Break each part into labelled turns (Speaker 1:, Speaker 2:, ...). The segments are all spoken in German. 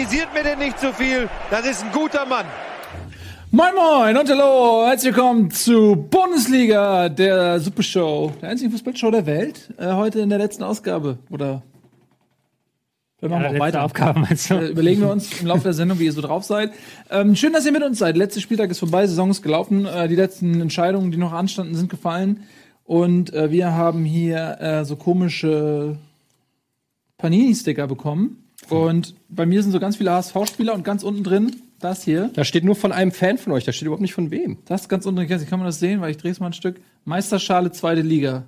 Speaker 1: Kritisiert mir denn nicht zu viel, das ist ein guter Mann.
Speaker 2: Moin Moin und hallo, herzlich willkommen zu Bundesliga, der Supershow, der einzigen Fußballshow der Welt. Heute in der letzten Ausgabe, oder? Wir machen auch weiter.
Speaker 3: Aufgabe, meinst du?
Speaker 2: Überlegen wir uns im Laufe der Sendung, wie ihr so drauf seid. Schön, dass ihr mit uns seid. Letzter Spieltag ist vorbei, Saison ist gelaufen. Die letzten Entscheidungen, die noch anstanden, sind gefallen. Und wir haben hier so komische Panini-Sticker bekommen. Und bei mir sind so ganz viele HSV-Spieler und ganz unten drin das hier.
Speaker 4: Da steht nur von einem Fan von euch, da steht überhaupt nicht von wem.
Speaker 2: Das ganz unten drin, kann man das sehen, weil ich drehe es mal ein Stück. Meisterschale, 2. Liga.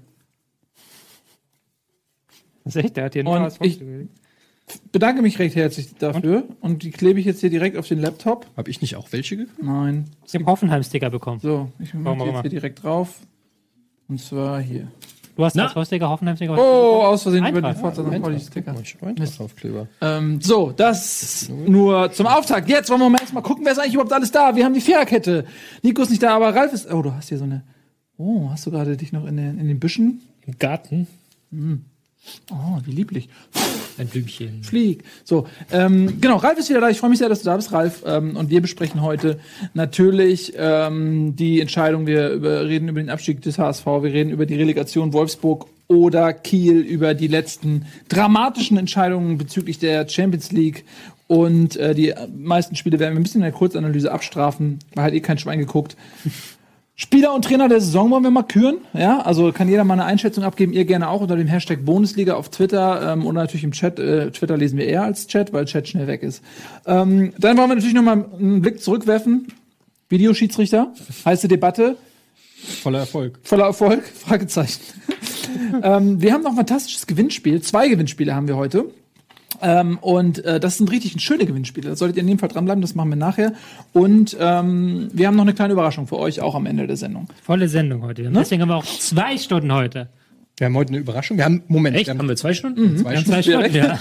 Speaker 3: Das ist echt, der hat hier
Speaker 2: und ich bedanke mich recht herzlich dafür. Und die klebe ich jetzt hier direkt auf den Laptop.
Speaker 4: Habe ich nicht auch welche gekriegt?
Speaker 2: Nein.
Speaker 3: Ich habe Hoffenheim-Sticker bekommen.
Speaker 2: So, ich mache jetzt hier direkt drauf. Und zwar hier.
Speaker 3: Du hast HSV-Sticker, Hoffenheim-Sticker.
Speaker 2: Oh, aus Versehen über den Forza Napoli-Sticker. So, das nur zum Auftakt. Jetzt wollen wir mal erstmal gucken, wer ist eigentlich überhaupt alles da. Wir haben die Viererkette. Nico ist nicht da, aber Ralf ist. Oh, du hast hier so eine. Oh, hast du gerade dich noch in den Büschen?
Speaker 3: Im Garten.
Speaker 2: Oh, wie lieblich.
Speaker 3: Ein Blümchen.
Speaker 2: Flieg. So, genau, Ralf ist wieder da. Ich freue mich sehr, dass du da bist, Ralf. Und wir besprechen heute natürlich die Entscheidung. Wir reden über den Abstieg des HSV. Wir reden über die Relegation Wolfsburg oder Kiel, über die letzten dramatischen Entscheidungen bezüglich der Champions League. Und die meisten Spiele werden wir ein bisschen in der Kurzanalyse abstrafen. Weil hat kein Schwein geguckt. Spieler und Trainer der Saison wollen wir mal küren. Ja, also kann jeder mal eine Einschätzung abgeben. Ihr gerne auch unter dem Hashtag Bundesliga auf Twitter oder natürlich im Chat. Twitter lesen wir eher als Chat, weil Chat schnell weg ist. Dann wollen wir natürlich noch mal einen Blick zurückwerfen. Videoschiedsrichter, heiße Debatte.
Speaker 4: Voller Erfolg.
Speaker 2: Voller Erfolg, Fragezeichen. Wir haben noch ein fantastisches Gewinnspiel. 2 Gewinnspiele haben wir heute. Und das sind richtig schöne Gewinnspiele. Da solltet ihr in dem Fall dranbleiben, das machen wir nachher. Und wir haben noch eine kleine Überraschung für euch, auch am Ende der Sendung.
Speaker 3: Volle Sendung heute. Ne? Deswegen haben wir auch 2 Stunden heute.
Speaker 4: Wir haben heute eine Überraschung. Wir haben, Moment.
Speaker 3: Echt? Haben wir 2 Stunden?
Speaker 4: 2 Stunden,
Speaker 3: ja.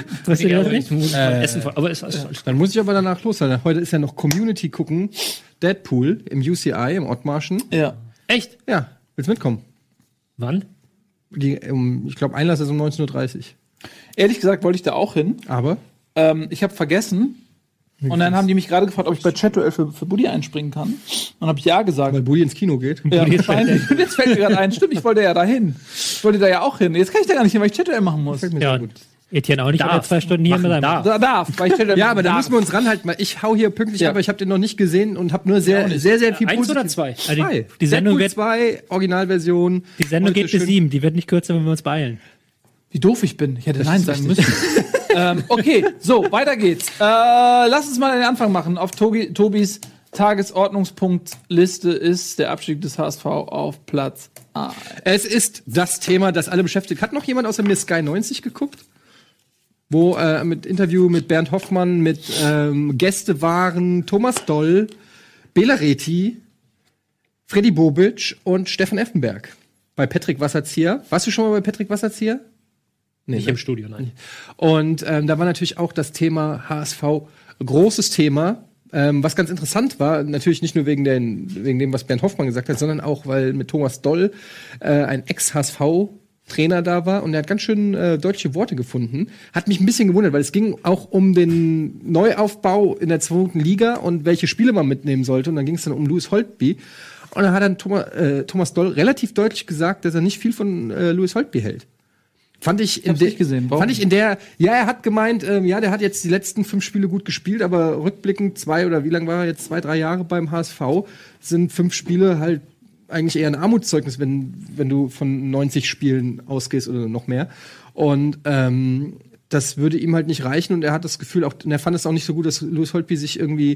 Speaker 3: Aber
Speaker 4: dann muss ich aber danach los sein. Heute ist ja noch Community gucken. Deadpool im UCI, im Ottmarschen.
Speaker 2: Ja.
Speaker 3: Echt?
Speaker 4: Ja. Willst du mitkommen?
Speaker 3: Wann?
Speaker 4: Ich glaube, Einlass ist um 19:30 Uhr.
Speaker 2: Ehrlich gesagt wollte ich da auch hin.
Speaker 4: Aber?
Speaker 2: Ich habe vergessen. Und dann haben die mich gerade gefragt, ob ich bei Chat-Duell für Buddy einspringen kann. Und dann habe ich ja gesagt.
Speaker 4: Weil Buddy ins Kino geht.
Speaker 2: Ja, wahrscheinlich. Und jetzt fällt mir gerade ein. Stimmt, ich wollte ja da hin. Ich wollte da ja auch hin. Jetzt kann ich da gar nicht hin, weil ich Chat-Duell machen muss.
Speaker 3: Ja, gut. Etienne auch nicht, aber 2 Stunden hier mit seinem
Speaker 2: darf, weil ich
Speaker 4: ja, aber da müssen wir uns ranhalten. Ich hau hier pünktlich ab, aber ich habe den noch nicht gesehen und habe nur sehr viel
Speaker 3: 1 oder 2? Also
Speaker 4: die Sendung wird 2 Originalversion.
Speaker 3: Die Sendung geht bis 7. Die wird nicht kürzer, wenn wir uns beeilen.
Speaker 2: Wie doof ich bin. Ich hätte Nein sagen müssen. Okay, so, weiter geht's. Lass uns mal den Anfang machen. Auf Tobis Tagesordnungspunktliste ist der Abstieg des HSV auf Platz A.
Speaker 4: Es ist das Thema, das alle beschäftigt. Hat noch jemand außer mir Sky 90 geguckt? Wo mit Interview mit Bernd Hoffmann, mit Gäste waren Thomas Doll, Bela Reti, Freddy Bobic und Steffen Effenberg. Bei Patrick Wasserzieher. Warst du schon mal bei Patrick Wasserzieher?
Speaker 3: Nee, nicht im Studio, nein.
Speaker 4: Und da war natürlich auch das Thema HSV großes Thema. Was ganz interessant war, natürlich nicht nur wegen dem, was Bernd Hoffmann gesagt hat, sondern auch, weil mit Thomas Doll ein Ex-HSV-Trainer da war und er hat ganz schön deutliche Worte gefunden. Hat mich ein bisschen gewundert, weil es ging auch um den Neuaufbau in der 2. Liga und welche Spiele man mitnehmen sollte. Und dann ging es dann um Louis Holtby. Und dann hat dann Thomas Doll relativ deutlich gesagt, dass er nicht viel von Louis Holtby hält. Fand ich in der, er hat gemeint, der hat jetzt die letzten 5 Spiele gut gespielt, aber rückblickend 2 oder wie lange war er jetzt, 2-3 Jahre beim HSV, sind 5 Spiele halt eigentlich eher ein Armutszeugnis, wenn du von 90 Spielen ausgehst oder noch mehr. Und das würde ihm halt nicht reichen und er hat das Gefühl auch, und er fand es auch nicht so gut, dass Louis Holtby sich irgendwie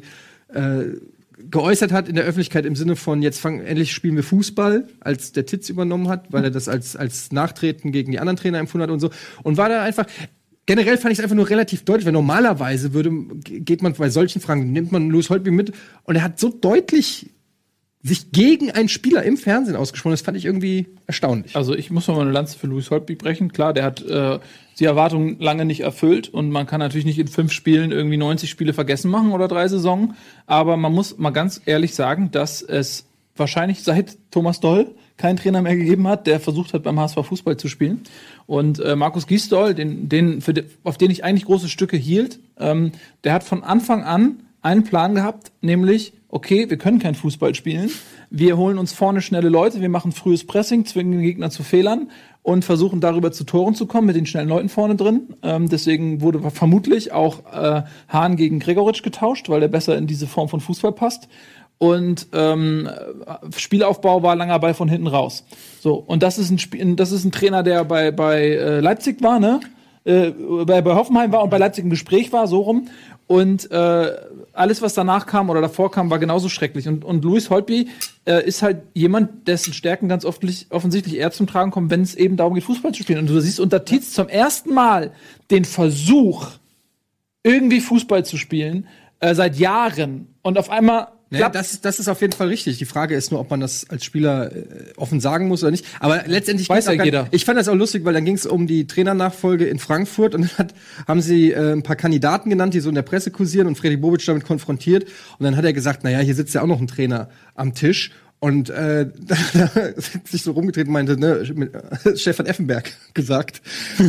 Speaker 4: geäußert hat in der Öffentlichkeit im Sinne von, endlich spielen wir Fußball, als der Titz übernommen hat, weil er das als Nachtreten gegen die anderen Trainer empfunden hat und so. Und war da einfach, generell fand ich es einfach nur relativ deutlich, weil normalerweise geht man bei solchen Fragen, nimmt man Louis Holtby mit und er hat so deutlich sich gegen einen Spieler im Fernsehen ausgesprochen, das fand ich irgendwie erstaunlich.
Speaker 2: Also ich muss mal eine Lanze für Louis Holtby brechen. Klar, der hat die Erwartungen lange nicht erfüllt und man kann natürlich nicht in 5 Spielen irgendwie 90 Spiele vergessen machen oder 3 Saison, aber man muss mal ganz ehrlich sagen, dass es wahrscheinlich seit Thomas Doll keinen Trainer mehr gegeben hat, der versucht hat, beim HSV Fußball zu spielen. Und Markus Gisdol, auf den ich eigentlich große Stücke hielt, der hat von Anfang an einen Plan gehabt, nämlich, okay, wir können kein Fußball spielen, wir holen uns vorne schnelle Leute, wir machen frühes Pressing, zwingen den Gegner zu Fehlern und versuchen darüber zu Toren zu kommen mit den schnellen Leuten vorne drin. Deswegen wurde vermutlich auch Hahn gegen Gregoritsch getauscht, weil der besser in diese Form von Fußball passt. Und Spielaufbau war langer Ball von hinten raus. So, und das ist ein Trainer, der bei Leipzig war, ne? Bei Hoffenheim war und bei Leipzig im Gespräch war, so rum. Und alles, was danach kam oder davor kam, war genauso schrecklich. Und Louis Holtby ist halt jemand, dessen Stärken ganz offensichtlich eher zum Tragen kommen, wenn es eben darum geht, Fußball zu spielen. Und du siehst unter Tietz zum ersten Mal den Versuch, irgendwie Fußball zu spielen, seit Jahren. Und auf einmal
Speaker 4: ja, das ist auf jeden Fall richtig. Die Frage ist nur, ob man das als Spieler offen sagen muss oder nicht. Aber letztendlich
Speaker 2: weiß ja jeder.
Speaker 4: Ich fand das auch lustig, weil dann ging es um die Trainernachfolge in Frankfurt und dann haben sie ein paar Kandidaten genannt, die so in der Presse kursieren und Freddy Bobic damit konfrontiert. Und dann hat er gesagt, naja, hier sitzt ja auch noch ein Trainer am Tisch. Und da hat sich so rumgedreht und meinte, ne, Stefan Effenberg gesagt.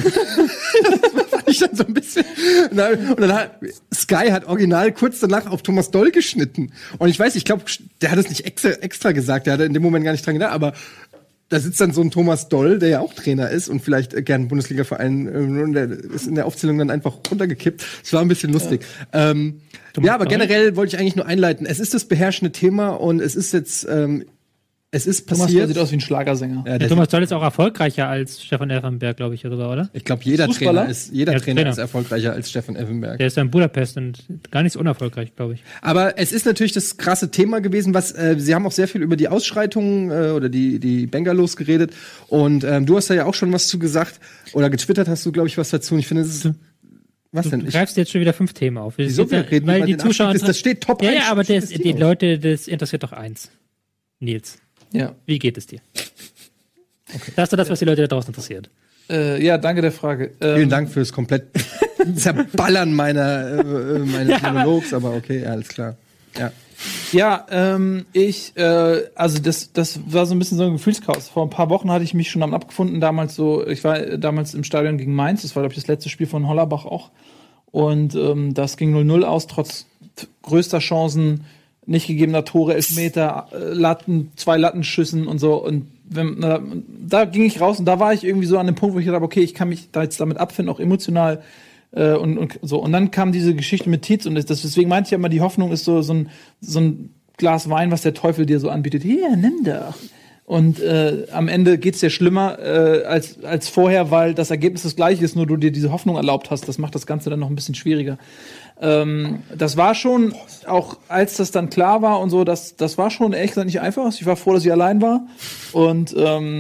Speaker 4: Das fand ich dann so ein bisschen. Und dann Sky hat original kurz danach auf Thomas Doll geschnitten. Und ich weiß, ich glaube, der hat es nicht extra gesagt, der hat in dem Moment gar nicht dran gedacht, aber da sitzt dann so ein Thomas Doll, der ja auch Trainer ist und vielleicht gern Bundesliga-Verein, der ist in der Aufzählung dann einfach runtergekippt. Das war ein bisschen lustig. Ja, aber generell wollte ich eigentlich nur einleiten. Es ist das beherrschende Thema und es ist jetzt, es ist passiert.
Speaker 2: Thomas Doll sieht aus wie ein Schlagersänger.
Speaker 3: Ja, Thomas Doll ist auch erfolgreicher als Stefan Effenberg, glaube ich, oder?
Speaker 4: Ich glaube, jeder Trainer ist erfolgreicher als Stefan Effenberg.
Speaker 3: Der ist ja in Budapest und gar nicht so unerfolgreich, glaube ich.
Speaker 4: Aber es ist natürlich das krasse Thema gewesen, was sie haben auch sehr viel über die Ausschreitungen oder die Bengalos geredet. Und du hast da ja auch schon was zu gesagt. Oder getwittert hast du, glaube ich, was dazu. Und ich finde, es ist was denn?
Speaker 3: Du greifst jetzt schon wieder 5 Themen auf.
Speaker 4: Wieso wir reden
Speaker 3: weil die Zuschauer
Speaker 4: das steht top.
Speaker 3: Ja, aber die Leute, das interessiert doch eins. Nils.
Speaker 2: Ja.
Speaker 3: Wie geht es dir? Okay. Das ist das, was die Leute da draußen interessiert.
Speaker 2: Ja, danke der Frage.
Speaker 4: Vielen Dank fürs komplett Zerballern meines Monologs, aber okay, alles klar. Ja.
Speaker 2: Ja, also das war so ein bisschen so ein Gefühlschaos. Vor ein paar Wochen hatte ich mich schon damit abgefunden, ich war damals im Stadion gegen Mainz, das war, glaube ich, das letzte Spiel von Hollerbach auch. Und das ging 0-0 aus, trotz größter Chancen, nicht gegebener Tore, Elfmeter, Latten, 2 Lattenschüssen und so. Und da ging ich raus und da war ich irgendwie so an dem Punkt, wo ich gedacht habe, okay, ich kann mich da jetzt damit abfinden, auch emotional. Und so. Und dann kam diese Geschichte mit Tietz und deswegen meinte ich ja immer, die Hoffnung ist so ein Glas Wein, was der Teufel dir so anbietet. Hier, nimm doch. Und am Ende geht's dir schlimmer als vorher, weil das Ergebnis das gleiche ist, nur du dir diese Hoffnung erlaubt hast. Das macht das Ganze dann noch ein bisschen schwieriger. Das war schon, auch als das dann klar war und so, das war schon ehrlich gesagt nicht einfach. Ich war froh, dass ich allein war. Und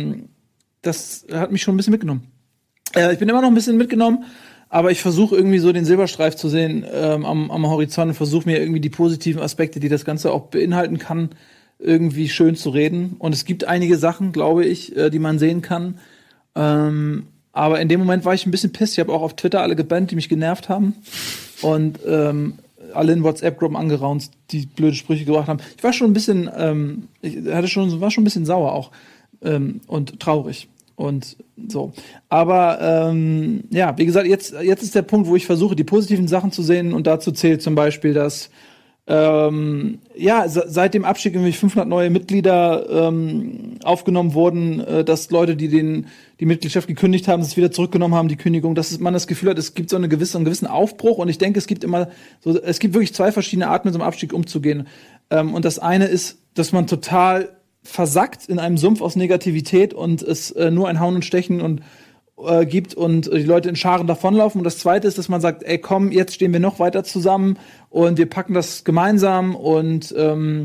Speaker 2: das hat mich schon ein bisschen mitgenommen. Ich bin immer noch ein bisschen mitgenommen, aber ich versuche irgendwie so den Silberstreif zu sehen am Horizont und versuche mir irgendwie die positiven Aspekte, die das Ganze auch beinhalten kann, irgendwie schön zu reden. Und es gibt einige Sachen, glaube ich, die man sehen kann. Aber in dem Moment war ich ein bisschen pisst. Ich habe auch auf Twitter alle gebannt, die mich genervt haben. Und alle in WhatsApp-Gruppen angeraunt, die blöde Sprüche gebracht haben. Ich war schon ein bisschen, war schon ein bisschen sauer auch. Und traurig. Und so. Aber ja, wie gesagt, jetzt ist der Punkt, wo ich versuche, die positiven Sachen zu sehen. Und dazu zählt zum Beispiel, dass seit dem Abstieg irgendwie 500 neue Mitglieder aufgenommen wurden, dass Leute, die die Mitgliedschaft gekündigt haben, es wieder zurückgenommen haben, die Kündigung, dass man das Gefühl hat, es gibt so einen gewissen Aufbruch. Und ich denke, es gibt wirklich 2 verschiedene Arten, mit so einem Abstieg umzugehen. Und das eine ist, dass man total versackt in einem Sumpf aus Negativität und es nur ein Hauen und Stechen und gibt und die Leute in Scharen davonlaufen. Und das Zweite ist, dass man sagt, ey, komm, jetzt stehen wir noch weiter zusammen und wir packen das gemeinsam und so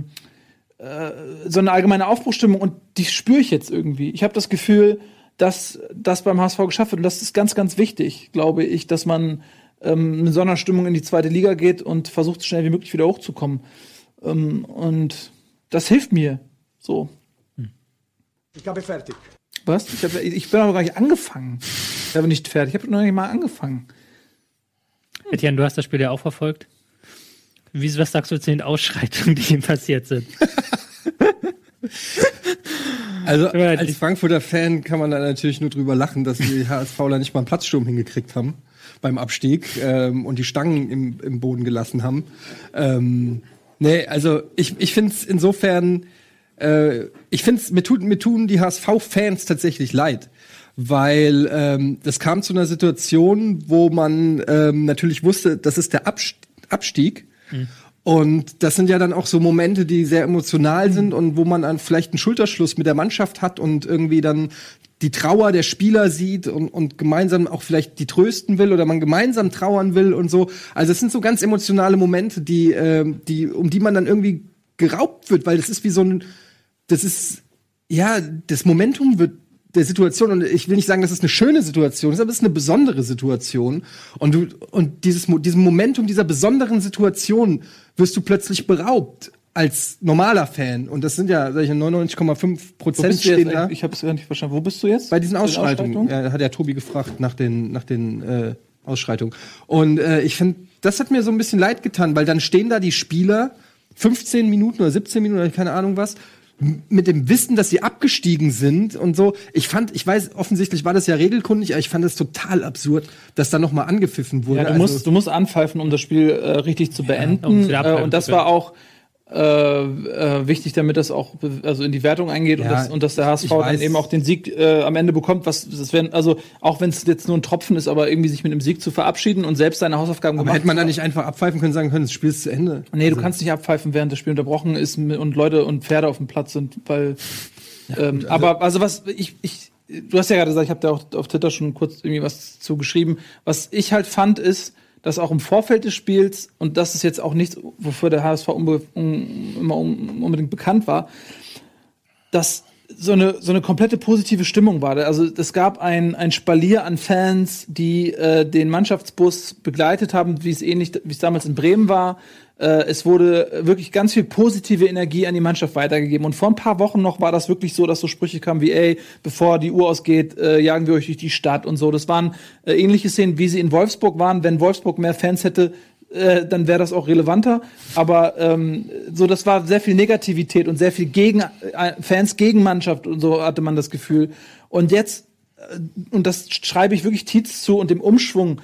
Speaker 2: eine allgemeine Aufbruchsstimmung und die spüre ich jetzt irgendwie. Ich habe das Gefühl, dass das beim HSV geschafft wird und das ist ganz, ganz wichtig, glaube ich, dass man mit so einer Stimmung in die 2. Liga geht und versucht, so schnell wie möglich wieder hochzukommen. Und das hilft mir so.
Speaker 1: Ich habe fertig.
Speaker 2: Was? Ich bin aber gar nicht angefangen. Ich habe nicht fertig. Ich habe noch nicht mal angefangen.
Speaker 3: Etienne, du hast das Spiel ja auch verfolgt. Was sagst du zu den Ausschreitungen, die ihm passiert sind?
Speaker 4: Also als Frankfurter Fan kann man da natürlich nur drüber lachen, dass die HSVler nicht mal einen Platzsturm hingekriegt haben beim Abstieg und die Stangen im Boden gelassen haben. Nee, also ich finde es insofern, mir tun die HSV-Fans tatsächlich leid. Weil das kam zu einer Situation, wo man natürlich wusste, das ist der Abstieg. Mhm. Und das sind ja dann auch so Momente, die sehr emotional sind und wo man dann vielleicht einen Schulterschluss mit der Mannschaft hat und irgendwie dann die Trauer der Spieler sieht und gemeinsam auch vielleicht die trösten will oder man gemeinsam trauern will und so. Also es sind so ganz emotionale Momente, um die man dann irgendwie geraubt wird, weil das ist wie so ein, das Momentum wird der Situation, und ich will nicht sagen, dass es eine schöne Situation ist, aber es ist eine besondere Situation. Und diesem Momentum dieser besonderen Situation wirst du plötzlich beraubt als normaler Fan. Und das sind ja solche 99,5% stehen da.
Speaker 2: Ich habe es gar nicht verstanden. Wo bist du jetzt?
Speaker 4: Bei diesen Ausschreitungen. Hat ja Tobi gefragt nach den Ausschreitungen. Und ich finde, das hat mir so ein bisschen leid getan, weil dann stehen da die Spieler 15 Minuten oder 17 Minuten oder keine Ahnung was, mit dem Wissen, dass sie abgestiegen sind und so. Ich weiß, offensichtlich war das ja regelkundig, aber ich fand es total absurd, dass da noch mal angepfiffen wurde.
Speaker 2: Ja, du musst anpfeifen, um das Spiel richtig zu beenden. Und das war auch wichtig, damit das auch in die Wertung eingeht und dass der HSV dann eben auch den Sieg am Ende bekommt. Auch wenn es jetzt nur ein Tropfen ist, aber irgendwie sich mit einem Sieg zu verabschieden und selbst seine Hausaufgaben
Speaker 4: gemacht. Aber hätte man da nicht einfach abpfeifen können, sagen können, das Spiel ist zu Ende?
Speaker 2: Nee, du kannst nicht abpfeifen, während das Spiel unterbrochen ist und Leute und Pferde auf dem Platz sind, weil du hast ja gerade gesagt, ich habe da auch auf Twitter schon kurz irgendwie was zu geschrieben. Was ich halt fand, ist, dass auch im Vorfeld des Spiels, und das ist jetzt auch nichts, wofür der HSV immer unbedingt bekannt war, dass so eine komplette positive Stimmung war. Also es gab ein Spalier an Fans, die den Mannschaftsbus begleitet haben, wie es damals in Bremen war. Es wurde wirklich ganz viel positive Energie an die Mannschaft weitergegeben. Und vor ein paar Wochen noch war das wirklich so, dass so Sprüche kamen wie, ey, bevor die Uhr ausgeht, jagen wir euch durch die Stadt und so. Das waren ähnliche Szenen, wie sie in Wolfsburg waren. Wenn Wolfsburg mehr Fans hätte, dann wäre das auch relevanter. Aber das war sehr viel Negativität und sehr viel Fans gegen Mannschaft und so hatte man das Gefühl. Und jetzt, und das schreibe ich wirklich Tietz zu und dem Umschwung,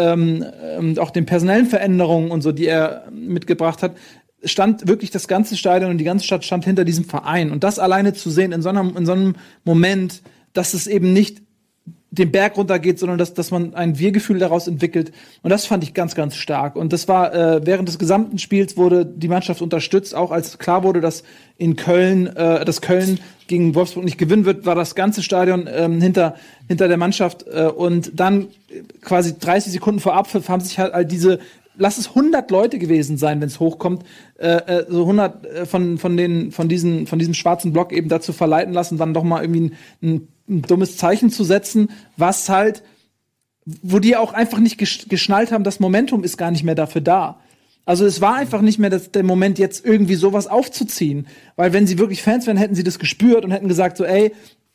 Speaker 2: auch den personellen Veränderungen und so, die er mitgebracht hat, stand wirklich das ganze Stadion und die ganze Stadt stand hinter diesem Verein. Und das alleine zu sehen in so einem Moment, dass es eben nicht den Berg runtergeht, sondern dass man ein Wir-Gefühl daraus entwickelt. Und das fand ich ganz, ganz stark. Und das war, während des gesamten Spiels wurde die Mannschaft unterstützt, auch als klar wurde, dass in Köln, dass Köln gegen Wolfsburg nicht gewinnen wird, war das ganze Stadion hinter der Mannschaft. Und dann quasi 30 Sekunden vor Abpfiff haben sich halt all diese, lass es 100 Leute gewesen sein, wenn es hochkommt, so 100 von diesem schwarzen Block eben dazu verleiten lassen, dann doch mal irgendwie ein dummes Zeichen zu setzen, was halt, wo die auch einfach nicht geschnallt haben, das Momentum ist gar nicht mehr dafür da. Also es war einfach nicht mehr der Moment, jetzt irgendwie sowas aufzuziehen. Weil wenn sie wirklich Fans wären, hätten sie das gespürt und hätten gesagt so, ey,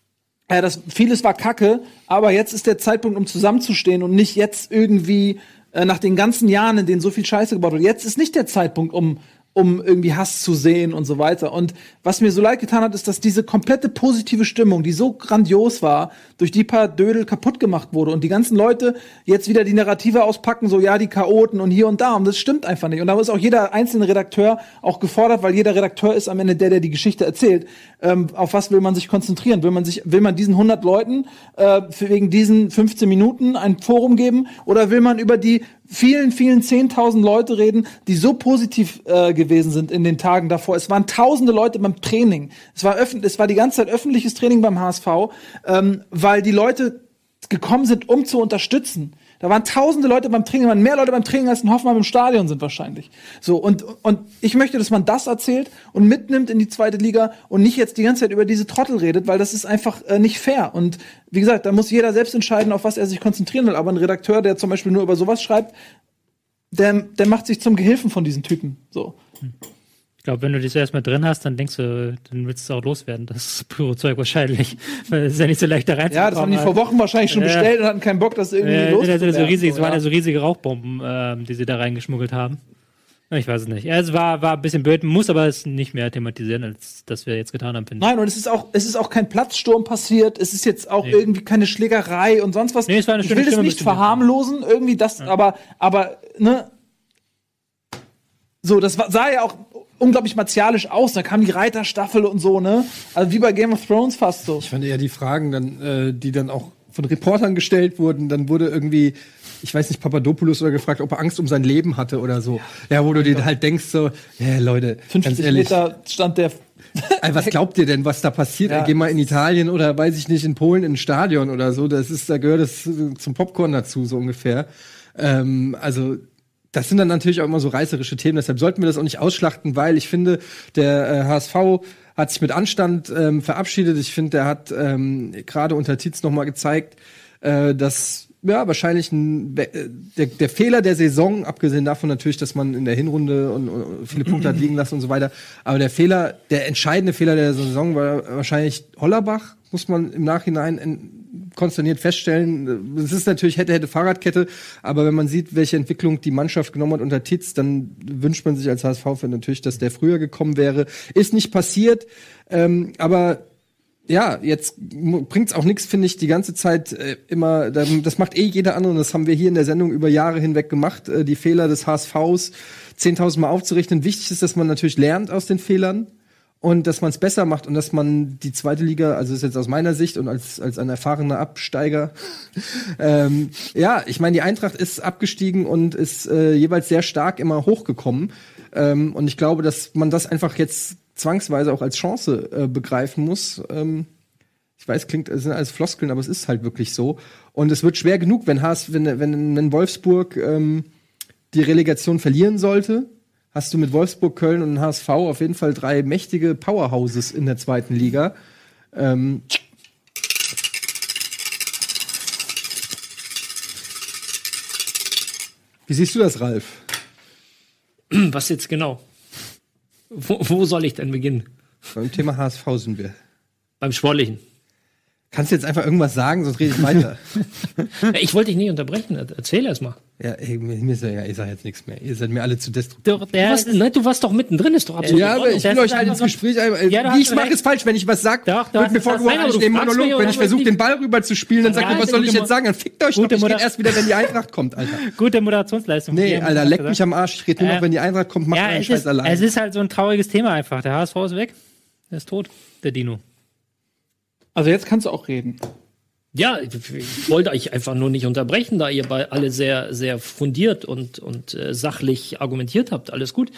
Speaker 2: vieles war Kacke, aber jetzt ist der Zeitpunkt, um zusammenzustehen und nicht jetzt irgendwie nach den ganzen Jahren, in denen so viel Scheiße gebaut wurde. Jetzt ist nicht der Zeitpunkt, um irgendwie Hass zu sehen und so weiter. Und was mir so leid getan hat, ist, dass diese komplette positive Stimmung, die so grandios war, durch die paar Dödel kaputt gemacht wurde. Und die ganzen Leute jetzt wieder die Narrative auspacken, so, ja, die Chaoten und hier und da. Und das stimmt einfach nicht. Und da ist auch jeder einzelne Redakteur auch gefordert, weil jeder Redakteur ist am Ende der die Geschichte erzählt. Auf was will man sich konzentrieren? Will man diesen 100 Leuten wegen diesen 15 Minuten ein Forum geben? Oder will man über die vielen 10.000 Leute reden, die so positiv gewesen sind in den Tagen davor? Es waren tausende Leute beim Training. Es war die ganze Zeit öffentliches Training beim HSV, weil die Leute gekommen sind, um zu unterstützen. Da waren tausende Leute beim Training, waren mehr Leute beim Training, als in Hoffenheim im Stadion sind wahrscheinlich. So, und ich möchte, dass man das erzählt und mitnimmt in die zweite Liga und nicht jetzt die ganze Zeit über diese Trottel redet, weil das ist einfach nicht fair. Und wie gesagt, da muss jeder selbst entscheiden, auf was er sich konzentrieren will. Aber ein Redakteur, der zum Beispiel nur über sowas schreibt, der macht sich zum Gehilfen von diesen Typen. So.
Speaker 3: Ich glaube, wenn du das erstmal drin hast, dann denkst du, dann willst du es auch loswerden. Das Pyrozeug wahrscheinlich. Weil es ist ja nicht so leicht da reinzukommen.
Speaker 2: Ja, das haben die vor Wochen wahrscheinlich schon bestellt und hatten keinen Bock, das irgendwie loszuwerden.
Speaker 3: Es waren ja so riesige Rauchbomben, die sie da reingeschmuggelt haben. Ich weiß es nicht. Ja, es war ein bisschen blöd, muss aber es nicht mehr thematisieren, als das wir jetzt getan haben, finde ich.
Speaker 2: Nein, und es ist auch kein Platzsturm passiert, es ist jetzt auch irgendwie keine Schlägerei und sonst was.
Speaker 3: Nee, es war eine
Speaker 2: ich
Speaker 3: schöne
Speaker 2: will das
Speaker 3: Stimme
Speaker 2: nicht
Speaker 3: mit
Speaker 2: verharmlosen, irgendwie das, aber, ne? So, sah ja auch unglaublich martialisch aus. Da kam die Reiterstaffel und so, ne? Also wie bei Game of Thrones fast so.
Speaker 4: Ich fand eher die Fragen dann, die dann auch von Reportern gestellt wurden, dann wurde irgendwie, ich weiß nicht, Papadopoulos oder gefragt, ob er Angst um sein Leben hatte oder so. Ja, wo du dir halt denkst so, ja, Leute,
Speaker 2: 50
Speaker 4: ganz ehrlich,
Speaker 2: Meter stand der.
Speaker 4: was glaubt ihr denn, was da passiert?
Speaker 2: Ja.
Speaker 4: Geh mal in Italien oder weiß ich nicht, in Polen in ein Stadion oder so. Da gehört es zum Popcorn dazu, so ungefähr. Also, das sind dann natürlich auch immer so reißerische Themen, deshalb sollten wir das auch nicht ausschlachten, weil ich finde, der HSV hat sich mit Anstand verabschiedet. Ich finde, der hat gerade unter Tietz noch mal gezeigt, dass wahrscheinlich der Fehler der Saison, abgesehen davon natürlich, dass man in der Hinrunde und viele Punkte hat liegen lassen und so weiter, aber der entscheidende Fehler der Saison war wahrscheinlich Hollerbach, muss man im Nachhinein konsterniert feststellen. Es ist natürlich hätte Fahrradkette, aber wenn man sieht, welche Entwicklung die Mannschaft genommen hat unter Tietz, dann wünscht man sich als HSV-Fan natürlich, dass der früher gekommen wäre. Ist nicht passiert, aber ja, jetzt bringt's auch nichts, finde ich, die ganze Zeit immer, das macht jeder andere, und das haben wir hier in der Sendung über Jahre hinweg gemacht, die Fehler des HSVs 10.000 Mal aufzurichten. Wichtig ist, dass man natürlich lernt aus den Fehlern und dass man es besser macht und dass man die zweite Liga, also ist jetzt aus meiner Sicht und als ein erfahrener Absteiger, ich meine, die Eintracht ist abgestiegen und ist jeweils sehr stark immer hochgekommen. Und ich glaube, dass man das einfach jetzt zwangsweise auch als Chance begreifen muss. Ich weiß, es sind alles Floskeln, aber es ist halt wirklich so. Und es wird schwer genug, wenn Wolfsburg die Relegation verlieren sollte, hast du mit Wolfsburg, Köln und HSV auf jeden Fall 3 mächtige Powerhouses in der zweiten Liga. Wie siehst du das, Ralf?
Speaker 5: Was jetzt genau? Wo soll ich denn beginnen?
Speaker 4: Beim Thema HSV sind wir.
Speaker 5: Beim Sportlichen.
Speaker 4: Kannst du jetzt einfach irgendwas sagen, sonst rede ich weiter.
Speaker 5: Ich wollte dich nicht unterbrechen. Erzähl erst mal.
Speaker 4: Ja, ich sag jetzt nichts mehr. Ihr seid mir alle zu destruktiv.
Speaker 5: Du warst doch mittendrin, ist doch absolut.
Speaker 4: Ja, aber ich will euch halt ins Gespräch wie ich mache es falsch, wenn ich was sag, wird mir vorgeworfen, ich nehme Monolog. Wenn ich versuche, den Ball rüber zu spielen, dann sagt ihr, was soll ich jetzt sagen? Dann fickt euch doch, ich rede erst wieder, wenn die Eintracht kommt, Alter.
Speaker 3: Gute Moderationsleistung.
Speaker 4: Nee, Alter, leck mich am Arsch. Ich rede nur noch, wenn die Eintracht kommt, mach einen Scheiß allein.
Speaker 3: Es ist halt so ein trauriges Thema einfach. Der HSV ist weg. Der ist tot, der Dino.
Speaker 2: Also jetzt kannst du auch reden.
Speaker 5: Ja, ich wollte euch einfach nur nicht unterbrechen, da ihr alle sehr, sehr fundiert und sachlich argumentiert habt. Alles gut.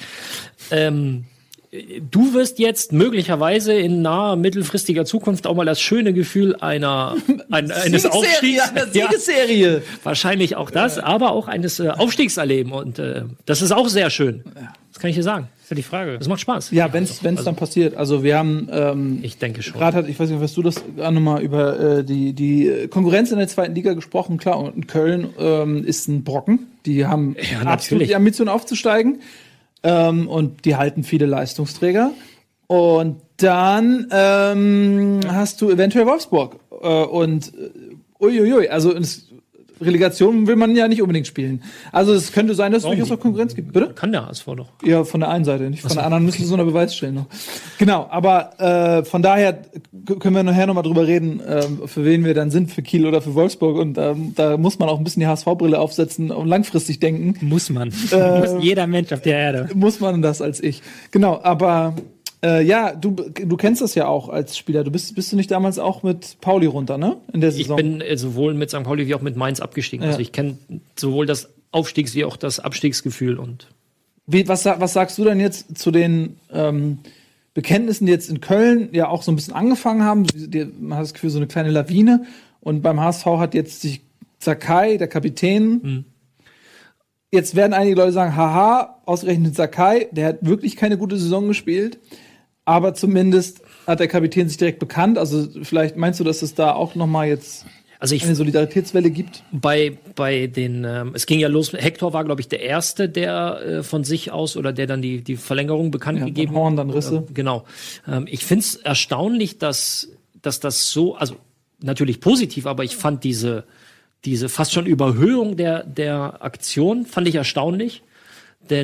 Speaker 5: Du wirst jetzt möglicherweise in naher, mittelfristiger Zukunft auch mal das schöne Gefühl eines Aufstiegs.
Speaker 2: Eine Siegesserie.
Speaker 5: Ja, wahrscheinlich auch das, aber auch eines Aufstiegs erleben. Und das ist auch sehr schön. Das kann ich dir sagen.
Speaker 3: Das ist ja die Frage.
Speaker 5: Das macht Spaß.
Speaker 2: Ja, wenn's dann passiert. Also wir haben
Speaker 5: ich denke schon.
Speaker 2: Gerade ich weiß nicht, hast du das nochmal über die Konkurrenz in der zweiten Liga gesprochen? Klar, und Köln ist ein Brocken. Die haben absolut die Ambition aufzusteigen. Und die halten viele Leistungsträger. Und dann hast du eventuell Wolfsburg. Uiuiui, also Relegation will man ja nicht unbedingt spielen. Also es könnte sein, dass es durchaus auch Konkurrenz gibt. Bitte?
Speaker 5: Kann der HSV doch.
Speaker 2: Ja, von der einen Seite, nicht von der anderen. Müssen wir so eine Beweis stellen noch. Genau, aber von daher können wir nachher noch mal drüber reden, für wen wir dann sind, für Kiel oder für Wolfsburg. Und da muss man auch ein bisschen die HSV-Brille aufsetzen und langfristig denken.
Speaker 3: Muss man. Muss jeder Mensch auf der Erde.
Speaker 2: Muss man das als ich. Genau, aber du kennst das ja auch als Spieler. Bist du nicht damals auch mit Pauli runter, ne? In der Saison?
Speaker 5: Ich bin sowohl mit St. Pauli wie auch mit Mainz abgestiegen.
Speaker 2: Ja.
Speaker 5: Also ich kenne sowohl das Aufstiegs- wie auch das Abstiegsgefühl. Und
Speaker 2: was sagst du denn jetzt zu den Bekenntnissen, die jetzt in Köln ja auch so ein bisschen angefangen haben? Man hat das Gefühl, so eine kleine Lawine. Und beim HSV hat jetzt sich Sakai, der Kapitän, jetzt werden einige Leute sagen, haha, ausgerechnet Sakai, der hat wirklich keine gute Saison gespielt. Aber zumindest hat der Kapitän sich direkt bekannt. Also vielleicht meinst du, dass es da auch noch mal jetzt eine Solidaritätswelle gibt?
Speaker 5: Bei den, es ging ja los, Hector war, glaube ich, der Erste, der von sich aus oder der dann die Verlängerung bekannt gegeben hat.
Speaker 2: Horn, dann Risse.
Speaker 5: Genau. Ich finde es erstaunlich, dass das so, also natürlich positiv, aber ich fand diese fast schon Überhöhung der Aktion, fand ich erstaunlich. Denn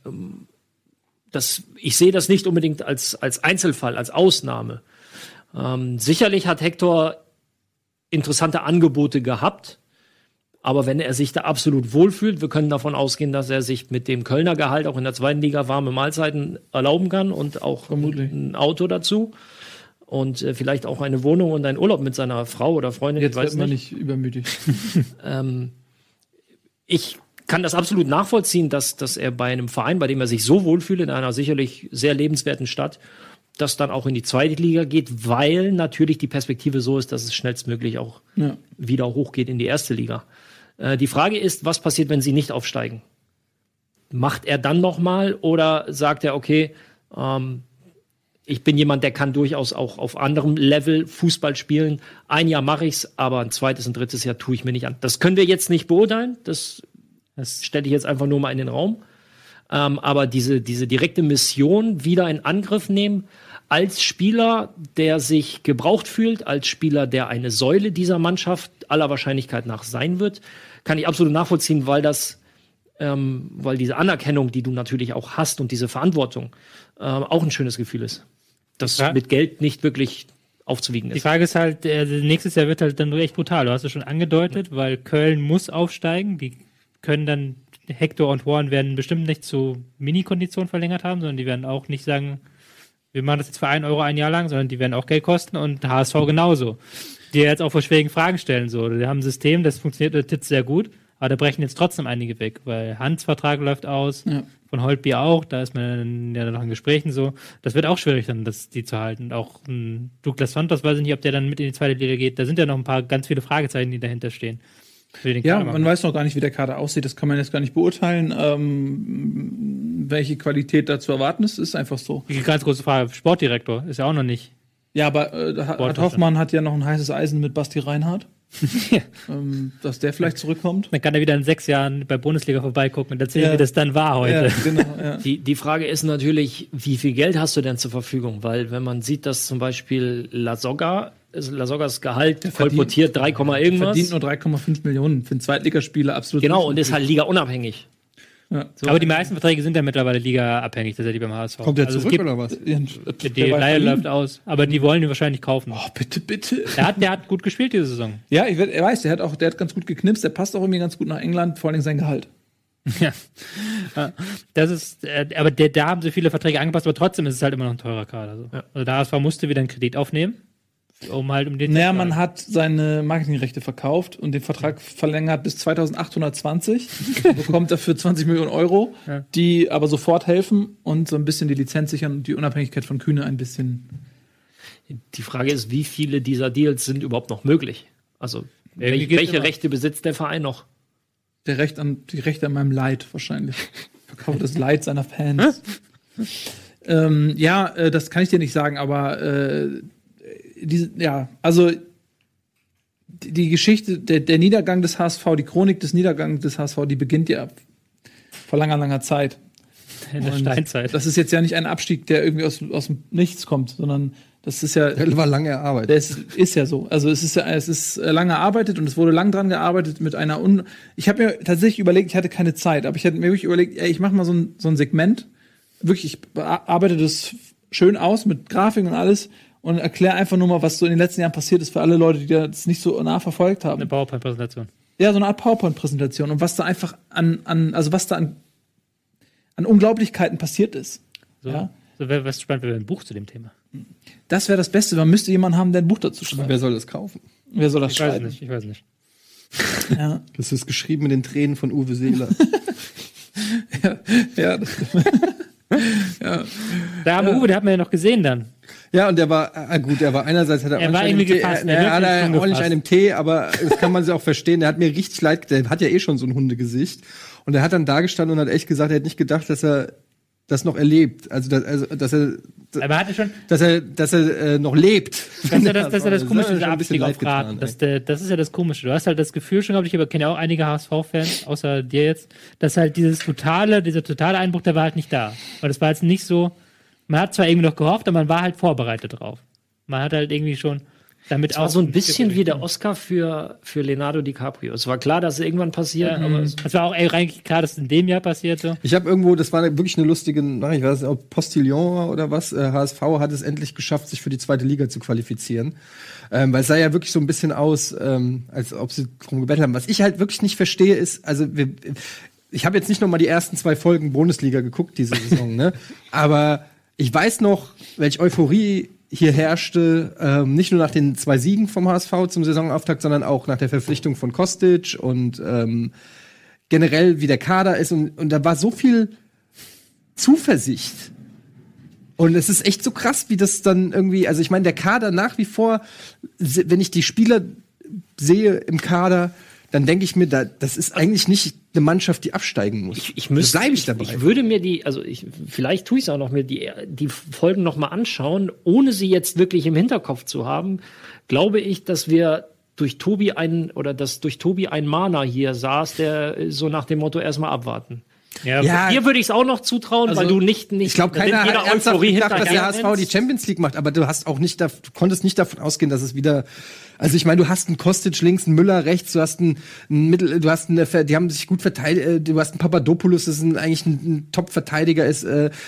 Speaker 5: ich sehe das nicht unbedingt als Einzelfall, als Ausnahme. Sicherlich hat Hector interessante Angebote gehabt, aber wenn er sich da absolut wohlfühlt, wir können davon ausgehen, dass er sich mit dem Kölner Gehalt auch in der 2. Liga warme Mahlzeiten erlauben kann und auch
Speaker 2: Vermutlich
Speaker 5: ein Auto dazu und vielleicht auch eine Wohnung und einen Urlaub mit seiner Frau oder Freundin.
Speaker 2: Jetzt wird man nicht übermütig.
Speaker 5: Ich kann das absolut nachvollziehen, dass er bei einem Verein, bei dem er sich so wohlfühlt, in einer sicherlich sehr lebenswerten Stadt, das dann auch in die 2. Liga geht, weil natürlich die Perspektive so ist, dass es schnellstmöglich auch wieder hochgeht in die 1. Liga. Die Frage ist, was passiert, wenn sie nicht aufsteigen? Macht er dann nochmal oder sagt er, okay, ich bin jemand, der kann durchaus auch auf anderem Level Fußball spielen. Ein Jahr mache ich's, aber ein 2. und 3. Jahr tue ich mir nicht an. Das können wir jetzt nicht beurteilen. Das stelle ich jetzt einfach nur mal in den Raum. Aber diese direkte Mission wieder in Angriff nehmen, als Spieler, der sich gebraucht fühlt, als Spieler, der eine Säule dieser Mannschaft aller Wahrscheinlichkeit nach sein wird, kann ich absolut nachvollziehen, weil diese Anerkennung, die du natürlich auch hast und diese Verantwortung auch ein schönes Gefühl ist. Das mit Geld nicht wirklich aufzuwiegen ist.
Speaker 3: Die Frage ist halt, nächstes Jahr wird halt dann echt brutal. Du hast es schon angedeutet, weil Köln muss aufsteigen. Die können dann, Hector und Horn werden bestimmt nicht zu Mini-Konditionen verlängert haben, sondern die werden auch nicht sagen, wir machen das jetzt für 1 Euro ein Jahr lang, sondern die werden auch Geld kosten und HSV genauso. Die jetzt auch vor schwierigen Fragen stellen. So. Die haben ein System, das funktioniert der Titz sehr gut, aber da brechen jetzt trotzdem einige weg, weil Hans Vertrag läuft aus, von Holtby auch, da ist man ja noch in Gesprächen so. Das wird auch schwierig dann, die zu halten. Auch Douglas Santos, weiß ich nicht, ob der dann mit in die 2. Liga geht. Da sind ja noch ganz viele Fragezeichen, die dahinter stehen.
Speaker 2: Ja, man weiß noch gar nicht, wie der Kader aussieht. Das kann man jetzt gar nicht beurteilen. Welche Qualität da zu erwarten ist, ist einfach so.
Speaker 3: Die ganz große Frage, Sportdirektor ist ja auch noch nicht.
Speaker 2: Ja, aber Hoffmann hat ja noch ein heißes Eisen mit Basti Reinhardt. Dass der vielleicht zurückkommt.
Speaker 3: Dann kann er wieder in 6 Jahren bei Bundesliga vorbeigucken und erzählen, wie das dann war heute.
Speaker 2: Ja, genau, ja.
Speaker 5: Die Frage ist natürlich, wie viel Geld hast du denn zur Verfügung? Weil wenn man sieht, dass zum Beispiel Lasoggas Gehalt kolportiert 3, irgendwas.
Speaker 2: Verdient nur 3,5 Millionen für einen Zweitligaspieler, absolut.
Speaker 5: Genau, und ist halt ligaunabhängig.
Speaker 2: Ja.
Speaker 3: So. Aber die meisten Verträge sind ja mittlerweile ligaabhängig, tatsächlich beim HSV.
Speaker 4: Kommt der zurück oder was?
Speaker 3: Die Leihe läuft aus, aber die wollen ihn wahrscheinlich kaufen.
Speaker 2: Oh, bitte.
Speaker 3: Der hat gut gespielt diese Saison.
Speaker 2: Ja, er weiß, der hat ganz gut geknipst, der passt auch irgendwie ganz gut nach England, vor allem sein Gehalt.
Speaker 3: Ja. Das ist, aber da haben sie viele Verträge angepasst, aber trotzdem ist es halt immer noch ein teurer Kader. So. Ja. Also der HSV musste wieder einen Kredit aufnehmen. Um den
Speaker 2: man hat seine Marketingrechte verkauft und den Vertrag verlängert bis 2820. Bekommt dafür 20 Millionen Euro, die aber sofort helfen und so ein bisschen die Lizenz sichern und die Unabhängigkeit von Kühne ein bisschen.
Speaker 5: Die Frage ist, wie viele dieser Deals sind überhaupt noch möglich? Also, welche Rechte besitzt der Verein noch?
Speaker 2: Die Rechte an meinem Leid wahrscheinlich. Verkauft das Leid seiner Fans. Das kann ich dir nicht sagen, aber die Geschichte, der Niedergang des HSV, die Chronik des Niedergangs des HSV, die beginnt ja vor langer Zeit.
Speaker 3: In der Steinzeit.
Speaker 2: Das ist jetzt ja nicht ein Abstieg, der irgendwie aus dem Nichts kommt, sondern das ist ja.
Speaker 4: Der war lange erarbeitet.
Speaker 2: Das ist ja so. Also es ist lange erarbeitet und es wurde lang dran gearbeitet mit einer Ich habe mir tatsächlich überlegt, ich hatte keine Zeit, aber ich hatte mir wirklich überlegt, ich mache mal so ein Segment. Wirklich, ich arbeite das schön aus mit Grafiken und alles. Und erkläre einfach nur mal, was so in den letzten Jahren passiert ist für alle Leute, die das nicht so nah verfolgt haben.
Speaker 3: Eine PowerPoint-Präsentation.
Speaker 2: Ja, so eine Art PowerPoint-Präsentation. Und was da einfach an Unglaublichkeiten passiert ist.
Speaker 3: So,
Speaker 2: ja?
Speaker 3: So wäre es spannend, wäre ein Buch zu dem Thema.
Speaker 2: Das wäre das Beste. Man müsste jemanden haben, der ein Buch dazu schreibt.
Speaker 4: Wer soll das kaufen?
Speaker 2: Wer soll das schreiben?
Speaker 3: Ich weiß nicht.
Speaker 2: Ja.
Speaker 4: Das ist geschrieben mit den Tränen von Uwe Seeler.
Speaker 2: ja, das
Speaker 3: ja. Der arme Uwe, der hat man ja noch gesehen dann.
Speaker 4: Ja, und der war, einerseits hat er
Speaker 3: war irgendwie gefasst.
Speaker 4: Er hat ordentlich einen Tee, aber das kann man sich auch verstehen. Der hat mir richtig leid, der hat ja eh schon so ein Hundegesicht. Und er hat dann da gestanden und hat echt gesagt, er hätte nicht gedacht, dass er das noch erlebt. Dass
Speaker 3: aber hatte schon,
Speaker 4: dass er noch lebt.
Speaker 3: Das ist ja das Komische, der Abstieg auf Raten. Das ist ja das Komische. Du hast halt das Gefühl schon, glaube ich, aber kenne ja auch einige HSV-Fans, außer dir jetzt, dass halt dieser totale Einbruch, der war halt nicht da. Weil das war jetzt nicht so, man hat zwar irgendwie noch gehofft, aber man war halt vorbereitet drauf. Man hat halt irgendwie schon, Damit
Speaker 5: Es war so ein bisschen wie der Oscar für Leonardo DiCaprio. Es war klar, dass es irgendwann passiert, aber
Speaker 3: Es war auch eigentlich klar, dass es in dem Jahr passierte.
Speaker 4: Ich habe irgendwo, das war wirklich eine lustige Nachricht, ich weiß nicht, ob Postillon oder was, HSV hat es endlich geschafft, sich für die zweite Liga zu qualifizieren. Weil es sah ja wirklich so ein bisschen aus, als ob sie drum gebettelt haben. Was ich halt wirklich nicht verstehe, ist, also ich habe jetzt nicht noch mal die ersten 2 Folgen Bundesliga geguckt diese Saison, ne? Aber ich weiß noch, welche Euphorie hier herrschte, nicht nur nach den 2 Siegen vom HSV zum Saisonauftakt, sondern auch nach der Verpflichtung von Kostic und generell, wie der Kader ist. Und da war so viel Zuversicht. Und es ist echt so krass, wie das dann irgendwie, also ich meine, der Kader nach wie vor, wenn ich die Spieler sehe im Kader, dann denke ich mir, das ist eigentlich nicht eine Mannschaft, die absteigen muss.
Speaker 5: Ich müsste,
Speaker 4: Bleib ich dabei.
Speaker 5: Ich würde mir vielleicht tue ich es auch noch, mir die Folgen noch mal anschauen, ohne sie jetzt wirklich im Hinterkopf zu haben. Glaube ich, dass wir durch Tobi ein Mana hier saß, der so nach dem Motto erstmal abwarten.
Speaker 3: Ja,
Speaker 5: Dir würde ich es auch noch zutrauen, weil du nicht
Speaker 4: ich glaube, keiner hat
Speaker 5: jeder
Speaker 4: ernsthaft
Speaker 5: Euphorie
Speaker 4: gedacht, dass der
Speaker 5: hinterher
Speaker 4: HSV die Champions League macht, aber du konntest nicht davon ausgehen, dass es wieder, also ich meine, du hast einen Kostic links, einen Müller rechts, du hast die haben sich gut verteidigt, du hast einen Papadopoulos, das ist eigentlich ein Top-Verteidiger ist,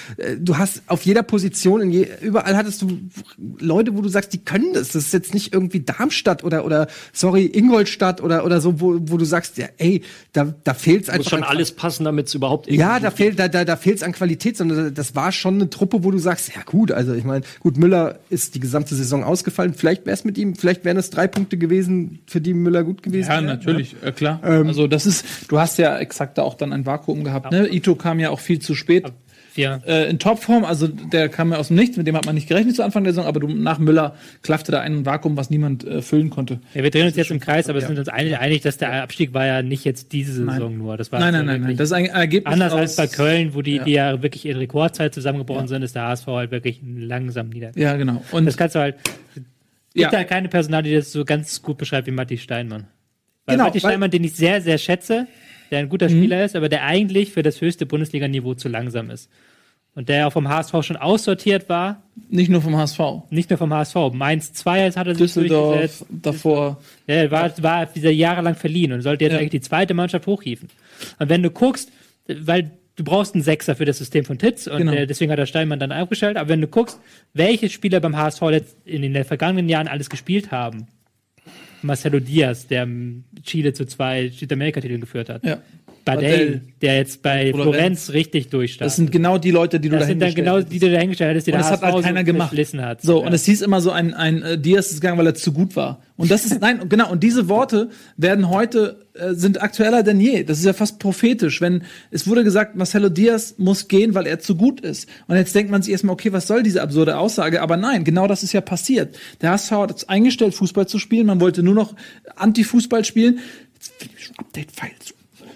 Speaker 4: du hast auf jeder Position, überall hattest du Leute, wo du sagst, die können das ist jetzt nicht irgendwie Darmstadt oder Ingolstadt oder so, wo du sagst, ja, ey, da fehlt's einfach.
Speaker 5: muss schon alles passen, damit es überhaupt
Speaker 4: ja, da fehlt's an Qualität, sondern das war schon eine Truppe, wo du sagst, ja gut, also ich meine, gut, Müller ist die gesamte Saison ausgefallen, vielleicht wär's mit ihm, vielleicht wären es 3 Punkte gewesen, für die Müller gut gewesen
Speaker 2: Ja,
Speaker 4: wäre.
Speaker 2: natürlich, klar. Also du hast ja exakt da auch dann ein Vakuum gehabt, ne? Ito kam ja auch viel zu spät.
Speaker 3: Ja.
Speaker 2: In Topform, also der kam ja aus dem Nichts, mit dem hat man nicht gerechnet zu Anfang der Saison, aber nach Müller klaffte da ein Vakuum, was niemand füllen konnte.
Speaker 3: Ja, wir drehen uns jetzt im Kreis, aber wir sind uns einig, dass der Abstieg war ja nicht jetzt diese Saison nur. Das war
Speaker 2: Nein. Das ist ein Ergebnis
Speaker 3: anders als bei Köln, wo die ja wirklich in Rekordzeit zusammengebrochen sind, ist der HSV halt wirklich langsam niedergegangen.
Speaker 2: Ja, genau. Und
Speaker 3: das kannst du halt. Gibt da keine Personalie, die das so ganz gut beschreibt wie Matti Steinmann. Weil Matti Steinmann, den ich sehr, sehr schätze, der ein guter Spieler ist, aber der eigentlich für das höchste Bundesliga-Niveau zu langsam ist. Und der auch vom HSV schon aussortiert war.
Speaker 2: Nicht nur vom HSV.
Speaker 3: Nicht nur vom HSV. Mainz 2 hat er sich
Speaker 2: Düsseldorf
Speaker 3: durchgesetzt.
Speaker 2: Davor.
Speaker 3: Ja, war wieder jahrelang verliehen und sollte jetzt eigentlich die zweite Mannschaft hochhieven. Und wenn du guckst, weil du brauchst einen Sechser für das System von Titz und deswegen hat der Steinmann dann aufgestellt. Aber wenn du guckst, welche Spieler beim HSV in den vergangenen Jahren alles gespielt haben, Marcelo Diaz, der Chile zu 2 Südamerika-Titeln geführt hat.
Speaker 2: Ja.
Speaker 3: Badell, der jetzt bei Florenz richtig durchstartet.
Speaker 2: Das sind genau die Leute, die du dahingestellt hast.
Speaker 3: Das sind dann genau die, die du dahingestellt hast, die
Speaker 2: und das hat halt keiner gemacht.
Speaker 3: Hat.
Speaker 2: So, und es hieß immer so, ein Diaz ist gegangen, weil er zu gut war. Und das ist, nein, genau, und diese Worte werden heute, sind aktueller denn je. Das ist ja fast prophetisch. Es wurde gesagt, Marcelo Diaz muss gehen, weil er zu gut ist. Und jetzt denkt man sich erstmal, okay, was soll diese absurde Aussage? Aber nein, genau das ist ja passiert. Der HSV hat es eingestellt, Fußball zu spielen. Man wollte nur noch Anti-Fußball spielen. Jetzt will ich schon Update-File zu.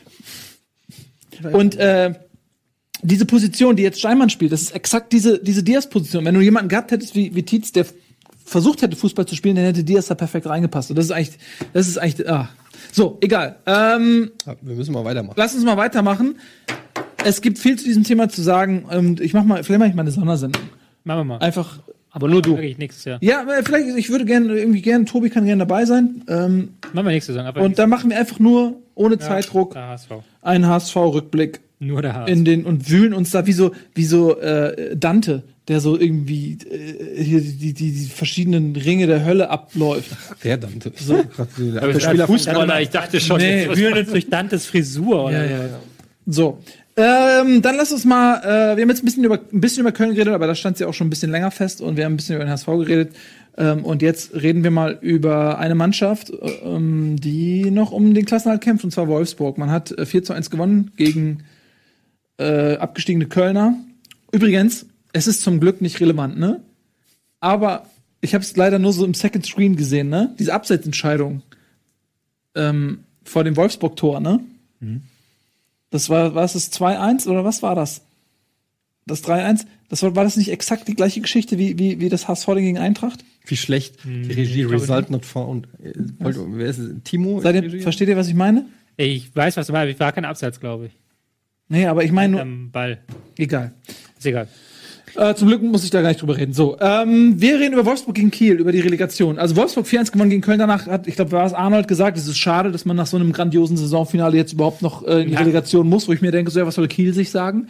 Speaker 2: Und diese Position, die jetzt Steinmann spielt, das ist exakt diese Diaz-Position. Wenn du jemanden gehabt hättest wie Tietz, der versucht hätte, Fußball zu spielen, dann hätte Diaz da perfekt reingepasst. Und das ist eigentlich. So, egal.
Speaker 4: Wir müssen mal weitermachen.
Speaker 2: Lass uns mal weitermachen. Es gibt viel zu diesem Thema zu sagen. Vielleicht mache ich mal eine Sondersendung.
Speaker 3: Machen wir mal.
Speaker 2: Einfach.
Speaker 5: Aber nur du.
Speaker 3: Nächstes Jahr.
Speaker 2: Ja, vielleicht, ich würde gerne, Tobi kann gerne dabei sein.
Speaker 3: Machen wir nächste Saison.
Speaker 2: Und dann machen wir einfach nur, ohne Zeitdruck, einen HSV-Rückblick.
Speaker 3: Nur der HSV.
Speaker 2: Und wühlen uns da wie so Dante, der so irgendwie hier die verschiedenen Ringe der Hölle abläuft.
Speaker 4: Wer Dante?
Speaker 2: So.
Speaker 5: Der Spieler Fußballer, ich dachte schon.
Speaker 3: Nee, wir wühlen uns durch Dantes Frisur. Oder?
Speaker 2: Ja. So. Dann lass uns mal, wir haben jetzt ein bisschen über Köln geredet, aber da stand sie auch schon ein bisschen länger fest und wir haben ein bisschen über den HSV geredet. Und jetzt reden wir mal über eine Mannschaft, die noch um den Klassenerhalt kämpft, und zwar Wolfsburg. Man hat 4:1 gewonnen gegen abgestiegene Kölner. Übrigens, es ist zum Glück nicht relevant, ne? Aber ich habe es leider nur so im Second Screen gesehen, ne? Diese Abseitsentscheidung vor dem Wolfsburg-Tor, ne? Mhm. Das war es das 2:1 oder was war das? Das 3:1? War das nicht exakt die gleiche Geschichte wie das HSV gegen Eintracht?
Speaker 4: Wie schlecht. Die Regie, Result not found. Wer ist es? Timo?
Speaker 2: Versteht ihr, was ich meine?
Speaker 3: Ich weiß, was du meinst. Ich war kein Abseits, glaube ich.
Speaker 2: Nee, aber ich meine nur.
Speaker 3: Am Ball.
Speaker 2: Egal.
Speaker 3: Ist egal.
Speaker 2: Zum Glück muss ich da gar nicht drüber reden. So, wir reden über Wolfsburg gegen Kiel, über die Relegation. Also Wolfsburg 4-1 gewonnen gegen Köln. Danach hat, ich glaube, war es Arnold gesagt, es ist schade, dass man nach so einem grandiosen Saisonfinale jetzt überhaupt noch in die Relegation muss, wo ich mir denke, so, ja, was soll Kiel sich sagen?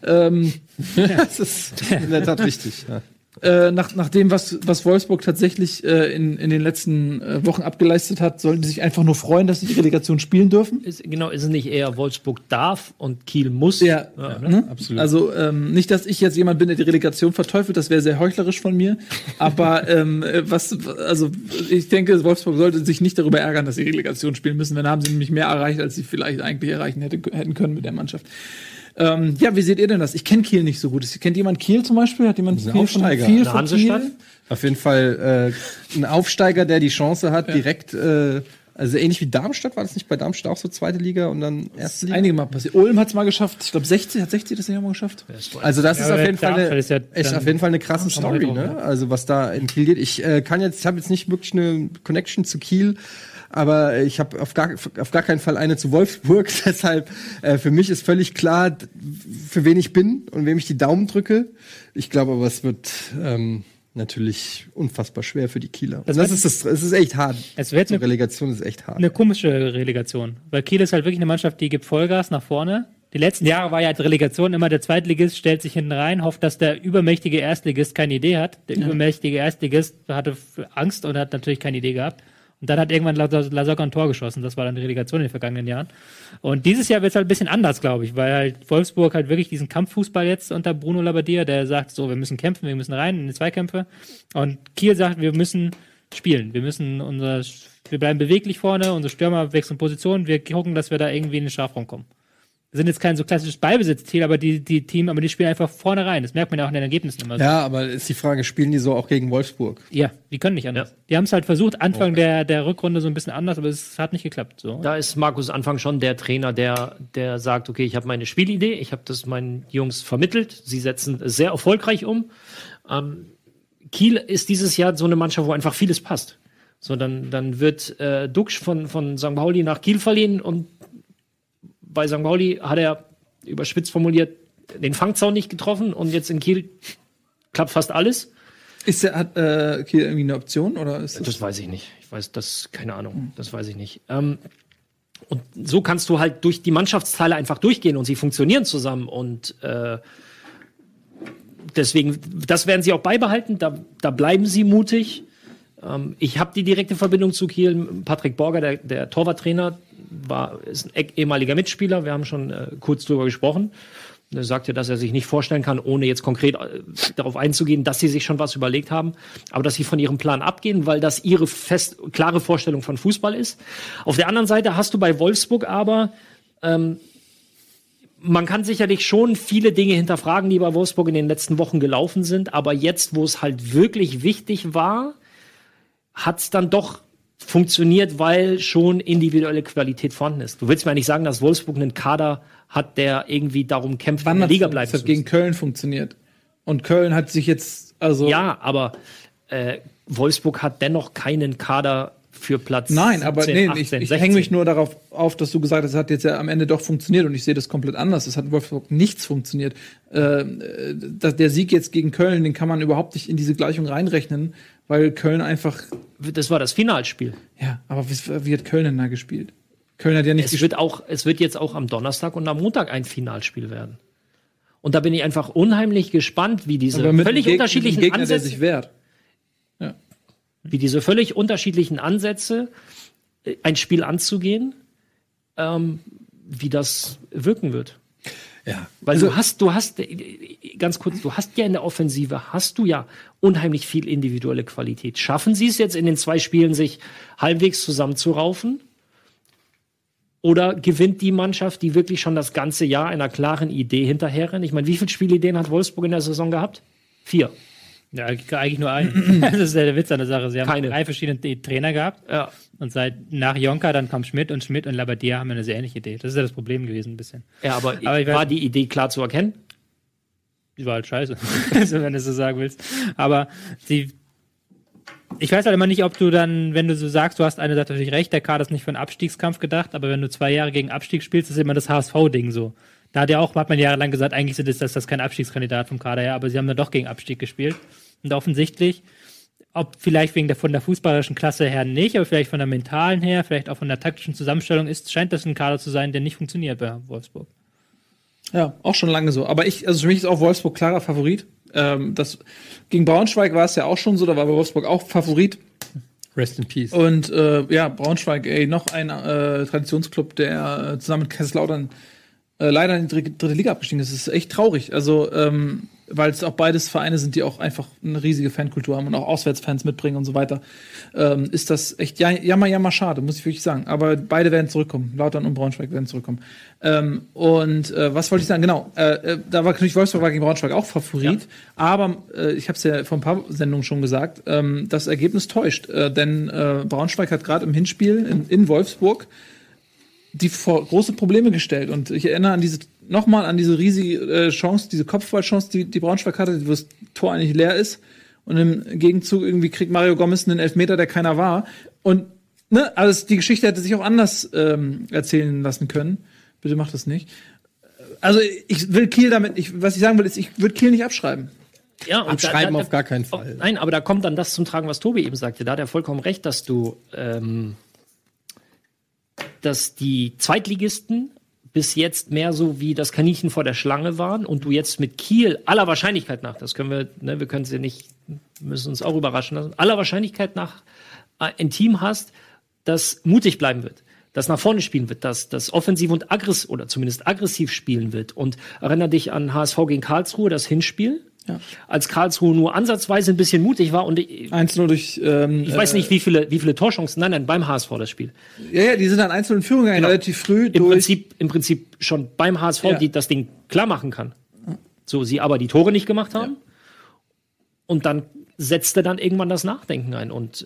Speaker 4: Das ist in der Tat wichtig. Ja.
Speaker 2: Nach dem, was Wolfsburg tatsächlich in den letzten Wochen abgeleistet hat, sollten die sich einfach nur freuen, dass sie die Relegation spielen dürfen.
Speaker 5: Ist es nicht eher Wolfsburg darf und Kiel muss?
Speaker 2: Ja,
Speaker 5: ne?
Speaker 4: Absolut.
Speaker 2: Also nicht, dass ich jetzt jemand bin, der die Relegation verteufelt, das wäre sehr heuchlerisch von mir. Aber ich denke, Wolfsburg sollte sich nicht darüber ärgern, dass sie Relegation spielen müssen. Dann haben sie nämlich mehr erreicht, als sie vielleicht eigentlich erreichen hätten können mit der Mannschaft. Ja, wie seht ihr denn das? Ich kenne Kiel nicht so gut. Kennt jemand Kiel zum Beispiel? Hat jemand
Speaker 4: Ein Aufsteiger.
Speaker 2: Kiel
Speaker 5: Eine
Speaker 2: von
Speaker 5: Hansestadt?
Speaker 2: Kiel?
Speaker 4: Auf jeden Fall ein Aufsteiger, der die Chance hat, direkt, also ähnlich wie Darmstadt, war das nicht bei Darmstadt auch so zweite Liga und dann erste Liga?
Speaker 2: Einige Mal passiert. Ulm hat es mal geschafft. Ich glaube, 60 das ja mal geschafft.
Speaker 4: Also das ist auf jeden Fall
Speaker 3: auf jeden
Speaker 4: Fall eine krasse Story, ne? Also was da in Kiel geht. Ich habe jetzt nicht wirklich eine Connection zu Kiel, aber ich habe auf gar keinen Fall eine zu Wolfsburg. Deshalb für mich ist völlig klar, für wen ich bin und wem ich die Daumen drücke. Ich glaube aber, es wird natürlich unfassbar schwer für die Kieler. Also es ist echt hart.
Speaker 3: Es wird
Speaker 4: so Relegation ist echt hart.
Speaker 3: eine komische Relegation. Weil Kiel ist halt wirklich eine Mannschaft, die gibt Vollgas nach vorne. Die letzten Jahre war ja als Relegation immer der Zweitligist stellt sich hinten rein, hofft, dass der übermächtige Erstligist keine Idee hat. Der übermächtige Erstligist hatte Angst und hat natürlich keine Idee gehabt. Und dann hat irgendwann Lasogga ein Tor geschossen. Das war dann die Relegation in den vergangenen Jahren. Und dieses Jahr wird es halt ein bisschen anders, glaube ich, weil halt Wolfsburg halt wirklich diesen Kampffußball jetzt unter Bruno Labbadia, der sagt so, wir müssen kämpfen, wir müssen rein in die Zweikämpfe. Und Kiel sagt, wir müssen spielen. Wir bleiben beweglich vorne, unsere Stürmer wechseln Positionen, wir gucken, dass wir da irgendwie in den Strafraum kommen. Wir sind jetzt kein so klassisches Ballbesitzziel, aber die spielen einfach vorne rein. Das merkt man ja auch in den Ergebnissen immer so.
Speaker 4: Ja, aber ist die Frage, spielen die so auch gegen Wolfsburg?
Speaker 3: Ja, die können nicht anders.
Speaker 5: Ja.
Speaker 3: Die haben es halt versucht, Anfang der Rückrunde so ein bisschen anders, aber es hat nicht geklappt. So.
Speaker 5: Da ist Markus Anfang schon der Trainer, der sagt, okay, ich habe meine Spielidee, ich habe das meinen Jungs vermittelt, sie setzen es sehr erfolgreich um. Kiel ist dieses Jahr so eine Mannschaft, wo einfach vieles passt. So, dann wird Duxch von St. Pauli nach Kiel verliehen und bei St. Pauli hat er, überspitzt formuliert, den Fangzaun nicht getroffen und jetzt in Kiel klappt fast alles.
Speaker 2: Hat Kiel irgendwie eine Option? Oder ist
Speaker 5: Das weiß ich nicht. Keine Ahnung. Das weiß ich nicht. Und so kannst du halt durch die Mannschaftsteile einfach durchgehen und sie funktionieren zusammen und deswegen, das werden sie auch beibehalten, da bleiben sie mutig. Ich habe die direkte Verbindung zu Kiel. Patrick Borger, der Torwarttrainer, ist ein ehemaliger Mitspieler. Wir haben schon kurz drüber gesprochen. Er sagte, dass er sich nicht vorstellen kann, ohne jetzt konkret darauf einzugehen, dass sie sich schon was überlegt haben, aber dass sie von ihrem Plan abgehen, weil das ihre klare Vorstellung von Fußball ist. Auf der anderen Seite hast du bei Wolfsburg aber man kann sicherlich schon viele Dinge hinterfragen, die bei Wolfsburg in den letzten Wochen gelaufen sind, aber jetzt, wo es halt wirklich wichtig war, hat es dann doch funktioniert, weil schon individuelle Qualität vorhanden ist. Du willst mir eigentlich sagen, dass Wolfsburg einen Kader hat, der irgendwie darum kämpft, in der Liga bleiben zu
Speaker 2: müssen. Das hat gegen Köln funktioniert. Und Köln hat sich jetzt,
Speaker 5: Ja, aber Wolfsburg hat dennoch keinen Kader für Platz
Speaker 2: 18, ich hänge mich nur darauf auf, dass du gesagt hast, es hat jetzt ja am Ende doch funktioniert und ich sehe das komplett anders. Es hat in Wolfsburg nichts funktioniert. Der Sieg jetzt gegen Köln, den kann man überhaupt nicht in diese Gleichung reinrechnen, weil Köln einfach...
Speaker 5: Das war das Finalspiel.
Speaker 2: Ja, aber wie hat Köln denn da gespielt? Köln hat ja nicht
Speaker 5: gespielt. Es wird jetzt auch am Donnerstag und am Montag ein Finalspiel werden. Und da bin ich einfach unheimlich gespannt, wie diese völlig unterschiedlichen
Speaker 2: Gegner,
Speaker 5: Ansätze...
Speaker 2: der sich wehrt. Ja.
Speaker 5: Wie diese völlig unterschiedlichen Ansätze, ein Spiel anzugehen, wie das wirken wird.
Speaker 4: Ja.
Speaker 5: Weil du hast ganz kurz, du hast ja in der Offensive, hast du ja unheimlich viel individuelle Qualität. Schaffen sie es jetzt in den 2 Spielen, sich halbwegs zusammenzuraufen? Oder gewinnt die Mannschaft, die wirklich schon das ganze Jahr einer klaren Idee hinterherrennt? Ich meine, wie viele Spielideen hat Wolfsburg in der Saison gehabt? 4.
Speaker 3: Ja, eigentlich nur einen. Das ist ja der Witz an der Sache. Sie haben 3 verschiedene Trainer gehabt. Ja. Und nach Jonker, dann kam Schmidt und Labbadia haben eine sehr ähnliche Idee. Das ist ja das Problem gewesen ein bisschen.
Speaker 5: Ja, aber war die Idee klar zu erkennen?
Speaker 3: Die war halt scheiße, also, wenn du so sagen willst. Aber ich weiß halt immer nicht, ob du dann, wenn du so sagst, du hast eine Seite natürlich recht, der Kader ist nicht für einen Abstiegskampf gedacht, aber wenn du 2 Jahre gegen Abstieg spielst, ist immer das HSV-Ding so. Da hat man jahrelang gesagt, eigentlich ist das kein Abstiegskandidat vom Kader her, aber sie haben dann doch gegen Abstieg gespielt. Und offensichtlich, ob vielleicht von der fußballerischen Klasse her nicht, aber vielleicht von der mentalen her, vielleicht auch von der taktischen Zusammenstellung scheint das ein Kader zu sein, der nicht funktioniert bei Wolfsburg.
Speaker 2: Ja, auch schon lange so. Aber für mich ist auch Wolfsburg klarer Favorit. Gegen Braunschweig war es ja auch schon so, da war Wolfsburg auch Favorit.
Speaker 4: Rest in Peace.
Speaker 2: Und Braunschweig, noch ein Traditionsclub, der zusammen mit Kaiserslautern leider in die dritte Liga abgestiegen ist. Das ist echt traurig. Also, weil es auch beides Vereine sind, die auch einfach eine riesige Fankultur haben und auch Auswärtsfans mitbringen und so weiter, ist das echt jammer schade, muss ich wirklich sagen. Aber beide werden zurückkommen. Lautern und Braunschweig werden zurückkommen. Was wollte ich sagen? Genau, da war natürlich Wolfsburg gegen Braunschweig auch Favorit. Ja. Aber ich habe es ja vor ein paar Sendungen schon gesagt, das Ergebnis täuscht. Denn Braunschweig hat gerade im Hinspiel in Wolfsburg die vor große Probleme gestellt. Und ich erinnere an diese riesige Chance, diese Kopfballchance, die Braunschweig hatte, wo das Tor eigentlich leer ist. Und im Gegenzug irgendwie kriegt Mario Gomez einen Elfmeter, der keiner war. Und also die Geschichte hätte sich auch anders erzählen lassen können. Bitte mach das nicht. Also ich will Kiel was ich sagen will, ist, ich würde Kiel nicht abschreiben.
Speaker 5: Ja, und
Speaker 4: abschreiben auf gar keinen Fall.
Speaker 5: Nein, aber da kommt dann das zum Tragen, was Tobi eben sagte. Da hat er vollkommen recht, dass die Zweitligisten bis jetzt mehr so wie das Kaninchen vor der Schlange waren und du jetzt mit Kiel aller Wahrscheinlichkeit nach, das können wir können sie nicht, müssen uns auch überraschen lassen, aller Wahrscheinlichkeit nach ein Team hast, das mutig bleiben wird, das nach vorne spielen wird, das offensiv und oder zumindest aggressiv spielen wird. Und erinnere dich an HSV gegen Karlsruhe, das Hinspiel. Ja. Als Karlsruhe nur ansatzweise ein bisschen mutig war und
Speaker 2: 1-0 durch
Speaker 5: ich weiß nicht, wie viele Torchancen, nein, beim HSV das Spiel.
Speaker 2: Ja, die sind dann 1-0 in Führung gegangen, relativ früh.
Speaker 5: Im Prinzip schon beim HSV, die das Ding klar machen kann. So, sie aber die Tore nicht gemacht haben. Ja. Und dann setzte dann irgendwann das Nachdenken ein und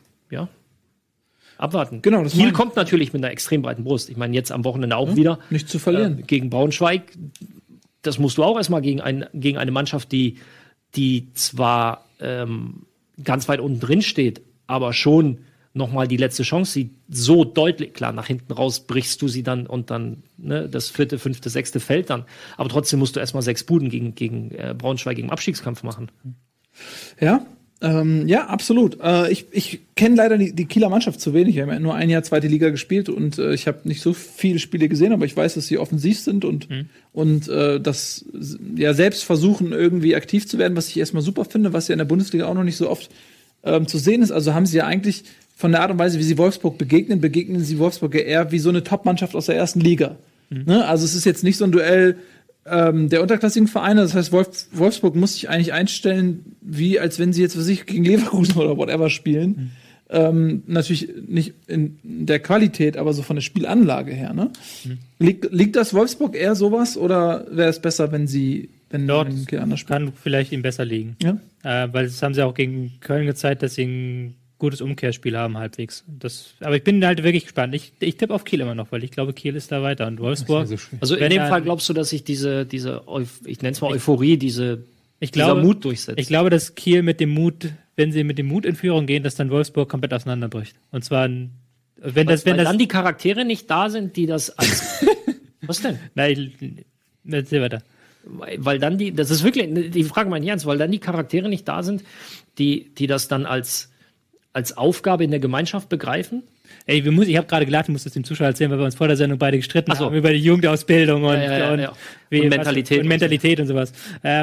Speaker 5: abwarten.
Speaker 2: Genau,
Speaker 5: Kiel kommt natürlich mit einer extrem breiten Brust. Ich meine, jetzt am Wochenende auch wieder.
Speaker 2: Nicht zu verlieren.
Speaker 5: Gegen Braunschweig. Das musst du auch erstmal gegen eine Mannschaft, die zwar ganz weit unten drin steht, aber schon nochmal die letzte Chance sieht, so deutlich, klar, nach hinten raus brichst du sie dann und dann das 4., 5., 6. fällt dann. Aber trotzdem musst du erstmal 6 Buden gegen Braunschweig im Abstiegskampf machen.
Speaker 2: Ja, absolut. Ich kenne leider die Kieler Mannschaft zu wenig. Wir haben ja nur ein Jahr zweite Liga gespielt und ich habe nicht so viele Spiele gesehen, aber ich weiß, dass sie offensiv sind und das selbst versuchen, irgendwie aktiv zu werden, was ich erstmal super finde, was ja in der Bundesliga auch noch nicht so oft zu sehen ist. Also haben sie ja eigentlich von der Art und Weise, wie sie Wolfsburg begegnen sie Wolfsburg eher wie so eine Top-Mannschaft aus der ersten Liga. Ne? Also es ist jetzt nicht so ein Duell der unterklassigen Vereine, das heißt, Wolfsburg muss sich eigentlich einstellen, wie als wenn sie jetzt gegen Leverkusen oder whatever spielen. Natürlich nicht in der Qualität, aber so von der Spielanlage her. Ne? Liegt das Wolfsburg eher sowas oder wäre es besser, wenn Kiel anders spielt?
Speaker 3: Kann vielleicht ihm besser liegen. Ja? Weil das haben sie auch gegen Köln gezeigt, dass sie ein gutes Umkehrspiel haben, halbwegs. Aber ich bin halt wirklich gespannt. Ich tippe auf Kiel immer noch, weil ich glaube, Kiel ist da weiter. Und Wolfsburg.
Speaker 5: Also in dem Fall glaubst du, dass sich diese ich nenne es mal Euphorie, dieser Mut durchsetzt?
Speaker 3: Ich glaube, dass Kiel mit dem Mut, wenn sie mit dem Mut in Führung gehen, dass dann Wolfsburg komplett auseinanderbricht. Und zwar, weil
Speaker 5: dann die Charaktere nicht da sind, die das als. Was denn?
Speaker 3: Nein, erzähl weiter.
Speaker 5: Weil dann das ist wirklich, die Frage meine ich ernst, weil dann die Charaktere nicht da sind, die das dann als Aufgabe in der Gemeinschaft begreifen?
Speaker 3: Ey, ich habe gerade gelacht, ich muss das dem Zuschauer erzählen, weil wir uns vor der Sendung beide gestritten haben über die Jugendausbildung und
Speaker 5: Mentalität.
Speaker 3: Und Mentalität und sowas.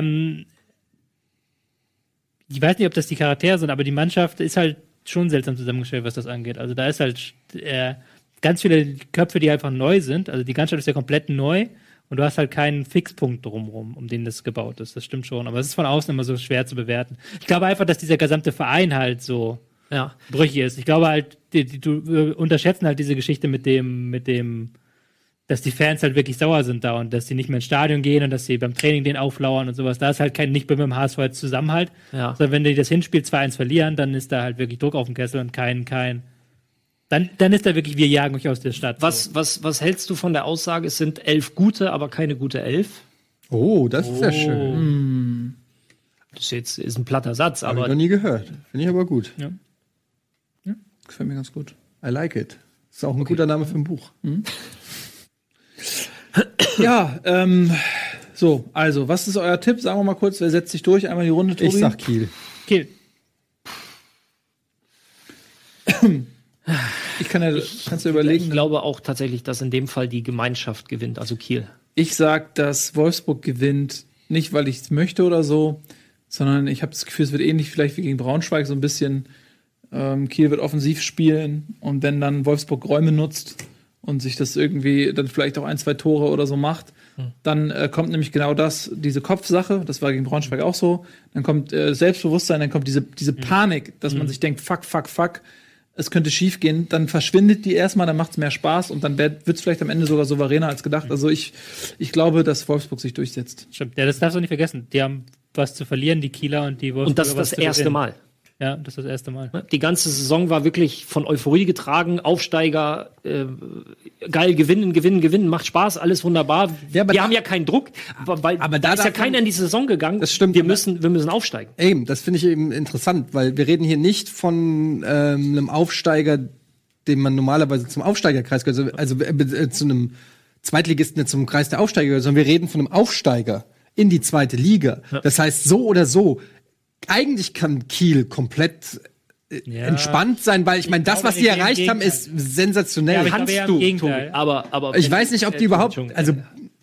Speaker 3: Ich weiß nicht, ob das die Charaktere sind, aber die Mannschaft ist halt schon seltsam zusammengestellt, was das angeht. Also da ist halt ganz viele Köpfe, die einfach neu sind. Also die Mannschaft ist ja komplett neu und du hast halt keinen Fixpunkt drumherum, um den das gebaut ist. Das stimmt schon, aber es ist von außen immer so schwer zu bewerten. Ich glaube einfach, dass dieser gesamte Verein halt so brüchig ist. Ich glaube halt, du unterschätzen halt diese Geschichte mit dem, dass die Fans halt wirklich sauer sind da und dass sie nicht mehr ins Stadion gehen und dass sie beim Training den auflauern und sowas. Da ist halt nicht bei dem HSV jetzt Zusammenhalt. Ja. Sondern wenn die das Hinspiel 2-1 verlieren, dann ist da halt wirklich Druck auf dem Kessel und dann ist da wirklich, wir jagen euch aus der Stadt.
Speaker 5: Was hältst du von der Aussage, es sind 11 gute, aber keine gute 11?
Speaker 4: Oh, das ist ja schön.
Speaker 5: Das ist ein platter Satz, aber.
Speaker 4: Hab ich noch nie gehört. Finde ich aber gut.
Speaker 2: Ja. Gefällt mir ganz gut.
Speaker 4: I like it. Ist auch ein guter Name für ein Buch.
Speaker 2: Ja, so, also, was ist euer Tipp? Sagen wir mal kurz, wer setzt sich durch? Einmal die Runde, Tobi.
Speaker 4: Ich sag Kiel.
Speaker 3: Kiel.
Speaker 2: Kannst du überlegen.
Speaker 5: Ich glaube auch tatsächlich, dass in dem Fall die Gemeinschaft gewinnt, also Kiel.
Speaker 2: Ich sag, dass Wolfsburg gewinnt, nicht weil ich es möchte oder so, sondern ich habe das Gefühl, es wird ähnlich vielleicht wie gegen Braunschweig so ein bisschen. Kiel wird offensiv spielen und wenn dann Wolfsburg Räume nutzt und sich das irgendwie dann vielleicht auch 1, 2 Tore oder so macht, dann kommt nämlich genau diese Kopfsache, das war gegen Braunschweig auch so, dann kommt Selbstbewusstsein, dann kommt diese Panik, dass man sich denkt, fuck, es könnte schief gehen, dann verschwindet die erstmal, dann macht es mehr Spaß und dann wird es vielleicht am Ende sogar souveräner als gedacht. Also ich glaube, dass Wolfsburg sich durchsetzt.
Speaker 3: Stimmt, ja, das darfst du nicht vergessen. Die haben was zu verlieren, die Kieler und die Wolfsburger.
Speaker 5: Und das ist das erste Mal.
Speaker 3: Ja, das ist das erste Mal.
Speaker 5: Die ganze Saison war wirklich von Euphorie getragen, Aufsteiger, geil, gewinnen, macht Spaß, alles wunderbar.
Speaker 4: Ja,
Speaker 5: wir haben ja keinen Druck, weil
Speaker 4: aber
Speaker 5: da ist ja
Speaker 4: darf
Speaker 5: keiner in die Saison gegangen.
Speaker 4: Das stimmt.
Speaker 5: Wir müssen aufsteigen.
Speaker 4: Eben, das finde ich eben interessant, weil wir reden hier nicht von einem Aufsteiger, den man normalerweise zum Aufsteigerkreis gehört, also zu einem Zweitligisten zum Kreis der Aufsteiger gehört, sondern wir reden von einem Aufsteiger in die zweite Liga. Ja. Das heißt, so oder so, eigentlich kann Kiel komplett entspannt sein, weil ich meine, das, was sie erreicht haben, ist sensationell.
Speaker 5: Ja, kannst du, Tobi, aber
Speaker 4: ich weiß nicht, ob die überhaupt, also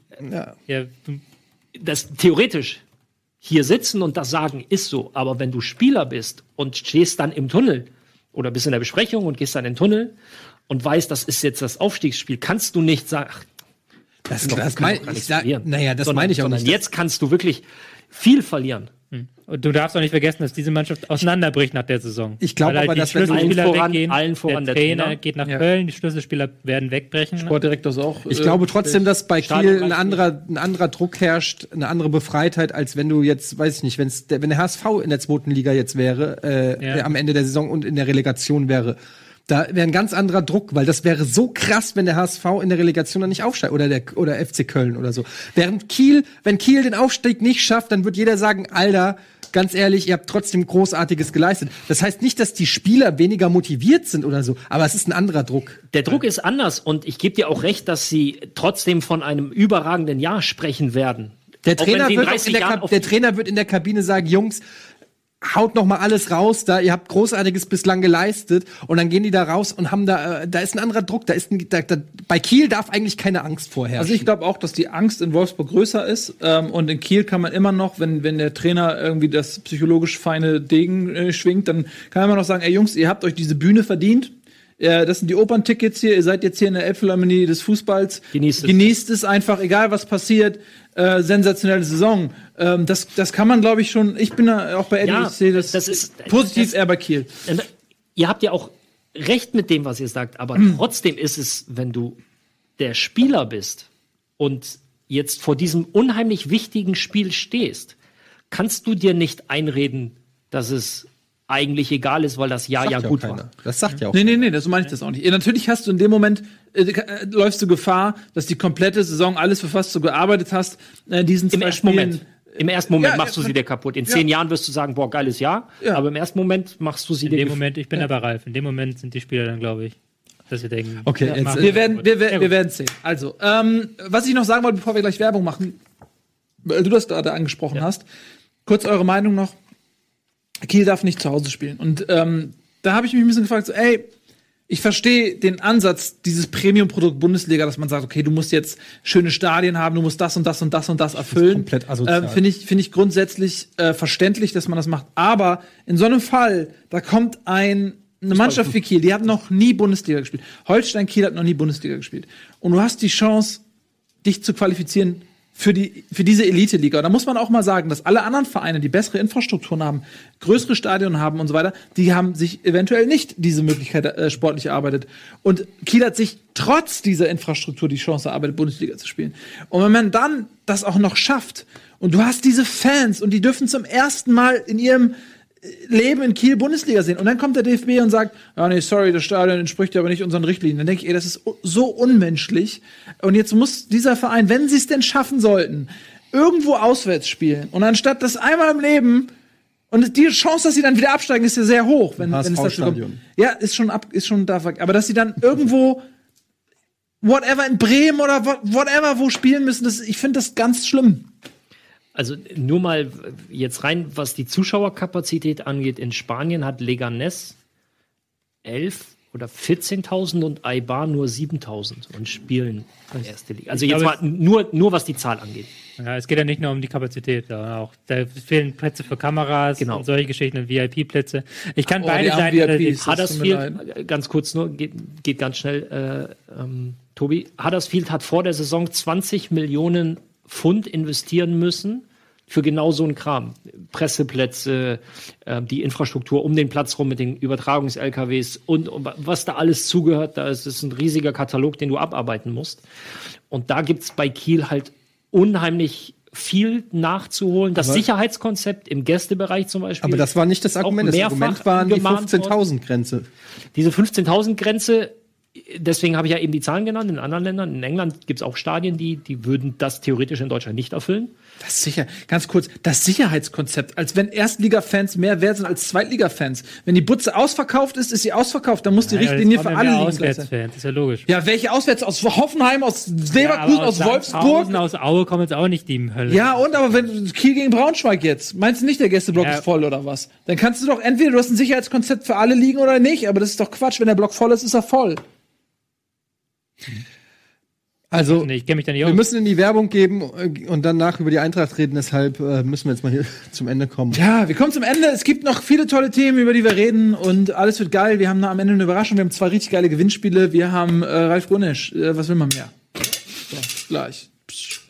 Speaker 5: das theoretisch hier sitzen und das sagen, ist so, aber wenn du Spieler bist und stehst dann im Tunnel oder bist in der Besprechung und gehst dann in den Tunnel und weißt, das ist jetzt das Aufstiegsspiel, kannst du nicht sagen,
Speaker 4: das meine ich auch nicht.
Speaker 5: Jetzt kannst du wirklich viel verlieren.
Speaker 3: Und du darfst auch nicht vergessen, dass diese Mannschaft auseinanderbricht nach der Saison.
Speaker 4: Ich glaube aber, dass
Speaker 5: allen voran
Speaker 3: der Trainer geht nach Köln, die Schlüsselspieler werden wegbrechen.
Speaker 2: Sportdirektor ist auch.
Speaker 4: Ich glaube trotzdem, dass bei Kiel ein anderer Druck herrscht, eine andere Befreitheit, als wenn du jetzt, weiß ich nicht, wenn der HSV in der zweiten Liga jetzt wäre, am Ende der Saison und in der Relegation wäre. Da wäre ein ganz anderer Druck, weil das wäre so krass, wenn der HSV in der Relegation dann nicht aufsteigt oder FC Köln oder so. Während wenn Kiel den Aufstieg nicht schafft, dann wird jeder sagen, Alter, ganz ehrlich, ihr habt trotzdem Großartiges geleistet. Das heißt nicht, dass die Spieler weniger motiviert sind oder so, aber es ist ein anderer Druck.
Speaker 5: Der Druck ist anders und ich gebe dir auch recht, dass sie trotzdem von einem überragenden Jahr sprechen werden.
Speaker 4: Der Trainer wird in der Kabine sagen, Jungs, haut noch mal alles raus, da ihr habt Großartiges bislang geleistet und dann gehen die da raus und haben da ist ein anderer Druck, bei Kiel darf eigentlich keine Angst vorherrschen.
Speaker 2: Also ich glaube auch, dass die Angst in Wolfsburg größer ist und in Kiel kann man immer noch, wenn der Trainer irgendwie das psychologisch feine Degen schwingt, dann kann man immer noch sagen, ey Jungs, ihr habt euch diese Bühne verdient. Das sind die Operntickets hier, ihr seid jetzt hier in der Elbphilharmonie des Fußballs. Genießt es einfach, egal was passiert. Sensationelle Saison. Das kann man, glaube ich, schon. Ich bin da auch bei Eddie, ich sehe das ist positiv eher bei Kiel.
Speaker 5: Ihr habt ja auch recht mit dem, was ihr sagt, aber trotzdem ist es, wenn du der Spieler bist und jetzt vor diesem unheimlich wichtigen Spiel stehst, kannst du dir nicht einreden, dass es eigentlich egal ist, weil das Jahr ja gut war.
Speaker 4: Das sagt ja auch.
Speaker 2: Nee, das meine ich das auch nicht. Natürlich hast du in dem Moment, läufst du Gefahr, dass die komplette Saison, alles, für was du gearbeitet hast, diesen
Speaker 5: Im ersten Moment machst du sie dir kaputt. In 10 Jahren wirst du sagen, boah, geiles Jahr. Ja. Aber im ersten Moment machst du sie dir kaputt.
Speaker 3: Ich bin aber Ralf. In dem Moment sind die Spieler dann, glaube ich, dass wir denken.
Speaker 2: Okay, wir werden sehen. Also, was ich noch sagen wollte, bevor wir gleich Werbung machen, weil du das gerade angesprochen hast, kurz eure Meinung noch. Kiel darf nicht zu Hause spielen. Und da habe ich mich ein bisschen gefragt, so, ich verstehe den Ansatz dieses Premium-Produkt Bundesliga, dass man sagt, okay, du musst jetzt schöne Stadien haben, du musst das und das und das und das erfüllen.
Speaker 4: Das ist komplett asozial.
Speaker 2: Finde ich grundsätzlich verständlich, dass man das macht. Aber in so einem Fall, da kommt eine Mannschaft wie Kiel, die hat noch nie Bundesliga gespielt. Holstein Kiel hat noch nie Bundesliga gespielt. Und du hast die Chance, dich zu qualifizieren für diese Elite-Liga. Da muss man auch mal sagen, dass alle anderen Vereine, die bessere Infrastrukturen haben, größere Stadien haben und so weiter, die haben sich eventuell nicht diese Möglichkeit sportlich erarbeitet. Und Kiel hat sich trotz dieser Infrastruktur die Chance erarbeitet, Bundesliga zu spielen. Und wenn man dann das auch noch schafft und du hast diese Fans und die dürfen zum ersten Mal in ihrem Leben in Kiel Bundesliga sehen. Und dann kommt der DFB und sagt, ja, nee, sorry, das Stadion entspricht ja aber nicht unseren Richtlinien. Dann denke ich, das ist so unmenschlich. Und jetzt muss dieser Verein, wenn sie es denn schaffen sollten, irgendwo auswärts spielen. Und anstatt das einmal im Leben, und die Chance, dass sie dann wieder absteigen, ist ja sehr hoch, wenn es dazu kommt. Ja, ist schon da. Aber dass sie dann irgendwo whatever in Bremen oder whatever wo spielen müssen. Ich finde das ganz schlimm.
Speaker 5: Also nur mal jetzt rein, was die Zuschauerkapazität angeht. In Spanien hat Leganés 11 oder 14.000 und Eibar nur 7.000 und spielen erste Liga. Also jetzt mal nur was die Zahl angeht.
Speaker 3: Ja, es geht ja nicht nur um die Kapazität, sondern auch da fehlen Plätze für Kameras und solche Geschichten und VIP-Plätze. Ich kann beide Seiten.
Speaker 5: Huddersfield, ganz kurz nur, geht ganz schnell, Tobi. Huddersfield hat vor der Saison 20 Millionen Pfund investieren müssen für genau so einen Kram. Presseplätze, die Infrastruktur um den Platz rum mit den Übertragungs-LKWs und was da alles zugehört. Da ist es ein riesiger Katalog, den du abarbeiten musst. Und da gibt's bei Kiel halt unheimlich viel nachzuholen. Das Sicherheitskonzept im Gästebereich zum Beispiel.
Speaker 4: Aber das war nicht das Argument. Das Argument war die 15.000-Grenze.
Speaker 5: Diese 15.000-Grenze, deswegen habe ich ja eben die Zahlen genannt. In anderen Ländern, in England gibt es auch Stadien, die würden das theoretisch in Deutschland nicht erfüllen.
Speaker 2: Das sicher, ganz kurz, das Sicherheitskonzept, als wenn Erstliga-Fans mehr wert sind als Zweitliga-Fans. Wenn die Butze ausverkauft ist sie ausverkauft, dann muss die Richtlinie für alle Ligen sein.
Speaker 3: Das ist ja logisch.
Speaker 2: Ja, welche Auswärts? Aus Hoffenheim, aus Leverkusen, aus Wolfsburg?
Speaker 3: Aus Aue kommen jetzt auch nicht die Hölle.
Speaker 2: Ja, aber wenn Kiel gegen Braunschweig jetzt, meinst du nicht, der Gästeblock ist voll oder was? Dann kannst du doch entweder, du hast ein Sicherheitskonzept für alle Ligen oder nicht, aber das ist doch Quatsch, wenn der Block voll ist, ist er voll.
Speaker 4: Also,
Speaker 3: ich kenne mich da nicht
Speaker 4: wir müssen in die Werbung geben und danach über die Eintracht reden, deshalb müssen wir jetzt mal hier zum Ende kommen.
Speaker 2: Ja, wir kommen zum Ende. Es gibt noch viele tolle Themen, über die wir reden und alles wird geil. Wir haben am Ende eine Überraschung. Wir haben 2 richtig geile Gewinnspiele. Wir haben Ralf Gunnisch. Was will man mehr? So, gleich. Psch.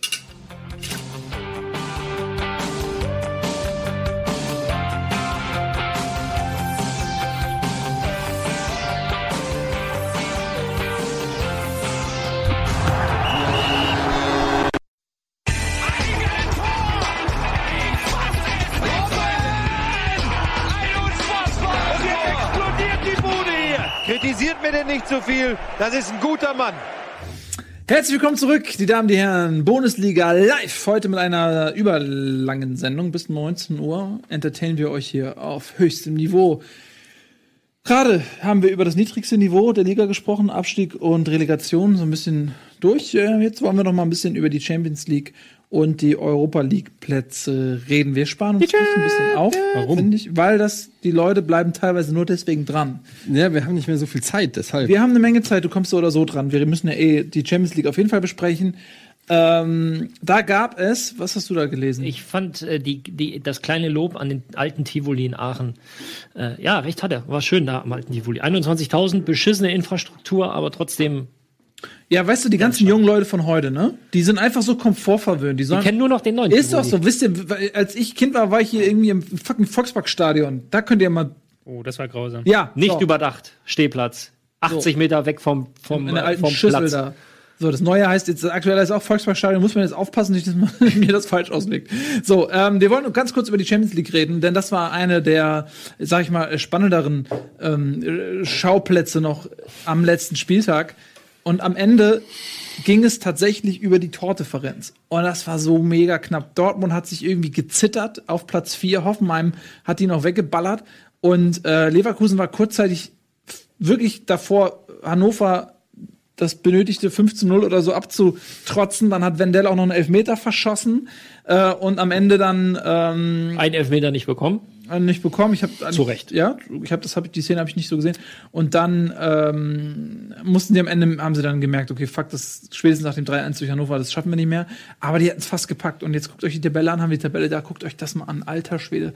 Speaker 6: Kritisiert mir denn nicht so viel, das ist ein guter Mann.
Speaker 2: Herzlich willkommen zurück, die Damen, die Herren. Bundesliga live. Heute mit einer überlangen Sendung. Bis 19 Uhr entertainen wir euch hier auf höchstem Niveau. Gerade haben wir über das niedrigste Niveau der Liga gesprochen, Abstieg und Relegation so ein bisschen durch. Jetzt wollen wir noch mal ein bisschen über die Champions League und die Europa League Plätze reden. Wir sparen uns ein bisschen auf, finde ich, weil die Leute bleiben teilweise nur deswegen dran.
Speaker 4: Ja, wir haben nicht mehr so viel Zeit, deshalb.
Speaker 2: Wir haben eine Menge Zeit, du kommst so oder so dran. Wir müssen ja die Champions League auf jeden Fall besprechen. Da gab es, was hast du da gelesen?
Speaker 5: Ich fand das kleine Lob an den alten Tivoli in Aachen. Ja, recht hat er. War schön da am alten Tivoli. 21.000, beschissene Infrastruktur, aber trotzdem.
Speaker 2: Ja, weißt du, die ganzen jungen Leute von heute, ne? Die sind einfach so komfortverwöhnt. Die
Speaker 5: kennen nur noch den neuen
Speaker 2: Ist Tivoli. Doch so. Wisst ihr, als ich Kind war ich hier irgendwie im fucking Volksparkstadion. Da könnt ihr mal.
Speaker 3: Oh, das war grausam.
Speaker 2: Ja.
Speaker 5: Nicht überdacht. Stehplatz. 80 Meter weg vom
Speaker 2: in der alten
Speaker 5: vom
Speaker 2: Schüssel
Speaker 5: Platz.
Speaker 2: Da. So, das Neue heißt jetzt, aktuell ist auch Volksparkstadion, muss man jetzt aufpassen, nicht, dass man mir das falsch auslegt. So, wir wollen ganz kurz über die Champions League reden, denn das war eine der, sag ich mal, spannenderen Schauplätze noch am letzten Spieltag. Und am Ende ging es tatsächlich über die Tordifferenz. Und das war so mega knapp. Dortmund hat sich irgendwie gezittert auf Platz 4. Hoffenheim hat die noch weggeballert. Und Leverkusen war kurzzeitig wirklich davor, Hannover das benötigte 15-0 oder so abzutrotzen. Dann hat Wendell auch noch einen Elfmeter verschossen. Und am Ende dann
Speaker 5: einen Elfmeter nicht bekommen.
Speaker 2: Nicht bekommen. Ich habe
Speaker 5: zu Recht.
Speaker 2: Ja, die Szene habe ich nicht so gesehen. Und dann mussten die am Ende, haben sie dann gemerkt, okay, fuck, das spätestens nach dem 3-1 durch Hannover, das schaffen wir nicht mehr. Aber die hätten es fast gepackt. Und jetzt guckt euch die Tabelle an, haben wir die Tabelle da, guckt euch das mal an, alter Schwede.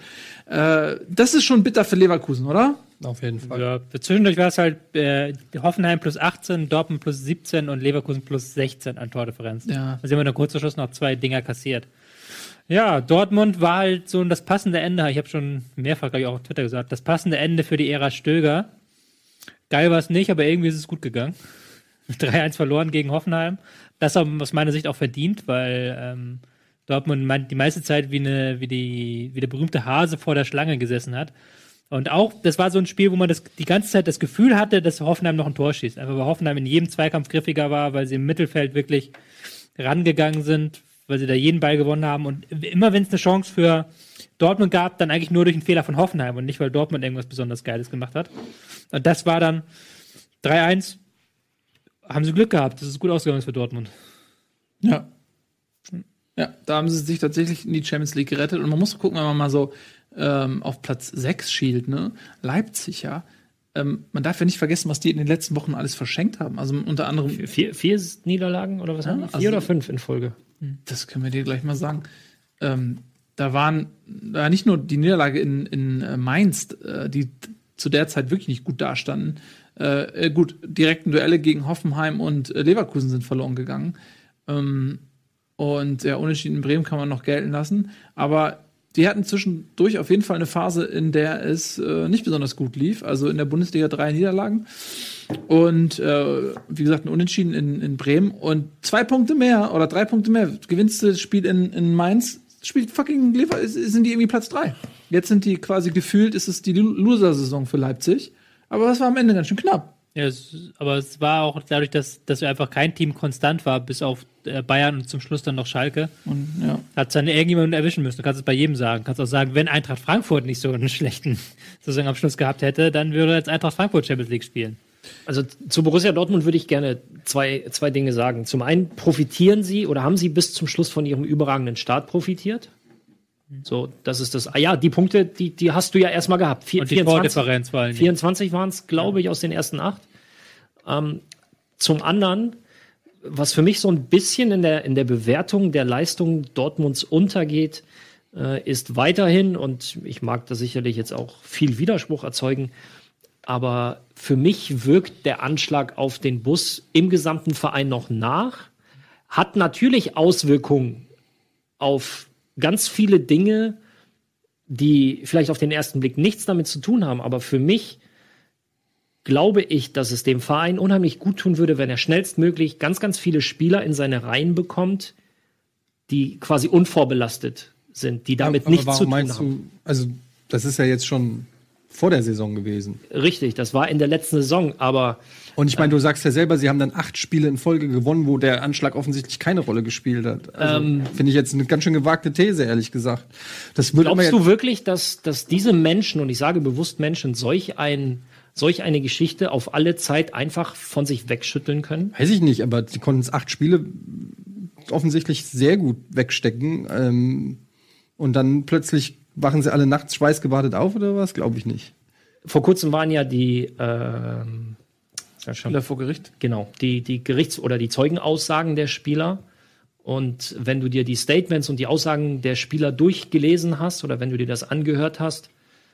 Speaker 2: Das ist schon bitter für Leverkusen, oder?
Speaker 4: Auf jeden Fall.
Speaker 3: Ja, zwischendurch war es halt Hoffenheim plus 18, Dortmund plus 17 und Leverkusen plus 16 an Tordifferenz.
Speaker 2: Ja.
Speaker 3: Da sind wir dann kurz vor Schluss noch 2 Dinger kassiert. Ja, Dortmund war halt so das passende Ende. Ich habe schon mehrfach, glaube ich, auch auf Twitter gesagt, das passende Ende für die Ära Stöger. Geil war es nicht, aber irgendwie ist es gut gegangen. 3-1 verloren gegen Hoffenheim. Das aus meiner Sicht auch verdient, weil Dortmund die meiste Zeit wie der berühmte Hase vor der Schlange gesessen hat. Und auch, das war so ein Spiel, wo man die ganze Zeit das Gefühl hatte, dass Hoffenheim noch ein Tor schießt. Einfach weil Hoffenheim in jedem Zweikampf griffiger war, weil sie im Mittelfeld wirklich rangegangen sind, weil sie da jeden Ball gewonnen haben. Und immer wenn es eine Chance für Dortmund gab, dann eigentlich nur durch einen Fehler von Hoffenheim und nicht, weil Dortmund irgendwas besonders Geiles gemacht hat. Und das war dann 3-1. haben sie Glück gehabt, dass es gut ausgegangen ist für Dortmund.
Speaker 2: Ja. Ja, da haben sie sich tatsächlich in die Champions League gerettet. Und man muss gucken, wenn man mal so auf Platz 6 schielt, ne? Leipzig, ja. Man darf ja nicht vergessen, was die in den letzten Wochen alles verschenkt haben. Also unter anderem.
Speaker 5: Vier Niederlagen oder was haben die? 4 oder 5 in Folge?
Speaker 2: Das können wir dir gleich mal sagen. Da war nicht nur die Niederlage in Mainz, die zu der Zeit wirklich nicht gut dastanden. Gut, direkten Duelle gegen Hoffenheim und Leverkusen sind verloren gegangen. Und ja, Unentschieden in Bremen kann man noch gelten lassen. Aber die hatten zwischendurch auf jeden Fall eine Phase, in der es nicht besonders gut lief. Also in der Bundesliga 3 Niederlagen. Und wie gesagt, ein Unentschieden in Bremen. Und 2 Punkte mehr oder 3 Punkte mehr. Gewinnst du das Spiel in Mainz, sind die irgendwie Platz 3. Jetzt sind die quasi gefühlt, ist es die Loser-Saison für Leipzig. Aber das war am Ende ganz schön knapp.
Speaker 3: Ja, aber es war auch dadurch, dass einfach kein Team konstant war, bis auf Bayern und zum Schluss dann noch Schalke.
Speaker 2: Und ja.
Speaker 3: Hat es dann irgendjemanden erwischen müssen. Du kannst es bei jedem sagen. Du kannst auch sagen, wenn Eintracht Frankfurt nicht so einen schlechten Saisonabschluss gehabt hätte, dann würde jetzt Eintracht Frankfurt Champions League spielen.
Speaker 5: Also zu Borussia Dortmund würde ich gerne zwei Dinge sagen. Zum einen profitieren sie oder haben sie bis zum Schluss von ihrem überragenden Start profitiert? So, das ist das. Ah ja, die Punkte, die hast du ja erstmal gehabt.
Speaker 3: Und die Tordifferenz vor allem.
Speaker 5: 24 waren es, glaube ich, aus den ersten 8. Zum anderen, was für mich so ein bisschen in der Bewertung der Leistung Dortmunds untergeht, ist weiterhin, und ich mag da sicherlich jetzt auch viel Widerspruch erzeugen, aber für mich wirkt der Anschlag auf den Bus im gesamten Verein noch nach, hat natürlich Auswirkungen auf ganz viele Dinge, die vielleicht auf den ersten Blick nichts damit zu tun haben, aber für mich glaube ich, dass es dem Verein unheimlich gut tun würde, wenn er schnellstmöglich ganz, ganz viele Spieler in seine Reihen bekommt, die quasi unvorbelastet sind, die damit nichts zu tun haben.
Speaker 4: Also das ist ja jetzt schon vor der Saison gewesen.
Speaker 5: Richtig, das war in der letzten Saison, aber
Speaker 4: und ich meine, du sagst ja selber, sie haben dann 8 Spiele in Folge gewonnen, wo der Anschlag offensichtlich keine Rolle gespielt hat. Also, finde ich jetzt eine ganz schön gewagte These, ehrlich gesagt.
Speaker 5: Glaubst du wirklich, dass diese Menschen, und ich sage bewusst Menschen, solch eine Geschichte auf alle Zeit einfach von sich wegschütteln können?
Speaker 4: Weiß ich nicht, aber sie konnten es 8 Spiele offensichtlich sehr gut wegstecken. Und dann plötzlich wachen sie alle nachts schweißgebadet auf oder was? Glaube ich nicht.
Speaker 5: Vor kurzem waren ja die
Speaker 2: Spieler vor Gericht.
Speaker 5: Genau, die Gerichts- oder die Zeugenaussagen der Spieler. Und wenn du dir die Statements und die Aussagen der Spieler durchgelesen hast oder wenn du dir das angehört hast,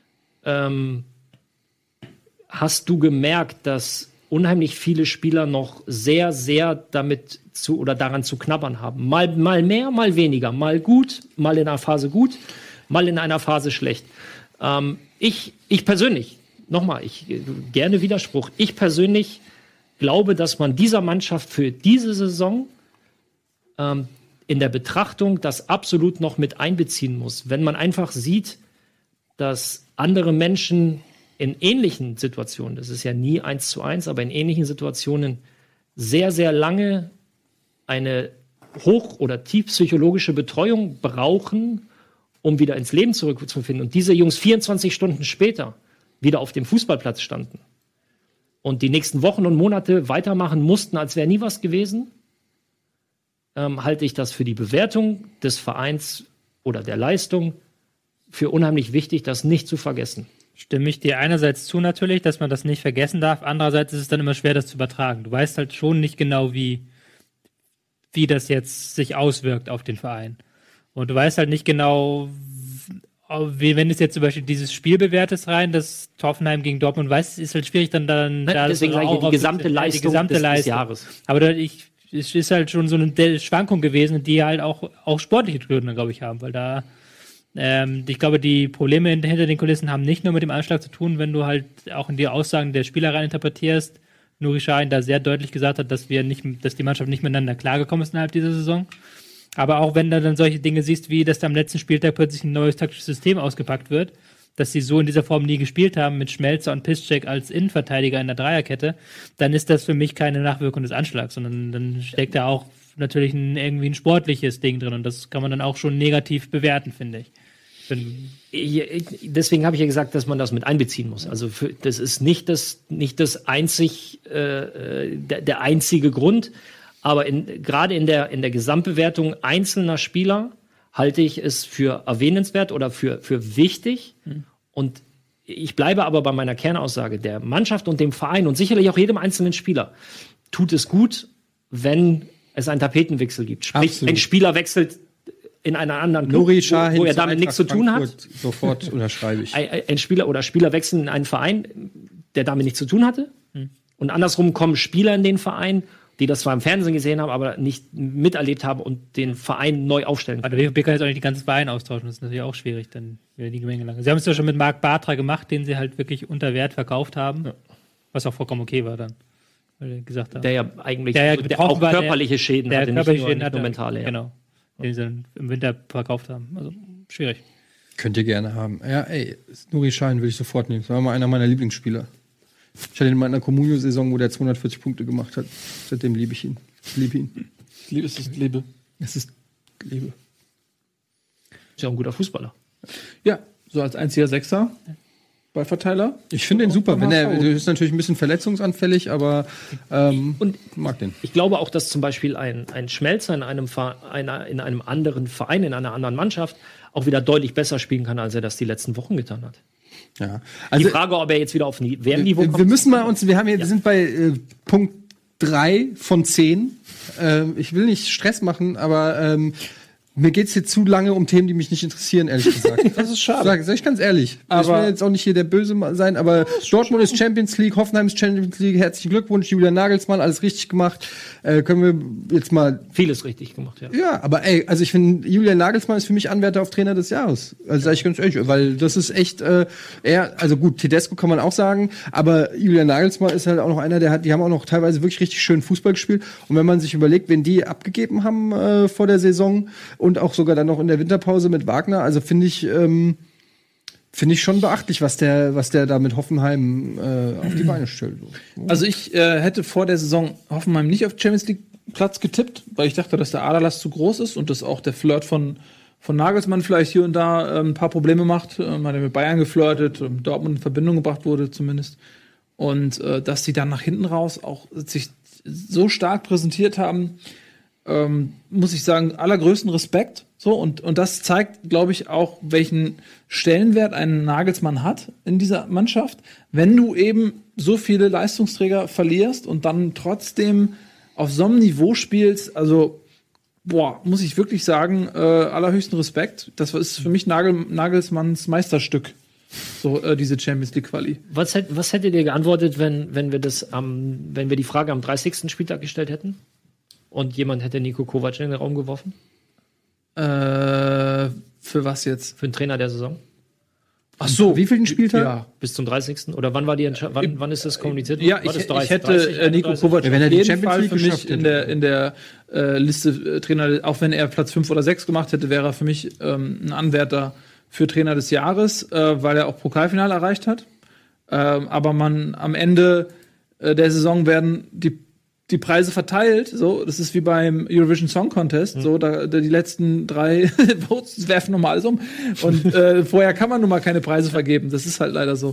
Speaker 5: hast du gemerkt, dass unheimlich viele Spieler noch sehr, sehr daran zu knabbern haben. Mal mehr, mal weniger, mal gut, mal in einer Phase gut, mal in einer Phase schlecht. Ich persönlich, nochmal, gerne Widerspruch, ich persönlich glaube, dass man dieser Mannschaft für diese Saison in der Betrachtung das absolut noch mit einbeziehen muss. Wenn man einfach sieht, dass andere Menschen in ähnlichen Situationen, das ist ja nie 1:1, aber in ähnlichen Situationen sehr, sehr lange eine hoch- oder tiefpsychologische Betreuung brauchen, um wieder ins Leben zurückzufinden. Und diese Jungs 24 Stunden später wieder auf dem Fußballplatz standen und die nächsten Wochen und Monate weitermachen mussten, als wäre nie was gewesen, halte ich das für die Bewertung des Vereins oder der Leistung für unheimlich wichtig, das nicht zu vergessen.
Speaker 3: Stimme ich dir einerseits zu natürlich, dass man das nicht vergessen darf. Andererseits ist es dann immer schwer, das zu übertragen. Du weißt halt schon nicht genau, wie das jetzt sich auswirkt auf den Verein. Und du weißt halt nicht genau, wenn du jetzt zum Beispiel dieses Spiel bewertest rein, das Hoffenheim gegen Dortmund, weißt, ist halt schwierig dann da
Speaker 5: deswegen sage ich die gesamte Leistung des Jahres.
Speaker 3: Aber es ist halt schon so eine Schwankung gewesen, die halt auch sportliche Gründe, glaube ich, haben, weil da ich glaube, die Probleme hinter den Kulissen haben nicht nur mit dem Anschlag zu tun, wenn du halt auch in die Aussagen der Spieler rein interpretierst. Nuri Sahin da sehr deutlich gesagt hat, dass die Mannschaft nicht miteinander klargekommen ist innerhalb dieser Saison. Aber auch wenn du dann solche Dinge siehst, wie dass da am letzten Spieltag plötzlich ein neues taktisches System ausgepackt wird, dass sie so in dieser Form nie gespielt haben, mit Schmelzer und Piszczek als Innenverteidiger in der Dreierkette, dann ist das für mich keine Nachwirkung des Anschlags, sondern dann steckt da auch natürlich irgendwie ein sportliches Ding drin und das kann man dann auch schon negativ bewerten, finde ich.
Speaker 5: Deswegen habe ich ja gesagt, dass man das mit einbeziehen muss. Also das ist nicht der einzige Grund, aber gerade in der Gesamtbewertung einzelner Spieler halte ich es für erwähnenswert oder für wichtig. Und ich bleibe aber bei meiner Kernaussage, der Mannschaft und dem Verein und sicherlich auch jedem einzelnen Spieler tut es gut, wenn es einen Tapetenwechsel gibt. Sprich,
Speaker 4: Absolut.
Speaker 5: ein Spieler wechselt in einen anderen Club,
Speaker 4: Nuri Sahin
Speaker 5: wo er
Speaker 4: zu
Speaker 5: damit nichts zu tun hat.
Speaker 4: Frankfurt, sofort unterschreibe ich.
Speaker 5: Ein Spieler wechseln in einen Verein, der damit nichts zu tun hatte. Und andersrum kommen Spieler in den Verein, die das zwar im Fernsehen gesehen haben, aber nicht miterlebt haben und den Verein neu aufstellen können.
Speaker 3: Aber der BVB kann jetzt auch nicht die ganzen Vereine austauschen, das ist natürlich auch schwierig, dann wieder die Gemengelage. Sie haben es ja schon mit Marc Bartra gemacht, den sie halt wirklich unter Wert verkauft haben, was auch vollkommen okay war dann. Weil er gesagt haben,
Speaker 5: Der ja eigentlich
Speaker 3: Der ja
Speaker 5: der
Speaker 3: gebraucht
Speaker 5: auch
Speaker 3: war,
Speaker 5: körperliche Schäden
Speaker 3: der
Speaker 5: hatte,
Speaker 3: körperliche
Speaker 5: nicht
Speaker 3: Schäden
Speaker 5: nur
Speaker 3: hatte,
Speaker 5: mentale. Ja.
Speaker 3: Genau. Den sie dann im Winter verkauft haben. Also schwierig.
Speaker 4: Könnt ihr gerne haben. Ja, ey, Nuri Sahin würde ich sofort nehmen. Das war mal einer meiner Lieblingsspieler. Ich hatte ihn mal in einer Comunio-Saison, wo der 240 Punkte gemacht hat. Seitdem liebe ich ihn. Ich liebe ihn.
Speaker 2: Liebe ist Liebe.
Speaker 4: Es ist Liebe.
Speaker 5: Ist ja auch ein guter Fußballer.
Speaker 2: Ja, so als einziger Sechser. Ballverteiler.
Speaker 4: Ich finde ihn super.
Speaker 2: beim
Speaker 4: Wenn er
Speaker 2: HSV.
Speaker 4: ist natürlich ein bisschen verletzungsanfällig, aber
Speaker 5: Und
Speaker 4: mag den.
Speaker 5: ich glaube auch, dass zum Beispiel ein Schmelzer in einem anderen Verein, in einer anderen Mannschaft auch wieder deutlich besser spielen kann, als er das die letzten Wochen getan hat.
Speaker 4: Ja.
Speaker 5: Die
Speaker 4: Also
Speaker 5: Frage, ob er jetzt wieder auf WM-Niveau kommt.
Speaker 4: wir müssen mal uns, wir sind bei Punkt 3 von 10. Ich will nicht Stress machen, aber mir geht's hier zu lange um Themen, die mich nicht interessieren, ehrlich gesagt.
Speaker 2: Das ist schade.
Speaker 4: Sag ich ganz ehrlich.
Speaker 2: Aber-
Speaker 4: Ich will jetzt auch nicht hier der Böse sein, aber Dortmund ist Champions League, Hoffenheim ist Champions League. Herzlichen Glückwunsch, Julian Nagelsmann, alles richtig gemacht. Können wir jetzt mal.
Speaker 5: Vieles richtig gemacht, ja.
Speaker 4: Ja, aber ey, also ich finde, Julian Nagelsmann ist für mich Anwärter auf Trainer des Jahres. Also sag ich ganz ehrlich, weil das ist echt also gut, Tedesco kann man auch sagen, aber Julian Nagelsmann ist halt auch noch einer, die haben auch noch teilweise wirklich richtig schön Fußball gespielt. Und wenn man sich überlegt, wen die abgegeben haben vor der Saison und auch sogar dann noch in der Winterpause mit Wagner, also finde ich schon beachtlich, was der da mit Hoffenheim auf die Beine stellt.
Speaker 2: Also ich hätte vor der Saison Hoffenheim nicht auf Champions League Platz getippt, weil ich dachte, dass der Aderlass zu groß ist und dass auch der Flirt von Nagelsmann vielleicht hier und da ein paar Probleme macht. Hat er mit Bayern geflirtet, Dortmund in Verbindung gebracht wurde zumindest. Und dass sie dann nach hinten raus auch sich so stark präsentiert haben, muss ich sagen, allergrößten Respekt. So, und das zeigt, glaube ich, auch, welchen Stellenwert ein Nagelsmann hat in dieser Mannschaft, wenn du eben so viele Leistungsträger verlierst und dann trotzdem auf so einem Niveau spielst. Also, muss ich wirklich sagen, allerhöchsten Respekt. Das ist für mich Nagelsmanns Meisterstück. So, diese Champions League Quali.
Speaker 5: Was hättet ihr geantwortet, wenn wir die Frage am 30. Spieltag gestellt hätten? Und jemand hätte Niko Kovac in den Raum geworfen?
Speaker 2: Für was jetzt?
Speaker 5: Für den Trainer der Saison?
Speaker 2: Ach so.
Speaker 4: Wie viel Spieltag?
Speaker 2: Ja.
Speaker 5: Bis zum 30. Oder wann war die wann ist das kommuniziert?
Speaker 2: Ja,
Speaker 5: War das
Speaker 2: ich hätte Niko Kovac
Speaker 4: Ja, wenn er
Speaker 2: auf
Speaker 4: die
Speaker 2: jeden
Speaker 4: Champions
Speaker 2: Fall
Speaker 4: League
Speaker 2: für mich
Speaker 4: geschafft hätte.
Speaker 2: in der Liste Trainer, auch wenn er Platz 5 oder 6 gemacht hätte, wäre er für mich ein Anwärter für Trainer des Jahres, weil er auch Pokalfinale erreicht hat. Aber am Ende der Saison werden die Preise verteilt, so, das ist wie beim Eurovision Song Contest, so, die letzten 3 Votes werfen nochmal alles um. Und vorher kann man nun mal keine Preise vergeben. Das ist halt leider so.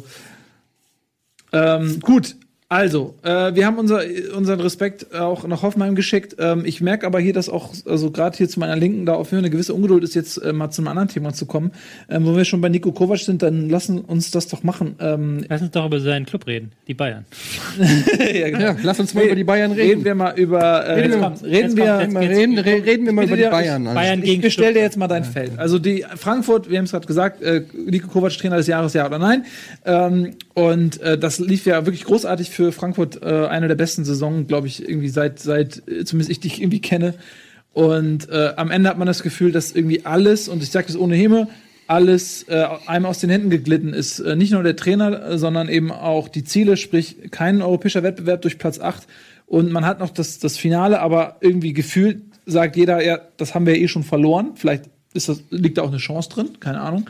Speaker 2: Gut, also, wir haben unseren Respekt auch nach Hoffenheim geschickt. Ich merke aber hier, dass auch, also gerade hier zu meiner Linken, da auch eine gewisse Ungeduld ist, jetzt mal zu einem anderen Thema zu kommen. Wo wir schon bei Niko Kovac sind, dann lassen uns das doch machen.
Speaker 3: Lass uns doch über seinen Club reden, die Bayern.
Speaker 2: Ja, genau.
Speaker 4: Ja, lass uns mal über die Bayern reden.
Speaker 2: Reden wir mal über
Speaker 4: Reden wir mal über die Bayern. Also.
Speaker 3: Bayern gegen
Speaker 2: Ich stell dir jetzt mal dein Feld. Also die Frankfurt, wir haben es gerade gesagt, Niko Kovac Trainer des Jahres, ja oder nein. Und das lief ja wirklich großartig für Frankfurt, eine der besten Saisonen, glaube ich, irgendwie seit zumindest ich dich irgendwie kenne. Und am Ende hat man das Gefühl, dass irgendwie alles, und ich sage das ohne Häme, alles einem aus den Händen geglitten ist. Nicht nur der Trainer, sondern eben auch die Ziele, sprich kein europäischer Wettbewerb durch Platz 8. Und man hat noch das Finale, aber irgendwie gefühlt sagt jeder, ja, das haben wir eh schon verloren. Vielleicht liegt da auch eine Chance drin, keine Ahnung.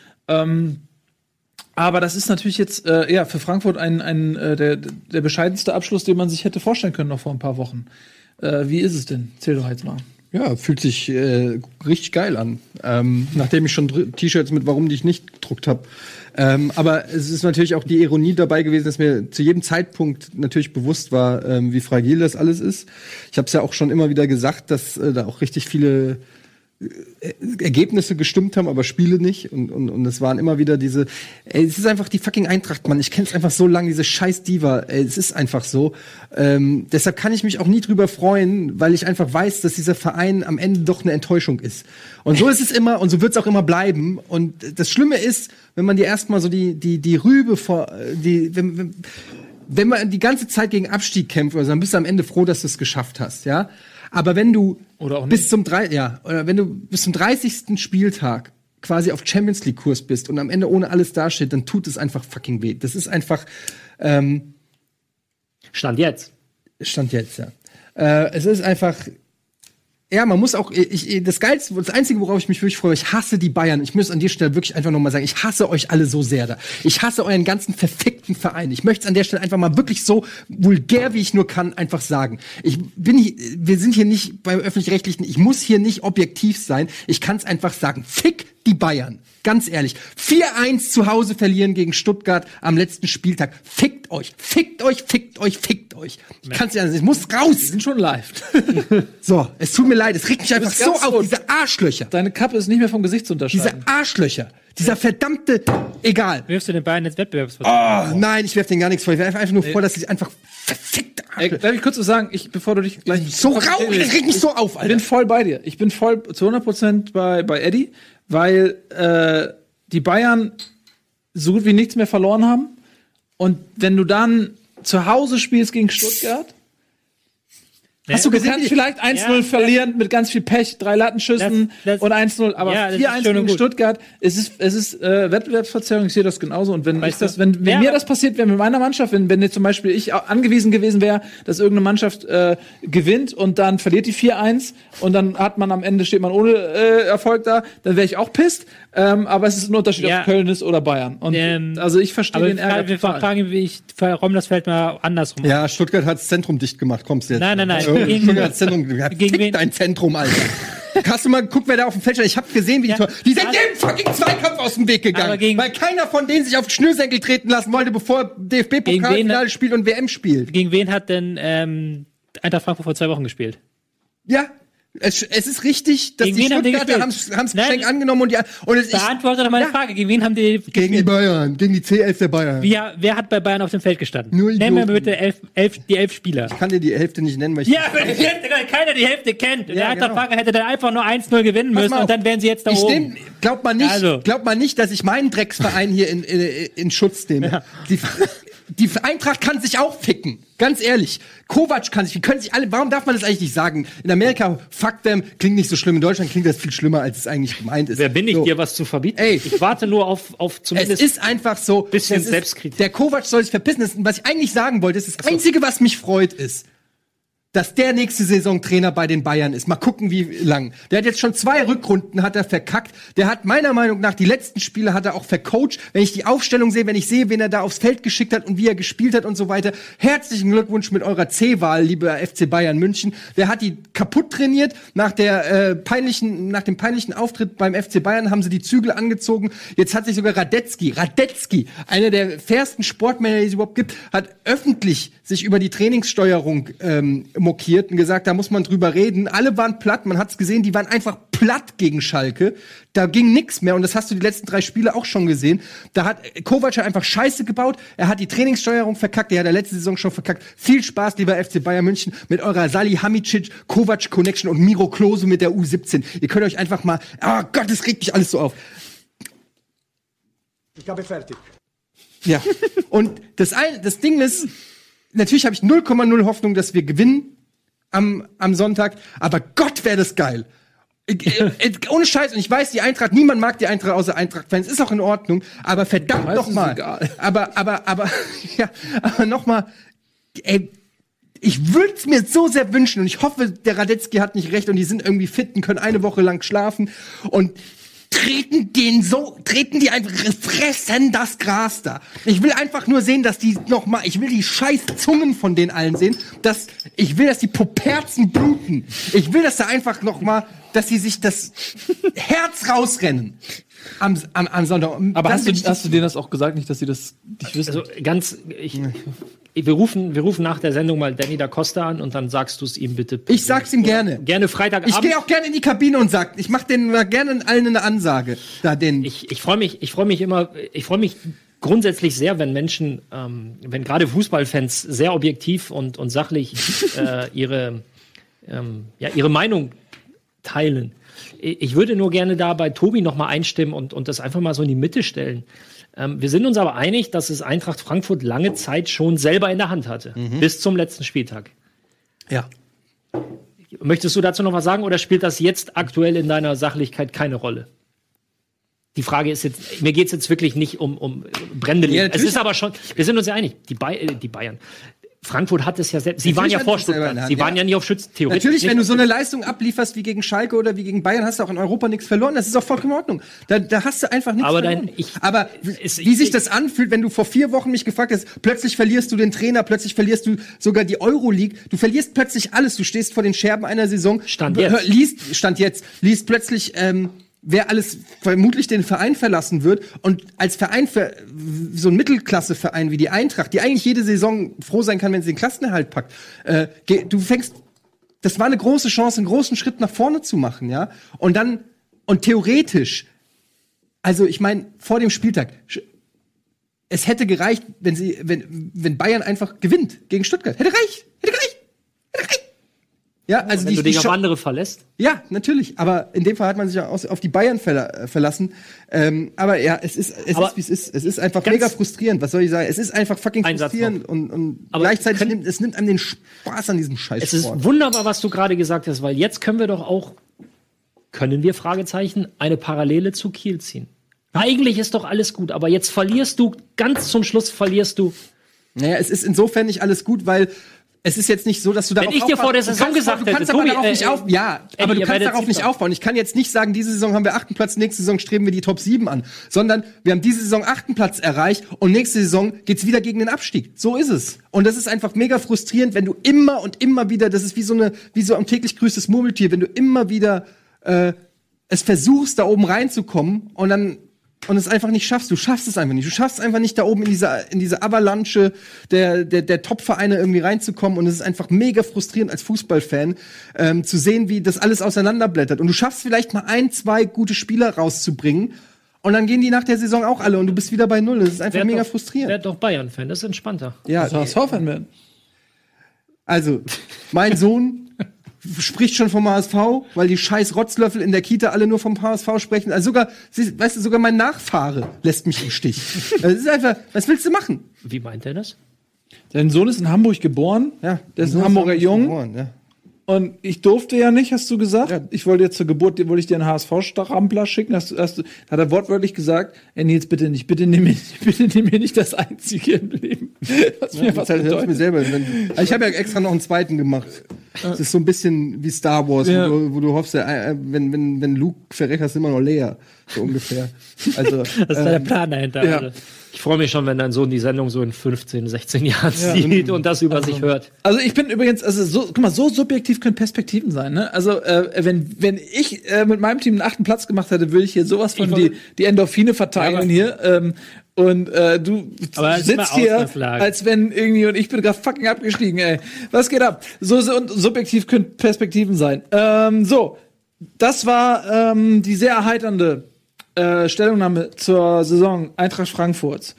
Speaker 2: Aber das ist natürlich jetzt für Frankfurt der bescheidenste Abschluss, den man sich hätte vorstellen können noch vor ein paar Wochen. Wie ist es denn? Zähl doch jetzt mal.
Speaker 4: Ja, fühlt sich richtig geil an. Nachdem ich schon T-Shirts mit Warum die ich nicht gedruckt habe. Aber es ist natürlich auch die Ironie dabei gewesen, dass mir zu jedem Zeitpunkt natürlich bewusst war, wie fragil das alles ist. Ich habe es ja auch schon immer wieder gesagt, dass da auch richtig viele Ergebnisse gestimmt haben, aber Spiele nicht. Und es waren immer wieder diese. Es ist einfach die fucking Eintracht, Mann. Ich kenne es einfach so lange, diese scheiß Diva. Es ist einfach so. Deshalb kann ich mich auch nie drüber freuen, weil ich einfach weiß, dass dieser Verein am Ende doch eine Enttäuschung ist. Und so ist es immer und so wird es auch immer bleiben. Und das Schlimme ist, wenn man dir erstmal so die Rübe vor. Wenn man die ganze Zeit gegen Abstieg kämpft, also dann bist du am Ende froh, dass du es geschafft hast, ja. Aber wenn du bis zum 30. Spieltag quasi auf Champions League Kurs bist und am Ende ohne alles dasteht, dann tut es einfach fucking weh. Das ist einfach
Speaker 5: Stand jetzt,
Speaker 4: ja. Es ist einfach. Ja, man muss auch, das Geilste, das Einzige, worauf ich mich wirklich freue, ich hasse die Bayern. Ich muss an der Stelle wirklich einfach nochmal sagen, ich hasse euch alle so sehr da. Ich hasse euren ganzen verfickten Verein. Ich möchte es an der Stelle einfach mal wirklich so vulgär, wie ich nur kann, einfach sagen. Wir sind hier nicht beim Öffentlich-Rechtlichen, ich muss hier nicht objektiv sein. Ich kann es einfach sagen. Fick die Bayern. Ganz ehrlich. 4-1 zu Hause verlieren gegen Stuttgart am letzten Spieltag. Fickt euch. Fickt euch, fickt euch, fickt euch. Ich kann's ja, ich muss raus.
Speaker 2: Wir sind schon live.
Speaker 4: So, es tut mir leid, es regt mich einfach so auf, diese Arschlöcher.
Speaker 2: Deine Kappe ist nicht mehr vom Gesicht zu unterscheiden.
Speaker 4: Diese Arschlöcher. Dieser verdammte, egal.
Speaker 3: Wirfst du den Bayern jetzt Wettbewerbsverzerrung?
Speaker 4: Oh, nein, ich werf denen gar nichts vor. Ich werf einfach nur vor, dass sie einfach verfickte Arschlöcher.
Speaker 2: Darf ich kurz was sagen, bevor du dich gleich...
Speaker 4: So rauch, es regt mich so auf, Alter.
Speaker 2: Ich bin voll bei dir. Ich bin voll zu 100% bei Eddie, weil die Bayern so gut wie nichts mehr verloren haben. Und wenn du dann zu Hause spielst gegen Stuttgart, hast du gesehen, vielleicht 1-0 verlieren mit ganz viel Pech, 3 Lattenschüssen und 1-0, aber 4-1 gegen Stuttgart, es ist Wettbewerbsverzerrung, ich sehe das genauso. Und wenn mir das passiert wäre mit meiner Mannschaft, wenn jetzt zum Beispiel ich angewiesen gewesen wäre, dass irgendeine Mannschaft gewinnt und dann verliert die 4-1 und dann hat man am Ende, steht man ohne Erfolg da, dann wäre ich auch pisst. Aber es ist ein Unterschied, ob Köln ist oder Bayern. Und also ich verstehe den Ärger.
Speaker 3: Wir fragen, ich räume das Feld mal andersrum.
Speaker 4: Ja, Stuttgart hat das Zentrum dicht gemacht, kommst du jetzt?
Speaker 3: Nein.
Speaker 4: Stuttgart hat das Zentrum, gegen dein Zentrum, Alter. Hast du mal geguckt, wer da auf dem Feld steht? Ich hab gesehen, wie die sind dem fucking Zweikampf aus dem Weg gegangen. Weil keiner von denen sich auf den Schnürsenkel treten lassen wollte, bevor DFB-Pokalfinale spielt und WM spielt.
Speaker 3: Gegen wen hat denn Eintracht Frankfurt vor 2 Wochen gespielt?
Speaker 4: Ja. Es ist richtig, dass die Stuttgarter haben's Geschenk angenommen und
Speaker 3: beantworte doch meine Frage. Gegen wen haben die gespielt?
Speaker 4: Gegen die Bayern, gegen die C11 der Bayern.
Speaker 3: Wer hat bei Bayern auf dem Feld gestanden?
Speaker 4: Nur
Speaker 3: Nenn mir bitte die 11 Spieler.
Speaker 4: Ich kann dir die Hälfte nicht nennen, weil ich
Speaker 3: keiner die Hälfte kennt. Der Eintracht Frankfurt hätte dann einfach nur 1-0 gewinnen müssen und dann wären sie jetzt da oben.
Speaker 4: Glaubt man nicht, dass ich meinen Drecksverein hier in Schutz nehme. Ja. Die Eintracht kann sich auch ficken. Ganz ehrlich. Kovac kann sich, können sich alle, warum darf man das eigentlich nicht sagen? In Amerika, fuck them, klingt nicht so schlimm. In Deutschland klingt das viel schlimmer, als es eigentlich gemeint ist.
Speaker 5: Wer bin ich, dir was zu verbieten?
Speaker 4: Ey.
Speaker 5: Ich warte nur auf zumindest.
Speaker 4: Es ist einfach so.
Speaker 5: Bisschen Selbstkritik.
Speaker 4: Der Kovac soll sich verpissen. Was ich eigentlich sagen wollte, ist, das Einzige, was mich freut, ist, dass der nächste Saison Trainer bei den Bayern ist. Mal gucken, wie lang. Der hat jetzt schon 2 Rückrunden hat er verkackt. Der hat meiner Meinung nach die letzten Spiele hat er auch vercoacht. Wenn ich die Aufstellung sehe, wenn ich sehe, wen er da aufs Feld geschickt hat und wie er gespielt hat und so weiter. Herzlichen Glückwunsch mit eurer C-Wahl, lieber FC Bayern München. Der hat die kaputt trainiert. Nach dem peinlichen Auftritt beim FC Bayern haben sie die Zügel angezogen. Jetzt hat sich sogar Radetzky, einer der fairsten Sportmänner, die es überhaupt gibt, hat öffentlich sich über die Trainingssteuerung mokiert und gesagt, da muss man drüber reden. Alle waren platt, man hat's gesehen, die waren einfach platt gegen Schalke. Da ging nix mehr und das hast du die letzten 3 Spiele auch schon gesehen. Da hat Kovac einfach Scheiße gebaut, er hat die Trainingssteuerung verkackt, er hat der letzte Saison schon verkackt. Viel Spaß, lieber FC Bayern München, mit eurer Salihamidzic, Kovac Connection und Miro Klose mit der U17. Ihr könnt euch einfach mal, oh Gott, das regt mich alles so auf.
Speaker 1: Ich habe fertig.
Speaker 4: Ja, und das Ding ist, natürlich habe ich 0,0 Hoffnung, dass wir gewinnen am Sonntag, aber Gott, wäre das geil. Ohne Scheiß, und ich weiß, die Eintracht, niemand mag die Eintracht außer Eintracht-Fans, ist auch in Ordnung, aber verdammt nochmal. Aber nochmal, ey, ich würde es mir so sehr wünschen und ich hoffe, der Radetzky hat nicht recht und die sind irgendwie fit und können eine Woche lang schlafen und treten die einfach, fressen das Gras da. Ich will einfach nur sehen, dass die ich will die scheiß Zungen von denen allen sehen, ich will, dass die Poperzen bluten. Ich will, dass da einfach dass sie sich das Herz rausrennen. Am Sonntag.
Speaker 2: Aber hast du denen das auch gesagt, nicht, dass sie das nicht wissen?
Speaker 5: Also wir rufen nach der Sendung mal Danny da Costa an und dann sagst du es ihm bitte.
Speaker 4: Ich sag's ihm gerne.
Speaker 5: Gerne Freitagabend.
Speaker 4: Ich gehe auch gerne in die Kabine und ich mach denen mal gerne allen eine Ansage.
Speaker 5: Ich freue mich grundsätzlich sehr, wenn Menschen, wenn gerade Fußballfans sehr objektiv und sachlich ihre Meinung teilen. Ich würde nur gerne da bei Tobi noch mal einstimmen und das einfach mal so in die Mitte stellen. Wir sind uns aber einig, dass es Eintracht Frankfurt lange Zeit schon selber in der Hand hatte. Bis zum letzten Spieltag.
Speaker 4: Ja.
Speaker 5: Möchtest du dazu noch was sagen oder spielt das jetzt aktuell in deiner Sachlichkeit keine Rolle? Die Frage ist jetzt, mir geht es jetzt wirklich nicht um Brände.
Speaker 4: Ja,
Speaker 5: es ist aber schon, wir sind uns ja einig, die Bayern. Frankfurt hat es ja selbst. Sie waren ja vor Stuttgart. Sie waren ja nicht auf Schützen. Theoretisch.
Speaker 4: Natürlich, wenn du so eine Leistung ablieferst wie gegen Schalke oder wie gegen Bayern, hast du auch in Europa nichts verloren. Das ist auch vollkommen in Ordnung. Da hast du einfach nichts verloren. Aber wie sich das anfühlt, wenn du vor 4 Wochen mich gefragt hast, plötzlich verlierst du den Trainer, plötzlich verlierst du sogar die Euroleague. Du verlierst plötzlich alles. Du stehst vor den Scherben einer Saison.
Speaker 5: Stand jetzt.
Speaker 4: Liest plötzlich, wer alles vermutlich den Verein verlassen wird und als Verein für so ein Mittelklasse-Verein wie die Eintracht, die eigentlich jede Saison froh sein kann, wenn sie den Klassenerhalt packt, das war eine große Chance, einen großen Schritt nach vorne zu machen, ja? Und theoretisch, also ich meine, vor dem Spieltag, es hätte gereicht, wenn Bayern einfach gewinnt gegen Stuttgart. Hätte gereicht. Ja, also
Speaker 5: wenn du dich auf andere verlässt.
Speaker 4: Ja, natürlich. Aber in dem Fall hat man sich ja auf die Bayern verlassen. Aber ja, es ist wie es ist. Es ist einfach mega frustrierend. Was soll ich sagen? Es ist einfach fucking frustrierend und gleichzeitig nimmt einem den Spaß an diesem Scheiß.
Speaker 5: Es ist wunderbar, was du gerade gesagt hast, weil jetzt können wir Fragezeichen, eine Parallele zu Kiel ziehen. Eigentlich ist doch alles gut, aber jetzt ganz zum Schluss verlierst du.
Speaker 4: Naja, es ist insofern nicht alles gut, weil es ist jetzt nicht so, dass du darauf
Speaker 5: Wenn ich dir vor der Saison gesagt hätte,
Speaker 4: du kannst darauf nicht aufbauen. Ich kann jetzt nicht sagen, diese Saison haben wir 8. Platz, nächste Saison streben wir die Top 7 an, sondern wir haben diese Saison 8. Platz erreicht und nächste Saison geht's wieder gegen den Abstieg. So ist es. Und das ist einfach mega frustrierend, wenn du immer und immer wieder, das ist wie so ein täglich grüßtes Murmeltier, wenn du immer wieder es versuchst, da oben reinzukommen und es einfach nicht schaffst. Du schaffst es einfach nicht. Du schaffst einfach nicht, da oben in diese Avalanche der Top-Vereine irgendwie reinzukommen. Und es ist einfach mega frustrierend als Fußballfan, zu sehen, wie das alles auseinanderblättert. Und du schaffst vielleicht mal 1, 2 gute Spieler rauszubringen. Und dann gehen die nach der Saison auch alle und du bist wieder bei Null. Das ist einfach mega frustrierend.
Speaker 5: Werd doch Bayern-Fan, das ist entspannter.
Speaker 4: Ja,
Speaker 2: also HSV-Fan werden.
Speaker 4: Also, mein Sohn spricht schon vom HSV, weil die scheiß Rotzlöffel in der Kita alle nur vom HSV sprechen. Also sogar mein Nachfahre lässt mich im Stich. Das ist einfach, was willst du machen?
Speaker 5: Wie meint er das?
Speaker 2: Dein Sohn ist in Hamburg geboren.
Speaker 4: Ja.
Speaker 2: Der ist ein Hamburger Jung.
Speaker 4: Ja.
Speaker 2: Und ich durfte ja nicht, hast du gesagt. Ja. Ich wollte jetzt zur Geburt, dir dir einen HSV-Strampler schicken. Hat er wortwörtlich gesagt, Nils, bitte nicht, bitte nimm mir nicht das Einzige im Leben. Was mir was bedeutet.
Speaker 4: Mir selber. Ich habe ja extra noch einen zweiten gemacht. Das ist so ein bisschen wie Star Wars, wo du hoffst, wenn Luke verreckt, hast du immer noch Leia. So ungefähr. Also,
Speaker 3: das ist der Plan dahinter.
Speaker 2: Ja.
Speaker 3: Also.
Speaker 5: Ich freue mich schon, wenn dein Sohn die Sendung so in 15, 16 Jahren sieht und das über sich hört.
Speaker 2: Also ich bin übrigens, guck mal, so subjektiv können Perspektiven sein, ne? Also wenn ich mit meinem Team den 8. Platz gemacht hätte, würde ich hier sowas von die Endorphine verteilen hier. Und du sitzt hier, als wenn irgendwie, und ich bin gerade fucking abgestiegen, ey. Was geht ab? So subjektiv können Perspektiven sein. Das war die sehr erheiternde Stellungnahme zur Saison Eintracht Frankfurts.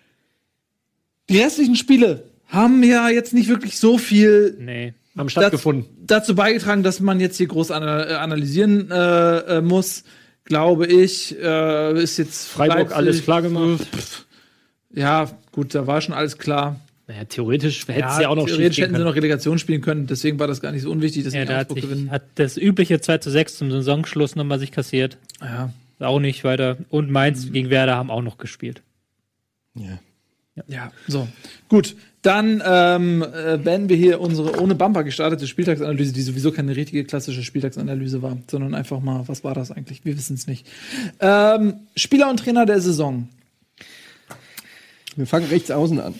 Speaker 2: Die restlichen Spiele haben ja jetzt nicht wirklich so viel
Speaker 5: haben stattgefunden.
Speaker 2: Dazu beigetragen, dass man jetzt hier groß analysieren muss, glaube ich. Ist jetzt
Speaker 5: Freiburg Leipzig, alles klar gemacht.
Speaker 2: Ja, gut, da war schon alles klar.
Speaker 5: Naja, theoretisch hätten sie auch noch
Speaker 2: theoretisch hätten sie noch Relegation spielen können, deswegen war das gar nicht so unwichtig, dass sie Augsburg gewinnen.
Speaker 3: Hat das übliche 2:6 zum Saisonschluss nochmal sich kassiert.
Speaker 2: Ja.
Speaker 3: Auch nicht weiter. Und Mainz gegen Werder haben auch noch gespielt.
Speaker 2: Ja, so. Gut. Dann beenden wir hier unsere ohne Bumper gestartete Spieltagsanalyse, die sowieso keine richtige klassische Spieltagsanalyse war, sondern einfach mal, was war das eigentlich? Wir wissen es nicht. Spieler und Trainer der Saison.
Speaker 4: Wir fangen rechts außen an.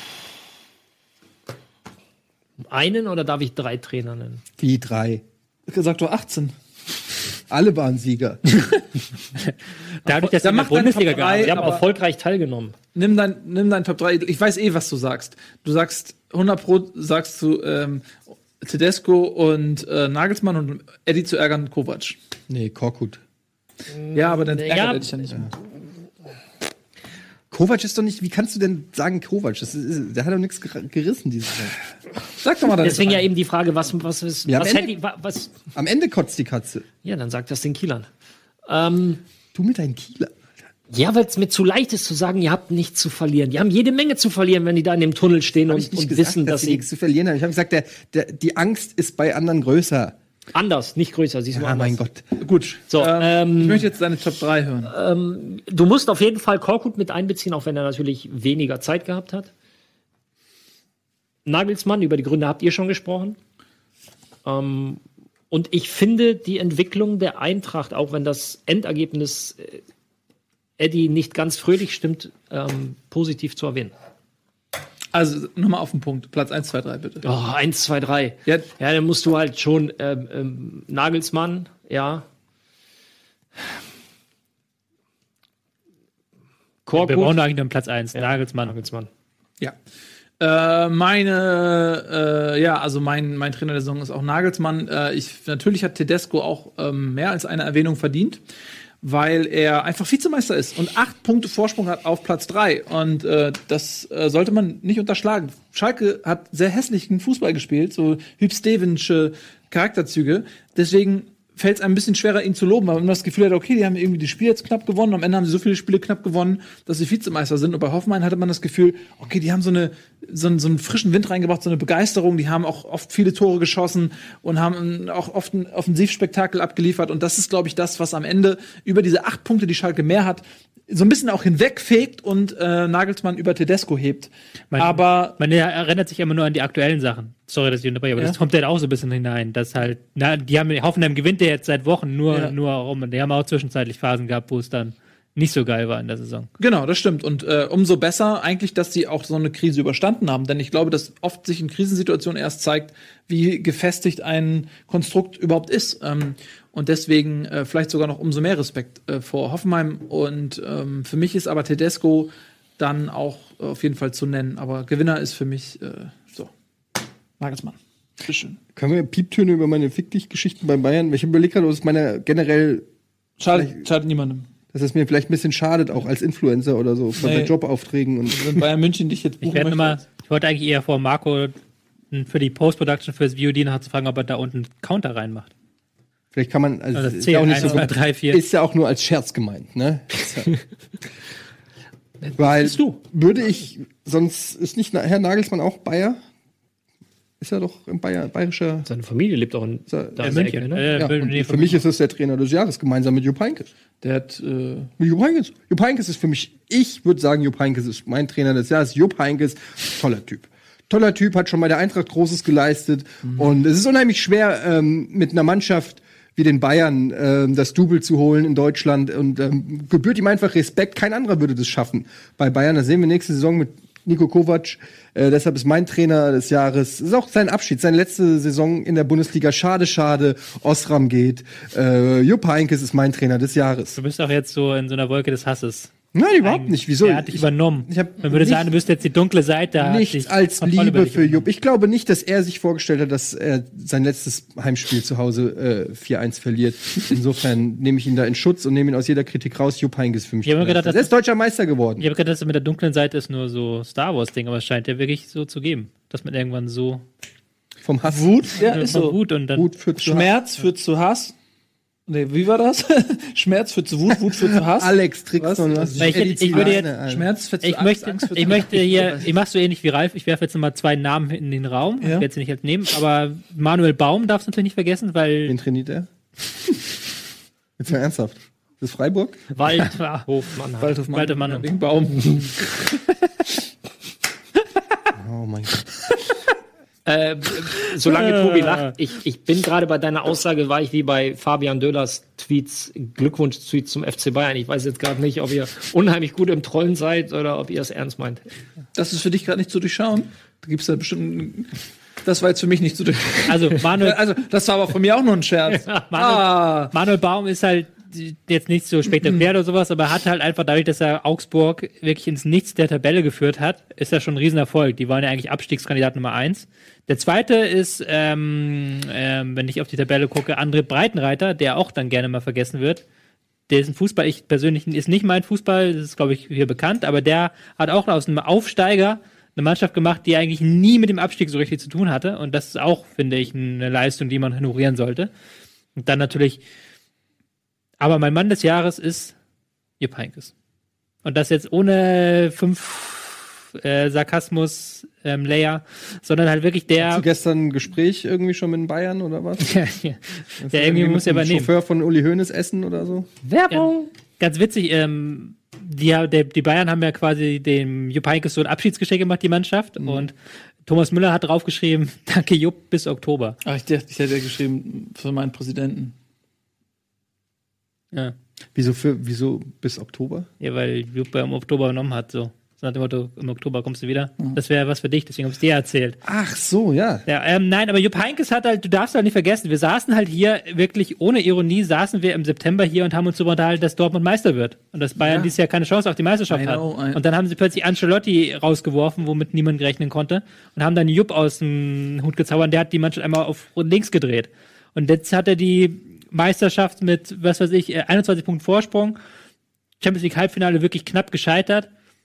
Speaker 5: Einen oder darf ich 3 Trainer nennen?
Speaker 4: Wie 3?
Speaker 2: Gesagt, du 18.
Speaker 4: Alle waren Sieger.
Speaker 3: Dadurch, dass
Speaker 2: Dann
Speaker 3: sie in der
Speaker 2: mach deinen
Speaker 3: Bundesliga
Speaker 2: Top 3,
Speaker 3: gearbeitet
Speaker 5: Wir haben
Speaker 2: aber-
Speaker 5: erfolgreich teilgenommen.
Speaker 2: Nimm dein Top 3. Ich weiß was du sagst. Du sagst 100% sagst du Tedesco und Nagelsmann und Eddie zu ärgern Kovac.
Speaker 4: Nee, Korkut.
Speaker 2: Ja, aber dann
Speaker 5: Ja.
Speaker 2: ärgert er dich ja nicht.
Speaker 4: Kovac ist doch nicht, wie kannst du denn sagen Kovac? Der hat doch nichts gerissen dieses Jahr.
Speaker 2: Sag doch mal das.
Speaker 5: Deswegen ja eben die Frage, was ist,
Speaker 4: Ja, am
Speaker 5: was
Speaker 4: Ende-
Speaker 5: hätte ich, was,
Speaker 4: Am Ende kotzt die Katze.
Speaker 5: ja, dann sagt das den Kielern.
Speaker 4: Du mit deinen Kieler.
Speaker 5: Ja, weil es mir zu leicht ist zu sagen, ihr habt nichts zu verlieren. Die haben jede Menge zu verlieren, wenn die da in dem Tunnel stehen
Speaker 4: Hab
Speaker 5: und,
Speaker 4: ich nicht
Speaker 5: und
Speaker 4: gesagt,
Speaker 5: wissen, dass
Speaker 4: sie
Speaker 5: sie
Speaker 4: nichts zu verlieren haben. Ich habe gesagt, die Angst ist bei anderen größer.
Speaker 5: anders, nicht größer, siehst du
Speaker 4: Ah,
Speaker 5: anders.
Speaker 4: mein Gott.
Speaker 2: Gut.
Speaker 5: So,
Speaker 2: ich möchte jetzt deine Top 3 hören.
Speaker 5: Du musst auf jeden Fall Korkut mit einbeziehen, auch wenn er natürlich weniger Zeit gehabt hat. Nagelsmann, über die Gründe habt ihr schon gesprochen. Und ich finde die Entwicklung der Eintracht, auch wenn das Endergebnis Eddie nicht ganz fröhlich stimmt, positiv zu erwähnen.
Speaker 2: Also nochmal auf den Punkt. Platz 1, 2, 3, bitte.
Speaker 5: Oh, 1, 2, 3.
Speaker 2: Ja.
Speaker 5: Ja, dann musst du halt schon Nagelsmann, ja.
Speaker 3: Wir brauchen
Speaker 5: Korkut.
Speaker 3: eigentlich nur einen Platz 1. Nagelsmann.
Speaker 2: Ja. Mein Trainer der Saison ist auch Nagelsmann. Natürlich hat Tedesco auch mehr als eine Erwähnung verdient, weil er einfach Vizemeister ist und 8 Punkte Vorsprung hat auf Platz 3. Und das sollte man nicht unterschlagen. Schalke hat sehr hässlichen Fußball gespielt, so Hüb-Stevensche Charakterzüge. Deswegen fällt es ein bisschen schwerer, ihn zu loben, weil man das Gefühl hat, okay, die haben irgendwie die Spiele jetzt knapp gewonnen, am Ende haben sie so viele Spiele knapp gewonnen, dass sie Vizemeister sind. Und bei Hoffenheim hatte man das Gefühl, okay, die haben so einen frischen Wind reingebracht, so eine Begeisterung, die haben auch oft viele Tore geschossen und haben auch oft ein Offensivspektakel abgeliefert. Und das ist, glaube ich, das, was am Ende über diese 8 Punkte, die Schalke mehr hat, so ein bisschen auch hinwegfegt und Nagelsmann über Tedesco hebt.
Speaker 3: Man erinnert sich immer nur an die aktuellen Sachen. Sorry, dass ich unterbreche, aber das kommt ja auch so ein bisschen hinein. Dass halt, Hoffenheim gewinnt ja jetzt seit Wochen nur rum. Und die haben auch zwischenzeitlich Phasen gehabt, wo es dann nicht so geil war in der Saison.
Speaker 2: Genau, das stimmt. Und umso besser eigentlich, dass sie auch so eine Krise überstanden haben. Denn ich glaube, dass oft sich in Krisensituationen erst zeigt, wie gefestigt ein Konstrukt überhaupt ist. Und deswegen vielleicht sogar noch umso mehr Respekt vor Hoffenheim. Und für mich ist aber Tedesco dann auch auf jeden Fall zu nennen. Aber Gewinner ist für mich Nagelsmann. Bitteschön.
Speaker 4: Können wir Pieptöne über meine Fick-Dich-Geschichten bei Bayern? Ich überlege gerade, ob es meiner generell,
Speaker 2: Schadet niemandem.
Speaker 4: dass es mir vielleicht ein bisschen schadet, auch als Influencer oder so, bei Jobaufträgen. Und
Speaker 2: Wenn Bayern München dich jetzt buchen möchte.
Speaker 3: Ich wollte eigentlich eher vor Marco für die Post-Production fürs VOD nachher zu fragen, ob er da unten einen Counter reinmacht.
Speaker 4: vielleicht kann man,
Speaker 3: Also das
Speaker 4: ist ja auch nicht
Speaker 3: 1,
Speaker 4: so
Speaker 3: 2, 3, 4.
Speaker 4: ist ja auch nur als Scherz gemeint, ne? Weil würde ich, sonst ist nicht Herr Nagelsmann auch Bayer? Ist er doch im bayerischer.
Speaker 5: Seine Familie lebt auch in
Speaker 4: Da
Speaker 5: in der Ecke, ne?
Speaker 4: Ja, und für mich ist es der Trainer des Jahres, gemeinsam mit Jupp Heynckes.
Speaker 2: Der hat
Speaker 4: Mit Jupp Heynckes. Jupp Heynckes ist für mich, ich würde sagen, Jupp Heynckes ist mein Trainer des Jahres. Jupp Heynckes, toller Typ. Toller Typ, hat schon bei der Eintracht Großes geleistet. Und es ist unheimlich schwer, mit einer Mannschaft wie den Bayern das Double zu holen in Deutschland. Und gebührt ihm einfach Respekt. Kein anderer würde das schaffen. Bei Bayern, das sehen wir nächste Saison mit Niko Kovac. Deshalb ist mein Trainer des Jahres. Das ist auch sein Abschied, seine letzte Saison in der Bundesliga. Schade, schade. Osram geht. Jupp Heynckes ist mein Trainer des Jahres.
Speaker 3: Du bist auch jetzt so in so einer Wolke des Hasses.
Speaker 4: Nein, überhaupt nicht. Wieso?
Speaker 3: Er hat dich übernommen. Man würde
Speaker 4: nicht-
Speaker 3: sagen, du bist jetzt die dunkle Seite. hat
Speaker 4: Nichts
Speaker 3: dich
Speaker 4: als
Speaker 3: Kontrolle über
Speaker 4: Liebe
Speaker 3: dich
Speaker 4: für
Speaker 3: übernommen.
Speaker 4: Jupp. Ich glaube nicht, dass er sich vorgestellt hat, dass er sein letztes Heimspiel zu Hause 4-1 verliert. Insofern nehme ich ihn da in Schutz und nehme ihn aus jeder Kritik raus. Jupp Heynckes ist für mich.
Speaker 3: Ich habe mir gedacht,
Speaker 4: er ist deutscher Meister geworden.
Speaker 3: Ich habe gedacht, das mit der dunklen Seite ist nur so Star Wars-Ding, aber es scheint ja wirklich so zu geben, dass man irgendwann so
Speaker 4: Vom Hass.
Speaker 2: Wut, ja, ist
Speaker 3: von
Speaker 2: so.
Speaker 3: Wut und dann
Speaker 4: Wut führt zu Hass.
Speaker 2: Schmerz führt zu Hass. Nee, wie war das? Schmerz führt zu Wut, Wut führt zu Hass.
Speaker 4: Alex trickst
Speaker 2: Was?
Speaker 4: und was.
Speaker 3: Weil ich würde jetzt-
Speaker 2: Schmerz führt zu
Speaker 3: Ich
Speaker 2: Angst, Angst
Speaker 3: möchte,
Speaker 2: führt
Speaker 3: ich
Speaker 2: zu
Speaker 3: möchte hier, ich mache so ähnlich wie Ralf, ich werfe jetzt nochmal 2 Namen in den Raum, ich
Speaker 2: Ja.
Speaker 3: werde sie nicht jetzt nehmen, aber Manuel Baum darfst du natürlich nicht vergessen, weil
Speaker 4: Wen trainiert er? Jetzt mal ernsthaft. Das ist Freiburg?
Speaker 5: Waldhof Mannheim.
Speaker 2: Waldhof
Speaker 3: Waldhof Mannheim.
Speaker 2: Wegen Baum.
Speaker 4: Oh mein Gott.
Speaker 5: Solange Tobi lacht, ich bin gerade bei deiner Aussage, war ich wie bei Fabian Döllers Tweets, Glückwunsch-Tweets zum FC Bayern. Ich weiß jetzt gerade nicht, ob ihr unheimlich gut im Trollen seid oder ob ihr es ernst meint.
Speaker 2: Das ist für dich gerade nicht zu durchschauen. Da gibt's da bestimmt. Das war jetzt für mich nicht zu durchschauen.
Speaker 3: Also Manuel,
Speaker 2: Also, das war aber von mir auch nur ein Scherz.
Speaker 3: Manuel Baum ist halt jetzt nicht so spektakulär oder sowas, aber er hat halt einfach dadurch, dass er Augsburg wirklich ins Nichts der Tabelle geführt hat, ist das schon ein Riesenerfolg. Die waren ja eigentlich Abstiegskandidat Nummer 1. Der zweite ist, wenn ich auf die Tabelle gucke, André Breitenreiter, der auch dann gerne mal vergessen wird. Dessen Fußball, ich persönlich, ist nicht mein Fußball, das ist, glaube ich, hier bekannt, aber der hat auch aus einem Aufsteiger eine Mannschaft gemacht, die eigentlich nie mit dem Abstieg so richtig zu tun hatte. Und das ist auch, finde ich, eine Leistung, die man honorieren sollte. Und dann natürlich, aber mein Mann des Jahres ist Jupp Heynckes. Und das jetzt ohne 5 Sarkasmus-Layer, sondern halt wirklich
Speaker 4: Hast du
Speaker 3: der,
Speaker 4: gestern ein Gespräch irgendwie schon mit den Bayern oder was?
Speaker 3: der irgendwie muss ja
Speaker 4: mit dem
Speaker 3: übernehmen.
Speaker 4: Chauffeur von Uli Hoeneß essen oder so?
Speaker 3: Werbung! Ganz witzig, die Bayern haben ja quasi dem Jupp Heynckes so ein Abschiedsgeschenk gemacht, die Mannschaft. Und Thomas Müller hat draufgeschrieben, danke Jupp, bis Oktober.
Speaker 2: Ach, ich dachte, ich hätte geschrieben für meinen Präsidenten.
Speaker 3: Ja,
Speaker 4: Wieso bis Oktober?
Speaker 3: ja weil Jupp im Oktober genommen hat, so. So nach dem Motto, im Oktober kommst du wieder. Das wäre was für dich, deswegen habe ich es dir erzählt.
Speaker 4: Ach so, ja.
Speaker 3: Ja, nein, aber Jupp Heynckes hat halt, du darfst halt nicht vergessen, wir saßen halt hier, wirklich ohne Ironie, saßen wir im September hier und haben uns darüber unterhalten, dass Dortmund Meister wird. Und dass Bayern dieses Jahr keine Chance auf die Meisterschaft hat. Und dann haben sie plötzlich Ancelotti rausgeworfen, womit niemand rechnen konnte. Und haben dann Jupp aus dem Hut gezaubert. Der hat die Mannschaft einmal auf links gedreht. Und jetzt hat er die Meisterschaft mit, 21 Punkten Vorsprung. Champions League Halbfinale wirklich knapp gescheitert.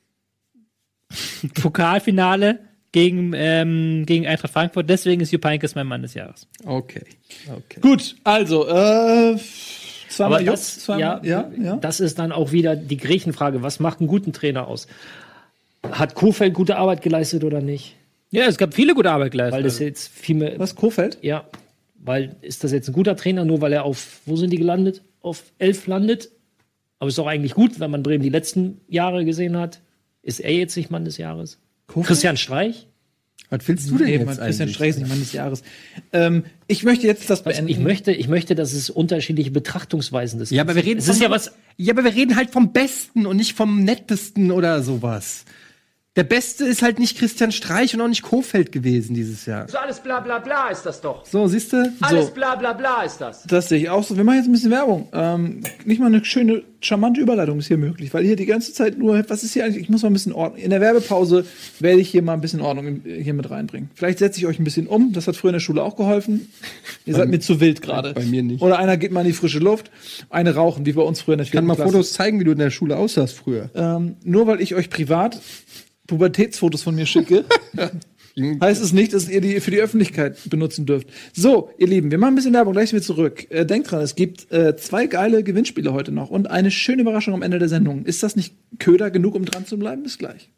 Speaker 3: Pokalfinale gegen Eintracht Frankfurt. Deswegen ist Jupp Heynckes mein Mann des Jahres.
Speaker 4: Okay.
Speaker 2: Gut, also, zweimal
Speaker 5: Aber
Speaker 2: Jupp,
Speaker 5: das,
Speaker 2: zweimal, ja.
Speaker 5: das ist dann auch wieder die Griechenfrage. Was macht einen guten Trainer aus? Hat Kohfeldt gute Arbeit geleistet oder nicht?
Speaker 3: Ja, es gab viele gute Arbeit geleistet.
Speaker 5: Weil das jetzt viel mehr.
Speaker 2: Was, Kohfeldt?
Speaker 5: Ja, weil ist das jetzt ein guter Trainer, nur weil er wo sind die gelandet? Auf 11 landet. Aber ist doch eigentlich gut, wenn man Bremen die letzten Jahre gesehen hat. Ist er jetzt nicht Mann des Jahres?
Speaker 2: Kohfeldt?
Speaker 5: Christian Streich?
Speaker 4: Was willst du denn
Speaker 2: Nee,
Speaker 4: jetzt
Speaker 2: Christian
Speaker 4: eigentlich?
Speaker 2: Streich ist nicht Mann des Jahres. Ich möchte jetzt das
Speaker 5: Was,
Speaker 2: beenden.
Speaker 5: ich möchte, dass es unterschiedliche Betrachtungsweisen des
Speaker 4: Ja, aber wir reden
Speaker 5: es ist ja was.
Speaker 4: Ja, aber wir reden halt vom Besten und nicht vom Nettesten oder sowas. Der Beste ist halt nicht Christian Streich und auch nicht Kohfeldt gewesen dieses Jahr.
Speaker 6: So alles bla bla bla ist das doch.
Speaker 4: So, siehst du?
Speaker 6: Alles bla bla bla ist das.
Speaker 2: Das sehe ich auch so. Wir machen jetzt ein bisschen Werbung. Nicht mal eine schöne, charmante Überleitung ist hier möglich, weil hier die ganze Zeit nur, was ist hier eigentlich? Ich muss mal ein bisschen Ordnung. In der Werbepause werde ich hier mal ein bisschen Ordnung hier mit reinbringen. Vielleicht setze ich euch ein bisschen um. Das hat früher in der Schule auch geholfen. Ihr seid mir zu wild gerade.
Speaker 4: Bei mir nicht.
Speaker 2: Oder einer geht mal in die frische Luft, eine rauchen, wie bei uns früher in der
Speaker 4: Ich kann mal Fotos zeigen, wie du in der Schule aussahst früher.
Speaker 2: Nur weil ich euch privat Pubertätsfotos von mir schicke, heißt es nicht, dass ihr die für die Öffentlichkeit benutzen dürft. So, ihr Lieben, wir machen ein bisschen Werbung, gleich wieder zurück. Denkt dran, es gibt 2 geile Gewinnspiele heute noch und eine schöne Überraschung am Ende der Sendung. Ist das nicht Köder genug, um dran zu bleiben? Bis gleich.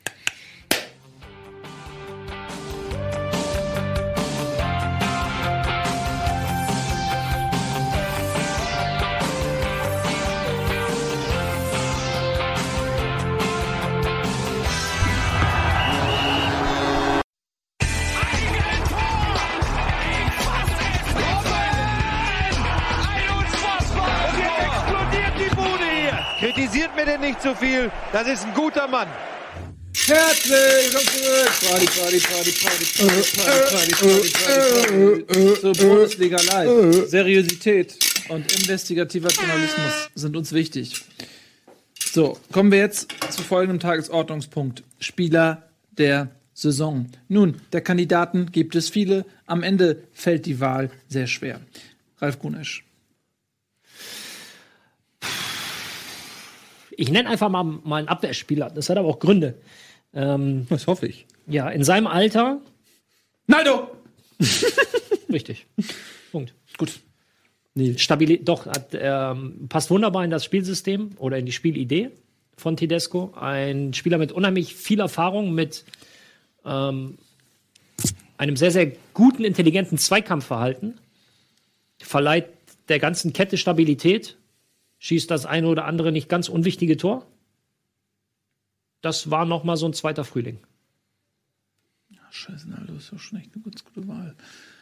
Speaker 6: Kritisiert mir denn nicht zu viel. Das ist ein guter Mann.
Speaker 2: Herzlich willkommen zurück. Zur Bundesliga Live. Seriosität und investigativer Journalismus sind uns wichtig. So, kommen wir jetzt zu folgendem Tagesordnungspunkt. Spieler der Saison. Nun, der Kandidaten gibt es viele. Am Ende fällt die Wahl sehr schwer. Ralf Gunesch.
Speaker 5: Ich nenne einfach mal einen Abwehrspieler. Das hat aber auch Gründe.
Speaker 4: Das hoffe ich.
Speaker 5: Ja, in seinem Alter.
Speaker 2: Naldo!
Speaker 5: Richtig. Punkt.
Speaker 2: Gut.
Speaker 5: Stabilität, doch, passt wunderbar in das Spielsystem oder in die Spielidee von Tedesco. Ein Spieler mit unheimlich viel Erfahrung, mit einem sehr, sehr guten, intelligenten Zweikampfverhalten. Verleiht der ganzen Kette Stabilität. Schießt das eine oder andere nicht ganz unwichtige Tor. Das war noch mal so ein zweiter Frühling.
Speaker 2: Scheiße, Naldo ist ja schon echt eine ganz gute Wahl.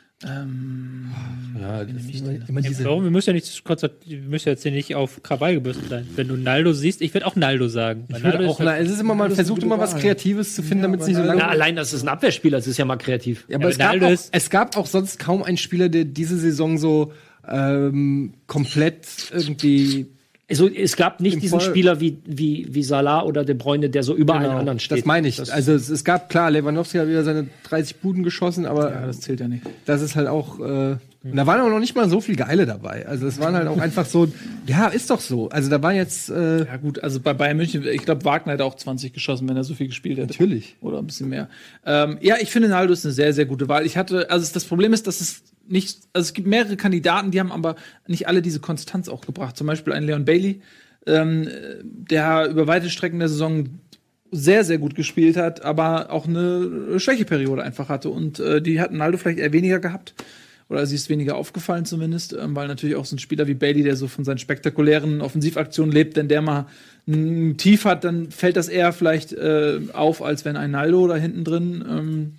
Speaker 4: Ja, das ist immer
Speaker 3: Ja,
Speaker 4: diese.
Speaker 3: warum? Wir müssen jetzt hier nicht auf Krawall gebürstet sein. Wenn du Naldo siehst, ich würde auch Naldo sagen. Weil
Speaker 4: Ich würde
Speaker 3: Naldo
Speaker 4: auch,
Speaker 3: ist halt-
Speaker 4: es ist immer mal, versucht immer was Kreatives zu finden, damit es nicht so lange.
Speaker 5: Na, allein, dass es ein Abwehrspieler ist, ist ja mal kreativ.
Speaker 4: Ja, aber
Speaker 3: Ja,
Speaker 4: es gab,
Speaker 3: Naldo
Speaker 4: auch,
Speaker 3: ist-
Speaker 4: es gab auch sonst kaum einen Spieler, der diese Saison so komplett irgendwie.
Speaker 5: Also, es gab nicht
Speaker 4: Im
Speaker 5: diesen
Speaker 4: Voll-
Speaker 5: Spieler wie Salah oder De Bruyne, der so über allen anderen steht.
Speaker 4: Das meine ich. Also es gab, klar, Lewandowski hat wieder seine 30 Buden geschossen, aber
Speaker 2: Ja, das zählt ja nicht.
Speaker 4: das ist halt auch. Und da waren auch noch nicht mal so viel Geile dabei. Also es waren halt auch einfach so, ja, ist doch so. Also da war jetzt
Speaker 2: Ja gut, also bei Bayern München, ich glaube, Wagner hätte auch 20 geschossen, wenn er so viel gespielt hätte.
Speaker 4: natürlich.
Speaker 2: Oder ein bisschen mehr. Ja, ich finde, Naldo ist eine sehr, sehr gute Wahl. Das Problem ist, dass es nicht, also es gibt mehrere Kandidaten, die haben aber nicht alle diese Konstanz auch gebracht. Zum Beispiel ein Leon Bailey, der über weite Strecken der Saison sehr, sehr gut gespielt hat, aber auch eine Schwächeperiode einfach hatte. Und die hat Naldo vielleicht eher weniger gehabt. Oder sie ist weniger aufgefallen zumindest, weil natürlich auch so ein Spieler wie Bailey, der so von seinen spektakulären Offensivaktionen lebt, wenn der mal ein Tief hat, dann fällt das eher vielleicht auf, als wenn ein Naldo da hinten drin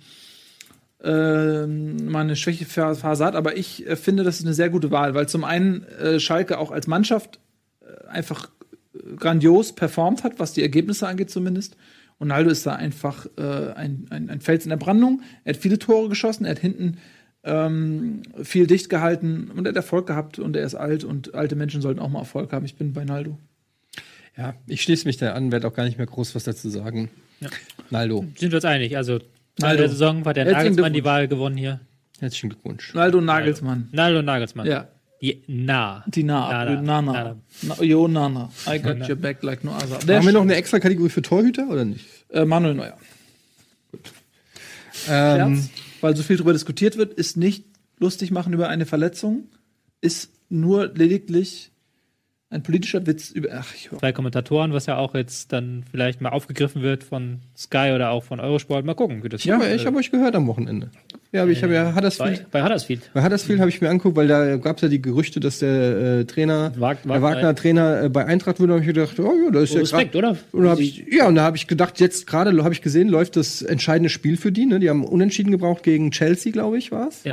Speaker 2: mal eine Schwächephase hat. Aber ich finde, das ist eine sehr gute Wahl, weil zum einen Schalke auch als Mannschaft einfach grandios performt hat, was die Ergebnisse angeht zumindest. Und Naldo ist da einfach ein Fels in der Brandung. Er hat viele Tore geschossen, er hat hinten viel dicht gehalten und er hat Erfolg gehabt und er ist alt und alte Menschen sollten auch mal Erfolg haben. Ich bin bei Naldo.
Speaker 4: Ja, ich schließe mich da an, werde auch gar nicht mehr groß was dazu sagen.
Speaker 3: Ja.
Speaker 4: Naldo,
Speaker 3: Sind wir uns einig? Also, in
Speaker 2: Naldo.
Speaker 3: der Saison hat der
Speaker 2: Herzlichen
Speaker 3: Nagelsmann die
Speaker 2: Glückwunsch.
Speaker 3: Wahl gewonnen hier.
Speaker 4: herzlichen Glückwunsch.
Speaker 2: Naldo Nagelsmann.
Speaker 3: Naldo Nagelsmann.
Speaker 2: Ja,
Speaker 3: Die Na.
Speaker 2: die Nana.
Speaker 3: Nana.
Speaker 2: Yo, Nana. I got your back like no other.
Speaker 4: Haben wir noch eine extra Kategorie für Torhüter oder nicht?
Speaker 2: Manuel Neuer. Scherz, weil so viel darüber diskutiert wird, ist nicht lustig machen über eine Verletzung, ist nur lediglich ein politischer Witz über. Ach, ich höre.
Speaker 3: 2 Kommentatoren, was ja auch jetzt dann vielleicht mal aufgegriffen wird von Sky oder auch von Eurosport. Mal gucken, wie das
Speaker 4: Ja, ich habe euch gehört am Wochenende. Ja, aber ich habe ja Huddersfield.
Speaker 5: Bei Huddersfield.
Speaker 4: Bei Huddersfield habe ich mir angeguckt, weil da gab es ja die Gerüchte, dass der Trainer, der Wagner-Trainer bei Eintracht würde. Da habe ich gedacht, oh ja, da ist ja
Speaker 5: Respekt,
Speaker 4: grad,
Speaker 5: oder?
Speaker 4: Und da habe ich gedacht, jetzt gerade habe ich gesehen, läuft das entscheidende Spiel für die. Ne? Die haben unentschieden gebraucht gegen Chelsea, glaube ich, war es.
Speaker 5: Ja.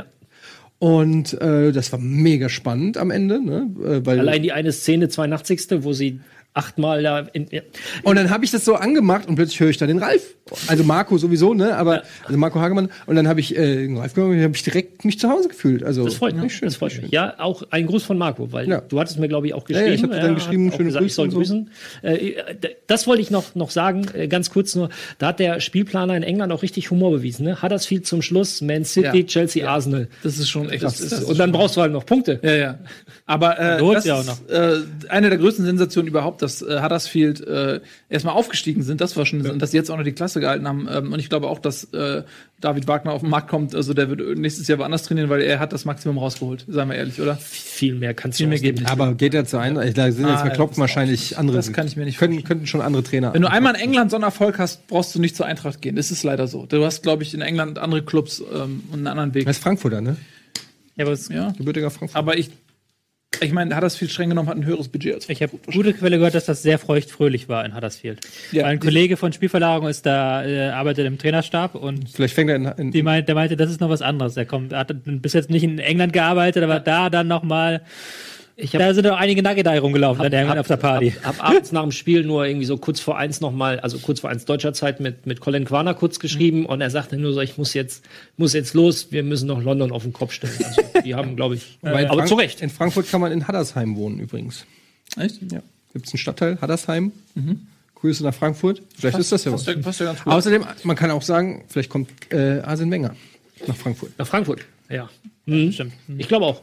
Speaker 4: Und das war mega spannend am Ende. Ne? Weil
Speaker 5: Allein die eine Szene, 82. wo sie 8-mal da
Speaker 4: Und dann habe ich das so angemacht und plötzlich höre ich da den Ralf. Also Marco sowieso, ne? Aber also Marco Hagemann. Und dann habe ich den Ralf gehört und habe ich direkt mich zu Hause gefühlt. Also
Speaker 5: Das freut mich.
Speaker 4: nicht schön,
Speaker 5: Das freut
Speaker 4: nicht
Speaker 5: mich.
Speaker 4: schön.
Speaker 5: Ja, auch ein Gruß von Marco, weil
Speaker 4: Ja.
Speaker 5: du hattest mir, glaube ich, auch
Speaker 4: Ja,
Speaker 5: geschrieben.
Speaker 4: ich hab dir dann geschrieben,
Speaker 5: hat auch
Speaker 4: schöne
Speaker 5: gesagt, ich soll
Speaker 4: Grüße und
Speaker 5: grüßen. Das wollte ich noch sagen, ganz kurz nur. Da hat der Spielplaner in England auch richtig Humor bewiesen. Ne? Huddersfield zum Schluss, Man City,
Speaker 2: Ja.
Speaker 5: Chelsea, Arsenal.
Speaker 2: Das ist schon echt.
Speaker 5: Und dann brauchst du halt noch Punkte.
Speaker 2: Ja, ja. Aber
Speaker 3: Lohnt
Speaker 2: das
Speaker 3: ja auch
Speaker 2: ist
Speaker 3: noch.
Speaker 2: eine der größten Sensationen überhaupt, dass Huddersfield erstmal aufgestiegen sind. Das war schon, und dass sie jetzt auch noch die Klasse gehalten haben. Und ich glaube auch, dass David Wagner auf den Markt kommt. Also der wird nächstes Jahr woanders trainieren, weil er hat das Maximum rausgeholt. Seien wir ehrlich, oder?
Speaker 5: Viel mehr kannst
Speaker 2: Viel
Speaker 5: du
Speaker 2: mehr
Speaker 5: ausgeben.
Speaker 2: geht nicht.
Speaker 4: Aber geht er zu Eintracht? Da sind jetzt verkloppt
Speaker 2: das
Speaker 4: wahrscheinlich andere.
Speaker 2: das kann ich mir nicht
Speaker 4: könnten schon andere Trainer.
Speaker 2: Wenn du einmal in England so einen Erfolg hast, brauchst du nicht zur Eintracht gehen. Das ist leider so. Du hast, glaube ich, in England andere Clubs und einen anderen Weg.
Speaker 4: Er ist Frankfurter, ne?
Speaker 3: Ja, aber
Speaker 2: Ja.
Speaker 4: Gebürtiger Frankfurter.
Speaker 2: Aber ich meine, Huddersfield streng genommen hat ein höheres Budget als
Speaker 3: ich habe gute Quelle gehört, dass das sehr feuchtfröhlich war in Huddersfield.
Speaker 2: Ja.
Speaker 3: Weil ein Kollege von Spielverlagerung ist da, arbeitet im Trainerstab und
Speaker 4: Vielleicht fängt er in
Speaker 3: der meinte, das ist noch was anderes. Er hat bis jetzt nicht in England gearbeitet, aber da dann noch mal. Da sind doch einige Nuggetei rumgelaufen dann irgendwann auf der Party.
Speaker 5: Hab abends nach dem Spiel nur irgendwie so kurz vor 1 nochmal, also kurz vor 1 deutscher Zeit mit Colin Quaner kurz geschrieben und er sagte nur so, ich muss jetzt los, wir müssen noch London auf den Kopf stellen. Also die haben, glaube ich, aber zu Recht.
Speaker 4: In Frankfurt kann man in Haddersheim wohnen übrigens.
Speaker 2: Echt?
Speaker 4: Ja. Gibt es einen Stadtteil, Haddersheim. Grüße nach Frankfurt. Vielleicht ist das ja was.
Speaker 2: Passt ja ganz gut.
Speaker 4: Außerdem, man kann auch sagen, vielleicht kommt Arsene Wenger nach Frankfurt.
Speaker 5: Nach Frankfurt, ja.
Speaker 3: Stimmt.
Speaker 5: Ich glaube auch.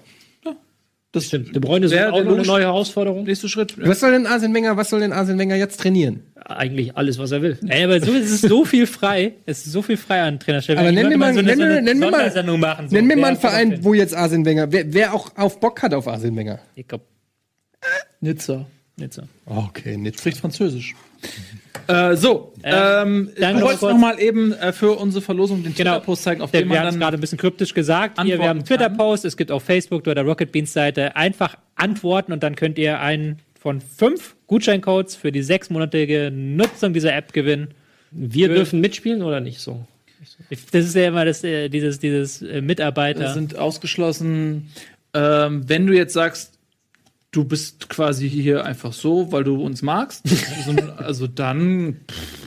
Speaker 2: Das
Speaker 5: Stimmt. De Bruyne
Speaker 2: Wäre
Speaker 5: ist auch
Speaker 2: der
Speaker 5: noch eine
Speaker 2: logisch-
Speaker 5: neue Herausforderung.
Speaker 2: nächste Schritt.
Speaker 4: Was soll denn Arsene Wenger jetzt trainieren?
Speaker 5: Eigentlich alles, was er will.
Speaker 3: Ey, aber es ist so viel frei. Es ist so viel frei an Trainerstellen.
Speaker 4: Aber nenn mir mal- nenn mir mal-
Speaker 3: Sondersendung machen. So.
Speaker 4: Nenn mir mal
Speaker 3: Wer
Speaker 4: einen
Speaker 3: kommt
Speaker 4: Verein,
Speaker 3: auf
Speaker 4: wo jetzt Arsene Wenger, wer auch auf Bock hat auf Arsene Wenger.
Speaker 3: hin? Ich glaub,
Speaker 2: Nizza.
Speaker 3: nicht so.
Speaker 4: Okay, nicht.
Speaker 2: Spricht Französisch. So,
Speaker 3: dann
Speaker 2: du
Speaker 3: noch
Speaker 2: wolltest
Speaker 3: kurz-
Speaker 2: noch mal eben für unsere Verlosung den
Speaker 3: Genau.
Speaker 2: Twitter-Post zeigen, auf
Speaker 3: Wir
Speaker 2: dem
Speaker 3: haben
Speaker 2: man
Speaker 3: es
Speaker 2: dann
Speaker 3: gerade ein bisschen kryptisch gesagt. Hier, wir haben einen
Speaker 2: antworten kann.
Speaker 3: Twitter-Post, es gibt auf Facebook oder der Rocket Beans Seite. Einfach antworten und dann könnt ihr einen von 5 Gutscheincodes für die 6-monatige Nutzung dieser App gewinnen.
Speaker 5: Wir dürfen mitspielen oder nicht so?
Speaker 3: Das ist ja immer dieses Mitarbeiter.
Speaker 2: Sind ausgeschlossen, wenn du jetzt sagst, du bist quasi hier einfach so, weil du uns magst. Also dann.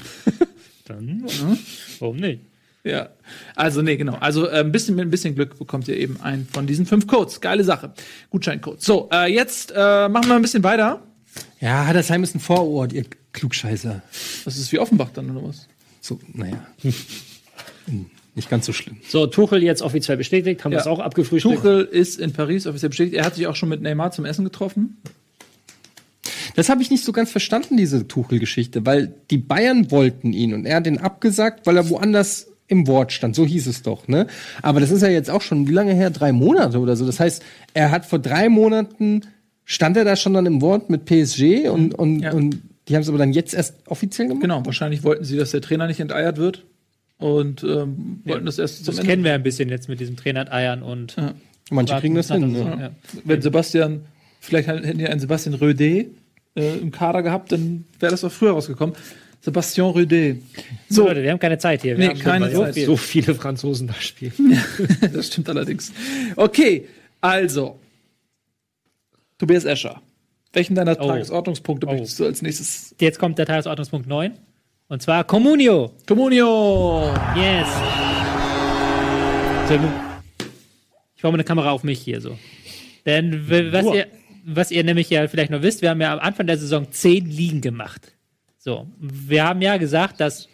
Speaker 3: Warum nicht?
Speaker 2: Ja. Also, nee, genau. Also mit ein bisschen Glück bekommt ihr eben einen von diesen 5 Codes. Geile Sache. Gutscheincodes. So, jetzt machen wir ein bisschen weiter.
Speaker 4: Ja, Hattersheim ist ein Vorort, ihr Klugscheißer.
Speaker 2: Das ist wie Offenbach dann, oder was?
Speaker 4: So, naja. Nicht ganz so schlimm.
Speaker 5: So, Tuchel jetzt offiziell bestätigt, haben wir es auch abgefrühstückt.
Speaker 2: Tuchel ist in Paris offiziell bestätigt. Er hat sich auch schon mit Neymar zum Essen getroffen.
Speaker 4: Das habe ich nicht so ganz verstanden, diese Tuchel-Geschichte, weil die Bayern wollten ihn und er hat ihn abgesagt, weil er woanders im Wort stand. So hieß es doch, ne? Aber das ist ja jetzt auch schon, wie lange her? 3 Monate oder so. Das heißt, er hat vor 3 Monaten, stand er da schon dann im Wort mit PSG und die haben es aber dann jetzt erst offiziell gemacht?
Speaker 2: Genau, wahrscheinlich wollten sie, dass der Trainer nicht enteiert wird und wollten das erst zum
Speaker 3: Das
Speaker 2: Ende.
Speaker 3: kennen wir ein bisschen jetzt mit diesem Trainer Eiern und
Speaker 4: Manche kriegen das hin.
Speaker 3: so.
Speaker 4: Ne?
Speaker 3: Ja.
Speaker 2: Wenn Sebastian, vielleicht hätten die einen Sebastian Röde im Kader gehabt, dann wäre das doch früher rausgekommen. Sebastian Röde.
Speaker 3: So, Leute, wir haben keine Zeit hier. Wir
Speaker 2: Nee,
Speaker 3: haben
Speaker 2: keine
Speaker 3: so
Speaker 2: Zeit.
Speaker 3: viel.
Speaker 5: So viele Franzosen da spielen.
Speaker 2: Das stimmt allerdings. Okay, also. Tobias Escher. Welchen deiner Tagesordnungspunkte möchtest du als nächstes?
Speaker 3: Jetzt kommt der Tagesordnungspunkt 9. Und zwar Comunio.
Speaker 2: Comunio!
Speaker 3: Yes. So, ich baue mal eine Kamera auf mich hier so. Denn was ihr nämlich ja vielleicht noch wisst, wir haben ja am Anfang der Saison 10 Ligen gemacht. So, wir haben ja gesagt, dass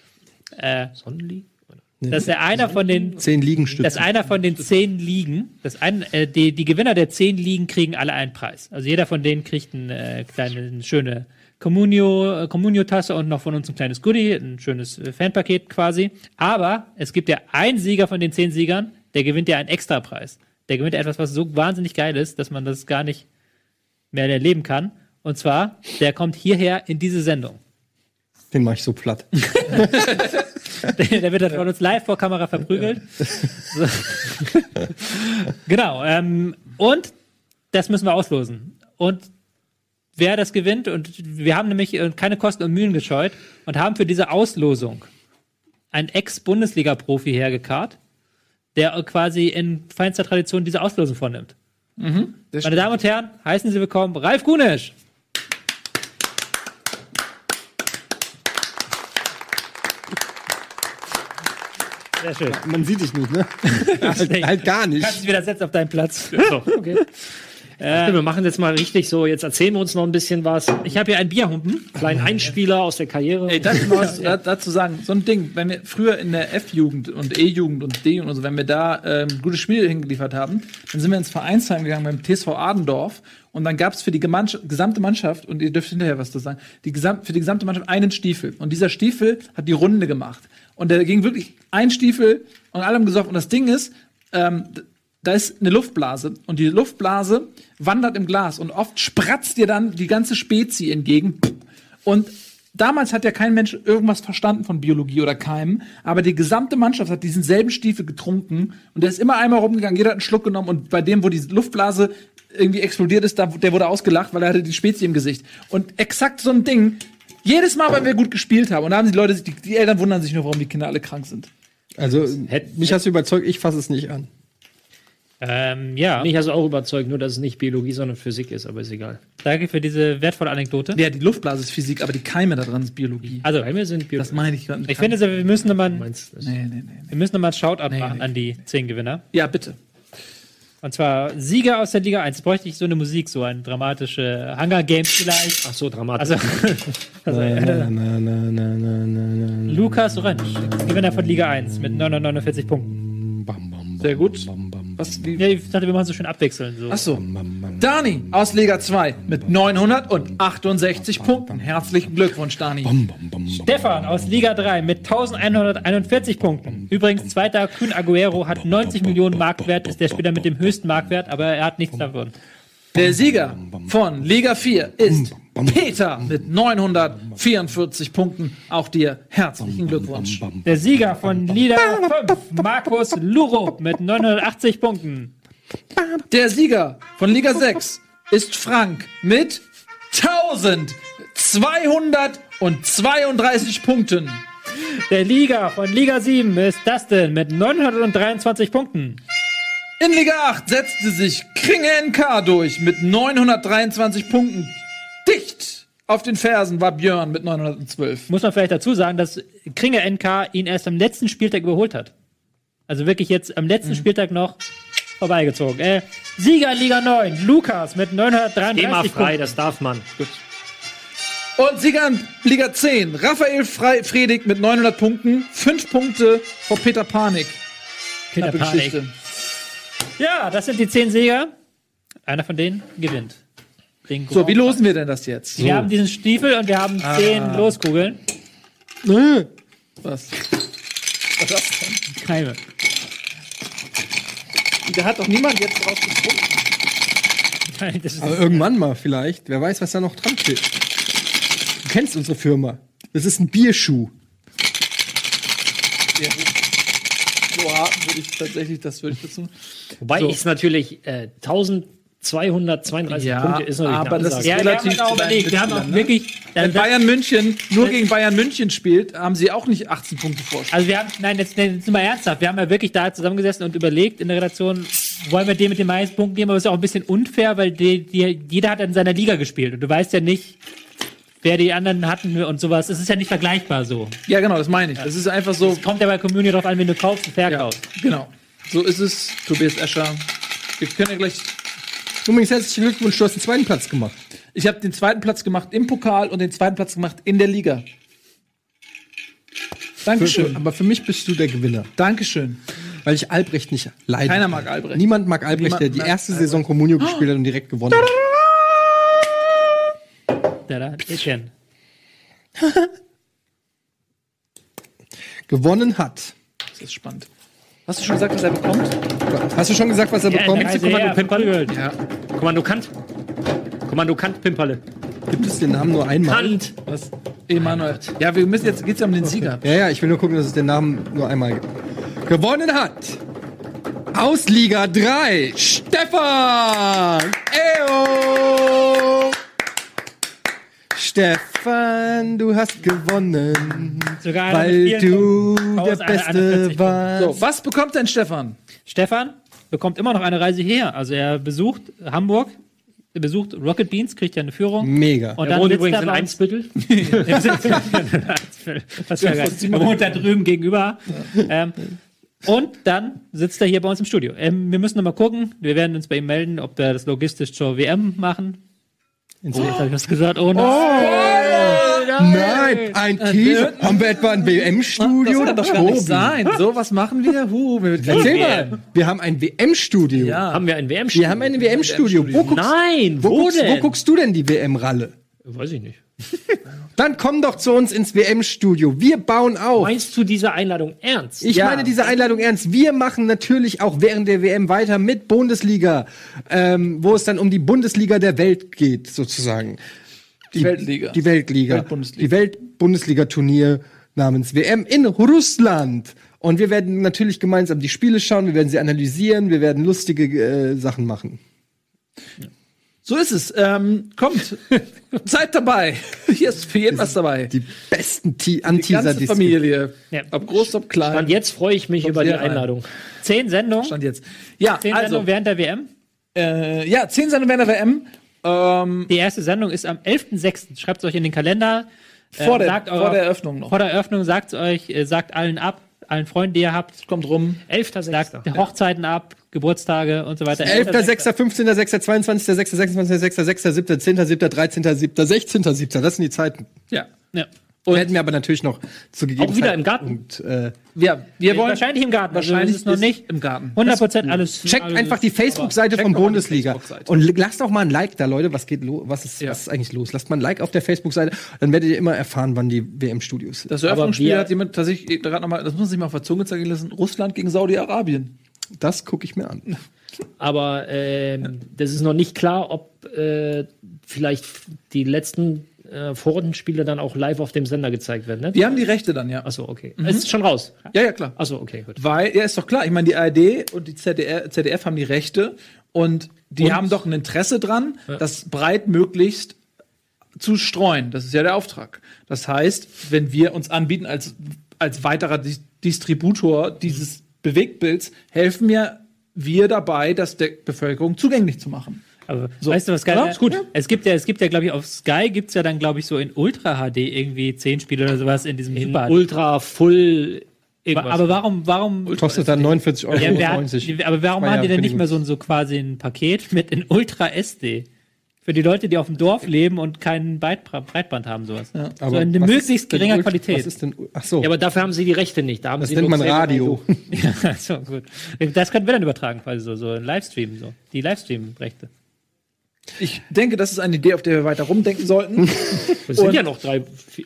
Speaker 3: einer von den
Speaker 4: 10 Liegenstütze.
Speaker 3: dass einer von den 10 Ligen, die Gewinner der 10 Ligen kriegen alle einen Preis. Also jeder von denen kriegt eine schöne Comunio-Tasse und noch von uns ein kleines Goodie, ein schönes Fanpaket quasi. Aber es gibt ja einen Sieger von den 10 Siegern, der gewinnt ja einen Extrapreis. Der gewinnt ja etwas, was so wahnsinnig geil ist, dass man das gar nicht mehr erleben kann. Und zwar, der kommt hierher in diese Sendung.
Speaker 4: Den mach ich so platt.
Speaker 3: Der wird dann von uns live vor Kamera verprügelt. So. Genau. Und das müssen wir auslosen. Und wer das gewinnt, und wir haben nämlich keine Kosten und Mühen gescheut und haben für diese Auslosung einen Ex-Bundesliga-Profi hergekarrt, der quasi in feinster Tradition diese Auslosung vornimmt. Meine Damen und Herren, heißen Sie willkommen Ralf Gunesch. Sehr schön.
Speaker 4: Man sieht dich nicht, ne? halt gar nicht.
Speaker 3: Kannst dich wieder setzen auf deinen Platz.
Speaker 5: So, okay. Wir machen jetzt mal richtig so, jetzt erzählen wir uns noch ein bisschen was.
Speaker 3: Ich habe hier einen Bierhumpen.
Speaker 5: Kleinen Einspieler aus der Karriere.
Speaker 2: Ey, das muss dazu sagen, so ein Ding, wenn wir früher in der F-Jugend und E-Jugend und D und so, wenn wir da gute Spiele hingeliefert haben, dann sind wir ins Vereinsheim gegangen beim TSV Adendorf und dann gab es für die gesamte Mannschaft, und ihr dürft hinterher was dazu sagen, für die gesamte Mannschaft einen Stiefel. Und dieser Stiefel hat die Runde gemacht. Und der ging wirklich ein Stiefel und alle haben gesoffen. Und das Ding ist, da ist eine Luftblase und die Luftblase wandert im Glas und oft spratzt dir dann die ganze Spezie entgegen. Und damals hat ja kein Mensch irgendwas verstanden von Biologie oder Keimen, aber die gesamte Mannschaft hat diesen selben Stiefel getrunken und der ist immer einmal rumgegangen, jeder hat einen Schluck genommen und bei dem, wo die Luftblase irgendwie explodiert ist, der wurde ausgelacht, weil er hatte die Spezie im Gesicht. Und exakt so ein Ding, jedes Mal, weil wir gut gespielt haben und da haben die Leute, die Eltern wundern sich nur, warum die Kinder alle krank sind.
Speaker 4: Also, mich hast du überzeugt, ich fasse es nicht an.
Speaker 3: Ja.
Speaker 5: Mich hast du auch überzeugt, nur dass es nicht Biologie, sondern Physik ist, aber ist egal.
Speaker 3: Danke für diese wertvolle Anekdote.
Speaker 2: Ja, die Luftblase ist Physik, aber die Keime da dran ist Biologie.
Speaker 3: Also,
Speaker 5: Keime sind Biologie.
Speaker 2: Das meine ich gerade.
Speaker 3: ich finde, wir müssen nochmal
Speaker 5: Meinst du das?
Speaker 2: Nee.
Speaker 3: einen Shoutout machen an die 10 Gewinner.
Speaker 2: Ja, bitte.
Speaker 3: Und zwar Sieger aus der Liga 1. Bräuchte ich so eine Musik, so eine dramatische Hunger Games vielleicht.
Speaker 5: Ach so, dramatisch.
Speaker 3: Also, Lukas Rönsch, Gewinner von Liga 1 mit 949 Punkten.
Speaker 2: Sehr gut.
Speaker 3: Ja, ich dachte, wir machen so schön abwechseln. So.
Speaker 2: Achso. Dani aus Liga 2 mit 968 Punkten. Herzlichen Glückwunsch, Dani.
Speaker 3: Stefan aus Liga 3 mit 1141 Punkten. Übrigens, zweiter Kun Aguero hat 90 Millionen Marktwert, ist der Spieler mit dem höchsten Marktwert, aber er hat nichts davon.
Speaker 2: Der Sieger von Liga 4 ist Peter mit 944 Punkten. Auch dir herzlichen Glückwunsch.
Speaker 3: Der Sieger von Liga 5, Markus Luro mit 980 Punkten.
Speaker 2: Der Sieger von Liga 6 ist Frank mit 1232 Punkten.
Speaker 3: der Liga von Liga 7 ist Dustin mit 923 Punkten.
Speaker 2: In Liga 8 setzte sich Kringe NK durch mit 923 Punkten. Dicht auf den Fersen war Björn mit 912.
Speaker 3: Muss man vielleicht dazu sagen, dass Kringe NK ihn erst am letzten Spieltag überholt hat. Also wirklich jetzt am letzten Spieltag noch vorbeigezogen. Sieger in Liga 9, Lukas mit 933
Speaker 5: Thema frei,
Speaker 3: Punkten.
Speaker 5: das darf man. Gut.
Speaker 2: Und Sieger in Liga 10, Raphael Fredig mit 900 Punkten. 5 Punkte vor Peter Panik. Knappe
Speaker 3: Panik.
Speaker 2: Geschichte.
Speaker 3: Ja, das sind die 10 Sieger. Einer von denen gewinnt. Den
Speaker 2: So, wie losen wir denn das jetzt?
Speaker 3: Wir haben diesen Stiefel und wir haben 10 Loskugeln.
Speaker 2: Was? Was ist das denn?
Speaker 3: Keine.
Speaker 2: Da hat doch niemand jetzt drauf gefunden.
Speaker 3: Nein, das ist
Speaker 4: Aber irgendwann mal vielleicht. Wer weiß, was da noch dran steht. Du kennst unsere Firma. Das ist ein Bierschuh.
Speaker 2: So hart würde ich tatsächlich, das würde ich dazu.
Speaker 5: Wobei
Speaker 2: So.
Speaker 5: ich es natürlich 1232
Speaker 2: Ja,
Speaker 5: Punkte ist natürlich
Speaker 2: aber
Speaker 5: eine
Speaker 2: das
Speaker 5: Ansage.
Speaker 3: ja,
Speaker 2: relativ
Speaker 3: wir haben auch
Speaker 2: klein
Speaker 3: überlegt. Wir haben auch
Speaker 2: Mitteln, ne?
Speaker 3: wirklich.
Speaker 2: Wenn Bayern München nur gegen Bayern München spielt, haben sie auch nicht 18 Punkte Vorsprung.
Speaker 3: Also wir haben, nein, jetzt sind wir ernsthaft. Wir haben ja wirklich da zusammengesessen und überlegt in der Redaktion, wollen wir den mit den meisten Punkten geben, aber es ist auch ein bisschen unfair, weil jeder hat in seiner Liga gespielt und du weißt ja nicht, wer die anderen hatten und sowas. Es ist ja nicht vergleichbar so.
Speaker 2: Ja, genau, das meine ich. Das ist einfach so.
Speaker 3: Kommt ja bei Community drauf an, wenn du kaufst und
Speaker 2: Ja,
Speaker 3: verkaufst.
Speaker 2: genau. So ist es. Tobias Escher. Wir können ja gleich.
Speaker 4: Übrigens, herzlichen Glückwunsch, du hast den zweiten Platz gemacht.
Speaker 2: Ich habe den zweiten Platz gemacht im Pokal und den zweiten Platz gemacht in der Liga. Dankeschön.
Speaker 4: Aber für mich bist du der Gewinner.
Speaker 2: Dankeschön.
Speaker 4: Weil ich Albrecht nicht leide.
Speaker 2: Keiner mag Albrecht.
Speaker 4: Niemand mag Albrecht,
Speaker 2: Niemand
Speaker 4: der die
Speaker 2: mag
Speaker 4: erste Saison Comunio gespielt hat und direkt gewonnen hat.
Speaker 3: Da, Etienne.
Speaker 4: Gewonnen hat.
Speaker 2: Das ist spannend. Hast du schon gesagt, was er bekommt?
Speaker 4: Hast du schon gesagt, was er bekommt?
Speaker 3: Also, ja, Pimperle.
Speaker 2: Ja.
Speaker 5: Kommandokant. Kommandokant Pimperle.
Speaker 4: Gibt es den Namen nur einmal?
Speaker 5: Kant.
Speaker 2: Was? Emanuel. Ja, wir müssen jetzt geht's ja um den Sieger.
Speaker 4: Ja, ich will nur gucken, dass es den Namen nur einmal gibt. Gewonnen hat aus Liga 3 Stefan! Eyo! Stefan, du hast gewonnen,
Speaker 3: Sogar einer
Speaker 4: weil
Speaker 3: mit vielen
Speaker 4: du
Speaker 3: Punkten.
Speaker 4: der
Speaker 3: Aus einer
Speaker 4: Beste
Speaker 3: 41
Speaker 4: warst.
Speaker 2: So, was bekommt denn Stefan?
Speaker 3: Stefan bekommt immer noch eine Reise hierher. Also er besucht Hamburg, er besucht Rocket Beans, kriegt ja eine Führung.
Speaker 4: Mega.
Speaker 3: Und
Speaker 5: Er
Speaker 3: dann
Speaker 5: wohnt
Speaker 3: sitzt
Speaker 5: übrigens
Speaker 3: er
Speaker 5: in
Speaker 3: bei uns-
Speaker 5: Eimsbüttel.
Speaker 3: Was für geil. Er wohnt da drüben gegenüber. Und dann sitzt er hier bei uns im Studio. Wir müssen noch mal gucken. Wir werden uns bei ihm melden, ob wir das logistisch zur WM machen. Jetzt habe ich was gesagt. Oh nein.
Speaker 4: Nein, ein Team. Haben wir etwa ein WM-Studio?
Speaker 2: Das kann doch gar nicht sein. So, was machen wir?
Speaker 4: Erzähl mal. Wir haben ein WM-Studio.
Speaker 2: Ja.
Speaker 5: Haben wir ein WM-Studio?
Speaker 4: Wir haben ein WM-Studio. Wo guckst,
Speaker 5: Nein,
Speaker 4: wo
Speaker 5: denn?
Speaker 4: guckst du denn die WM-Ralle?
Speaker 5: Weiß ich nicht.
Speaker 4: Dann komm doch zu uns ins WM-Studio. Wir bauen auf.
Speaker 5: Meinst du diese Einladung ernst?
Speaker 4: Ich meine diese Einladung ernst. Wir machen natürlich auch während der WM weiter mit Bundesliga, wo es dann um die Bundesliga der Welt geht, sozusagen.
Speaker 2: Die Weltliga.
Speaker 4: Die Weltliga.
Speaker 2: Weltbundesliga.
Speaker 4: Die Welt-Bundesliga-Turnier namens WM in Russland. Und wir werden natürlich gemeinsam die Spiele schauen, wir werden sie analysieren, wir werden lustige Sachen machen.
Speaker 2: So ist es. Kommt. Seid dabei. Hier ist für jeden was dabei.
Speaker 4: Die besten
Speaker 2: Die ganze
Speaker 4: Anti-Sadisten.
Speaker 2: Familie.
Speaker 3: Ja.
Speaker 2: Ob groß, ob klein.
Speaker 5: Und jetzt freue ich mich über die
Speaker 2: sehr rein.
Speaker 5: Einladung.
Speaker 3: 10 Sendungen.
Speaker 2: Stand jetzt. Ja,
Speaker 3: 10
Speaker 2: also.
Speaker 3: Sendungen während der WM.
Speaker 2: 10 Sendungen während der WM.
Speaker 3: Die erste Sendung ist am 11.06. Schreibt es euch in den Kalender.
Speaker 2: Vor der
Speaker 3: sagt
Speaker 2: vor der Eröffnung noch.
Speaker 3: Vor der Eröffnung sagt es euch, sagt allen ab, allen Freunden, die ihr habt.
Speaker 2: Kommt rum.
Speaker 5: 11.06.
Speaker 3: Sagt Hochzeiten ab, Geburtstage und so weiter.
Speaker 4: 11.06., 15.06., 22.06., 26.06., 6.07., 10.07., 13.07., 16.07. Das sind die Zeiten.
Speaker 2: Ja.
Speaker 3: Ja.
Speaker 4: Und hätten wir aber natürlich noch zu gegebenen
Speaker 5: Auch wieder im Garten?
Speaker 4: Und,
Speaker 2: Ja, wir wollen
Speaker 3: Wahrscheinlich im Garten.
Speaker 2: wahrscheinlich
Speaker 3: also das ist noch nicht
Speaker 2: im Garten.
Speaker 3: 100% alles.
Speaker 4: checkt
Speaker 3: alles
Speaker 4: einfach die Facebook-Seite
Speaker 2: Checkt
Speaker 4: von
Speaker 2: doch mal die
Speaker 4: Bundesliga.
Speaker 2: Facebook-Seite.
Speaker 4: Und lasst auch mal ein Like da, Leute. Was geht los? Was ist eigentlich los? Lasst mal ein Like auf der Facebook-Seite. Dann werdet ihr immer erfahren, wann die WM-Studios sind.
Speaker 2: Das Eröffnungsspiel
Speaker 5: wir-
Speaker 2: hat jemand tatsächlich gerade noch mal, das muss man sich mal auf der Zunge zeigen lassen, Russland gegen Saudi-Arabien.
Speaker 4: Das gucke ich mir an.
Speaker 5: Aber das ist noch nicht klar, ob vielleicht die letzten Vorrundenspiele dann auch live auf dem Sender gezeigt werden. Ne?
Speaker 2: Die haben die Rechte dann, ja.
Speaker 5: Achso, okay. Ist schon raus.
Speaker 2: Ja, ja, klar.
Speaker 5: Achso, okay, gut.
Speaker 2: Weil, ja, ist doch klar. Ich meine, die ARD und die ZDF haben die Rechte und die haben doch ein Interesse dran, das breit möglichst zu streuen. Das ist ja der Auftrag. Das heißt, wenn wir uns anbieten als weiterer Distributor dieses Bewegtbilds, helfen wir dabei, das der Bevölkerung zugänglich zu machen.
Speaker 3: Aber
Speaker 2: So.
Speaker 3: weißt du, was geil
Speaker 2: Ja,
Speaker 3: ist?
Speaker 2: gut.
Speaker 3: Es gibt ja, glaube ich, auf Sky gibt's ja dann, glaube ich, so in Ultra HD irgendwie 10 Spiele oder sowas in diesem
Speaker 5: In
Speaker 3: Super HD.
Speaker 5: Ultra, Full, irgendwas.
Speaker 3: Aber warum
Speaker 4: Kostet dann 49,90 Euro.
Speaker 3: ja, aber warum
Speaker 4: 2
Speaker 3: haben die
Speaker 4: Jahre
Speaker 3: denn nicht mehr
Speaker 4: Kündigung.
Speaker 3: so quasi ein Paket mit in Ultra SD? Für die Leute, die auf dem Dorf leben und kein Breitband haben, sowas. So
Speaker 4: Aber
Speaker 3: in
Speaker 4: was
Speaker 3: möglichst
Speaker 4: ist denn
Speaker 3: geringer
Speaker 4: Ultra-
Speaker 3: Qualität.
Speaker 4: Was ist denn, ach so,
Speaker 5: Ja, aber dafür haben sie die Rechte nicht. Da haben
Speaker 4: das
Speaker 5: sie
Speaker 4: nennt
Speaker 5: nur
Speaker 4: man
Speaker 5: Xavier
Speaker 4: Radio.
Speaker 5: Naidoo.
Speaker 3: Ja, so, gut. Das können wir dann übertragen, quasi so ein Livestream, so. Die Livestream-Rechte.
Speaker 2: Ich denke, das ist eine Idee, auf der wir weiter rumdenken sollten.
Speaker 5: Es sind
Speaker 2: Und-
Speaker 5: ja noch 3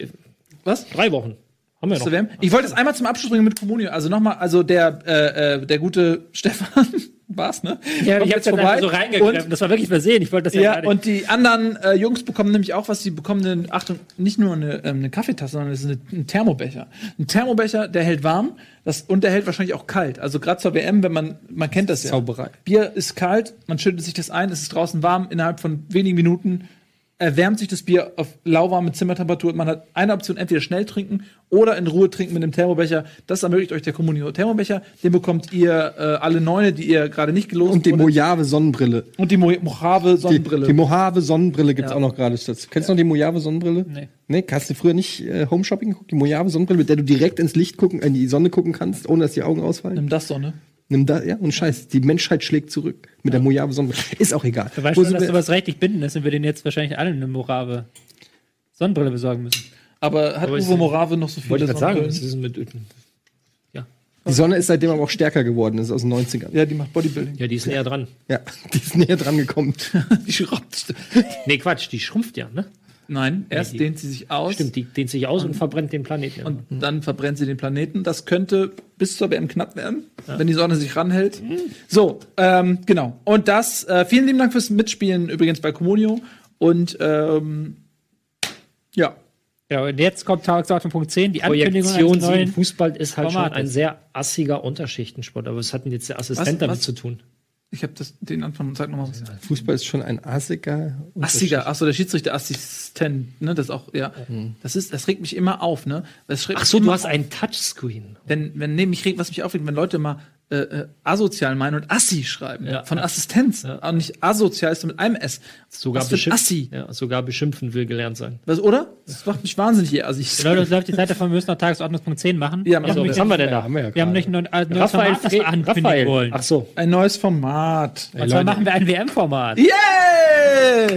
Speaker 5: Wochen. Haben wir noch.
Speaker 2: Zur WM. Ich wollte es einmal zum Abschluss bringen mit Comunio. Also nochmal, also der gute Stefan war's, ne?
Speaker 3: Ja,
Speaker 2: Kommt
Speaker 3: ich hab's jetzt einfach so reingegriffen. Das war wirklich versehen. Ich wollte das ja
Speaker 2: Ja,
Speaker 3: gar nicht.
Speaker 2: und die anderen Jungs bekommen nämlich auch was. Sie bekommen nicht nur eine Kaffeetasse, sondern es ist ein Thermobecher. Ein Thermobecher, der hält warm und der hält wahrscheinlich auch kalt. Also gerade zur WM, wenn man kennt das ja.
Speaker 4: Zauberei.
Speaker 2: Bier ist kalt, man schüttet sich das ein, es ist draußen warm, innerhalb von wenigen Minuten erwärmt sich das Bier auf lauwarme Zimmertemperatur. Man hat eine Option, entweder schnell trinken oder in Ruhe trinken mit dem Thermobecher. Das ermöglicht euch der Comunio Thermobecher. Den bekommt ihr alle 9, die ihr gerade nicht gelost
Speaker 4: Und die
Speaker 2: wurdet.
Speaker 4: Mojave Sonnenbrille.
Speaker 2: Und die Mojave Sonnenbrille.
Speaker 4: Die Mojave Sonnenbrille gibt's
Speaker 2: Ja.
Speaker 4: auch noch gerade. Kennst du noch die Mojave Sonnenbrille?
Speaker 3: Nee.
Speaker 4: Nee, hast du früher nicht Home Shopping geguckt? Die Mojave Sonnenbrille, mit der du direkt ins Licht in die Sonne gucken kannst, ohne dass die Augen ausfallen?
Speaker 2: Nimm das Sonne.
Speaker 4: Nimm da, ja, und Scheiß, die Menschheit schlägt zurück mit der Mojave Sonnenbrille. Ist auch egal.
Speaker 3: Du weißt
Speaker 4: Wo
Speaker 3: schon,
Speaker 4: sind
Speaker 3: dass
Speaker 4: wir-
Speaker 3: sowas rechtlich bindend ist und wir den jetzt wahrscheinlich alle eine Morave Sonnenbrille besorgen müssen.
Speaker 2: Aber hat
Speaker 5: Aber
Speaker 2: Uwe
Speaker 5: es-
Speaker 2: Morave noch so viele
Speaker 5: Wollte ich gerade sagen.
Speaker 2: Sonnenbrillen?
Speaker 5: Das ist mit,
Speaker 4: Die Sonne ist seitdem aber auch stärker geworden, das ist aus den 90ern.
Speaker 2: Ja, die macht Bodybuilding.
Speaker 5: ja, die ist näher dran.
Speaker 4: Ja, die ist näher dran gekommen.
Speaker 2: Die schraubt.
Speaker 5: Nee, Quatsch, die schrumpft ja, ne?
Speaker 2: Nein, erst
Speaker 5: die-
Speaker 2: dehnt sie sich aus.
Speaker 5: Stimmt, die dehnt sich aus und verbrennt den Planeten.
Speaker 2: Und dann verbrennt sie den Planeten. Das könnte bis zur WM knapp werden, wenn die Sonne sich ranhält. So, genau. Und das, vielen lieben Dank fürs Mitspielen übrigens bei Comunio. Und ja.
Speaker 3: Ja, und jetzt kommt Tagesordnung.10, die Ankündigung
Speaker 5: Projektion
Speaker 3: eines neuen
Speaker 5: Fußball ist halt
Speaker 3: Formates.
Speaker 5: schon ein sehr assiger Unterschichtensport. Aber was hat denn jetzt der Assistent
Speaker 2: Was?
Speaker 5: damit
Speaker 2: Was?
Speaker 5: zu tun?
Speaker 2: Ich habe den Anfang und sag nochmal was.
Speaker 4: Fußball ist schon ein assiger.
Speaker 2: Assiger, achso, der Schiedsrichterassistent, ne, das ist auch, ja. Das regt mich immer auf, ne? Das schreckt
Speaker 5: Ach
Speaker 2: mich
Speaker 5: so, du
Speaker 2: immer
Speaker 5: hast einen Touchscreen.
Speaker 2: was mich aufregt, wenn Leute mal asozial meinen und Assi schreiben.
Speaker 5: Ja.
Speaker 2: Von Assistenz. Und nicht asozial ist mit einem S.
Speaker 5: Sogar
Speaker 2: Was für ein Assi.
Speaker 5: Ja, sogar beschimpfen will gelernt sein.
Speaker 2: Was, oder? Das macht mich wahnsinnig, ihr Assi.
Speaker 3: Leute, es läuft die Zeit davon, wir müssen noch Tagesordnung.10 machen.
Speaker 2: Ja,
Speaker 3: wir
Speaker 2: also,
Speaker 3: haben
Speaker 5: Was
Speaker 3: nämlich-
Speaker 5: haben wir denn da?
Speaker 4: Haben wir ja
Speaker 3: wir haben
Speaker 4: gerade.
Speaker 3: nicht nur ein neues Format, das wir ankündigen wollen.
Speaker 5: Ach so.
Speaker 2: Ein neues Format.
Speaker 3: Und zwar machen wir ein WM-Format.
Speaker 2: Yay!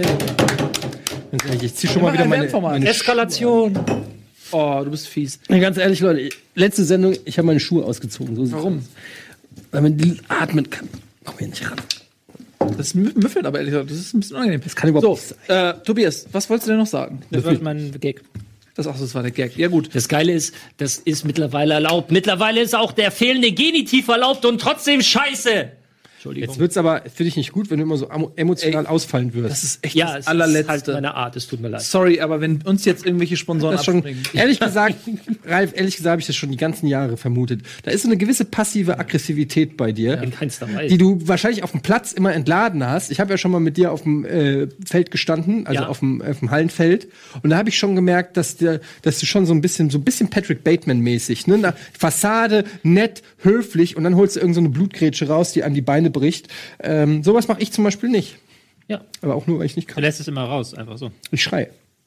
Speaker 4: Ganz ehrlich, ich zieh schon mal
Speaker 2: Immer
Speaker 4: wieder
Speaker 2: ein
Speaker 4: meine
Speaker 2: WM-Format.
Speaker 4: Schuhe
Speaker 5: Eskalation.
Speaker 2: Oh, du bist fies.
Speaker 4: an. Ganz ehrlich, Leute, letzte Sendung, ich habe meine Schuhe ausgezogen. So sieht's
Speaker 2: Warum?
Speaker 4: aus. Weil man die atmen kann. Komm hier nicht ran.
Speaker 2: Das müffelt aber ehrlich gesagt. Das ist ein bisschen unangenehm. Das
Speaker 4: kann überhaupt
Speaker 2: so,
Speaker 4: nicht
Speaker 2: Tobias, was wolltest du denn noch sagen?
Speaker 3: Das war mein Gag.
Speaker 2: Das war der Gag. Ja, gut.
Speaker 5: Das Geile ist, das ist mittlerweile erlaubt. Mittlerweile ist auch der fehlende Genitiv erlaubt und trotzdem scheiße. Entschuldigung.
Speaker 4: Jetzt wird's aber, finde ich nicht gut, wenn du immer so emotional ausfallen wirst.
Speaker 2: Das ist echt
Speaker 5: ja,
Speaker 2: das
Speaker 5: es ist
Speaker 2: allerletzte.
Speaker 5: halt meine Art. Es tut mir leid.
Speaker 2: Sorry, aber wenn uns jetzt irgendwelche Sponsoren
Speaker 4: Das schon,
Speaker 2: abspringen.
Speaker 4: ehrlich gesagt, Ralf, habe ich das schon die ganzen Jahre vermutet. Da ist so eine gewisse passive Aggressivität bei dir,
Speaker 5: In keinster Weise.
Speaker 4: die du wahrscheinlich auf dem Platz immer entladen hast. Ich habe ja schon mal mit dir auf dem Feld gestanden, also
Speaker 5: Ja.
Speaker 4: auf dem Hallenfeld, und da habe ich schon gemerkt, dass du schon so ein bisschen Patrick Bateman-mäßig, ne? Na, Fassade, nett, höflich, und dann holst du irgend so eine Blutgrätsche raus, die an die Beine bricht. Sowas mache ich zum Beispiel nicht.
Speaker 5: Ja.
Speaker 4: Aber auch nur, weil ich nicht
Speaker 3: Du
Speaker 4: kann.
Speaker 3: lässt es immer raus, einfach so.
Speaker 4: Ich schreie.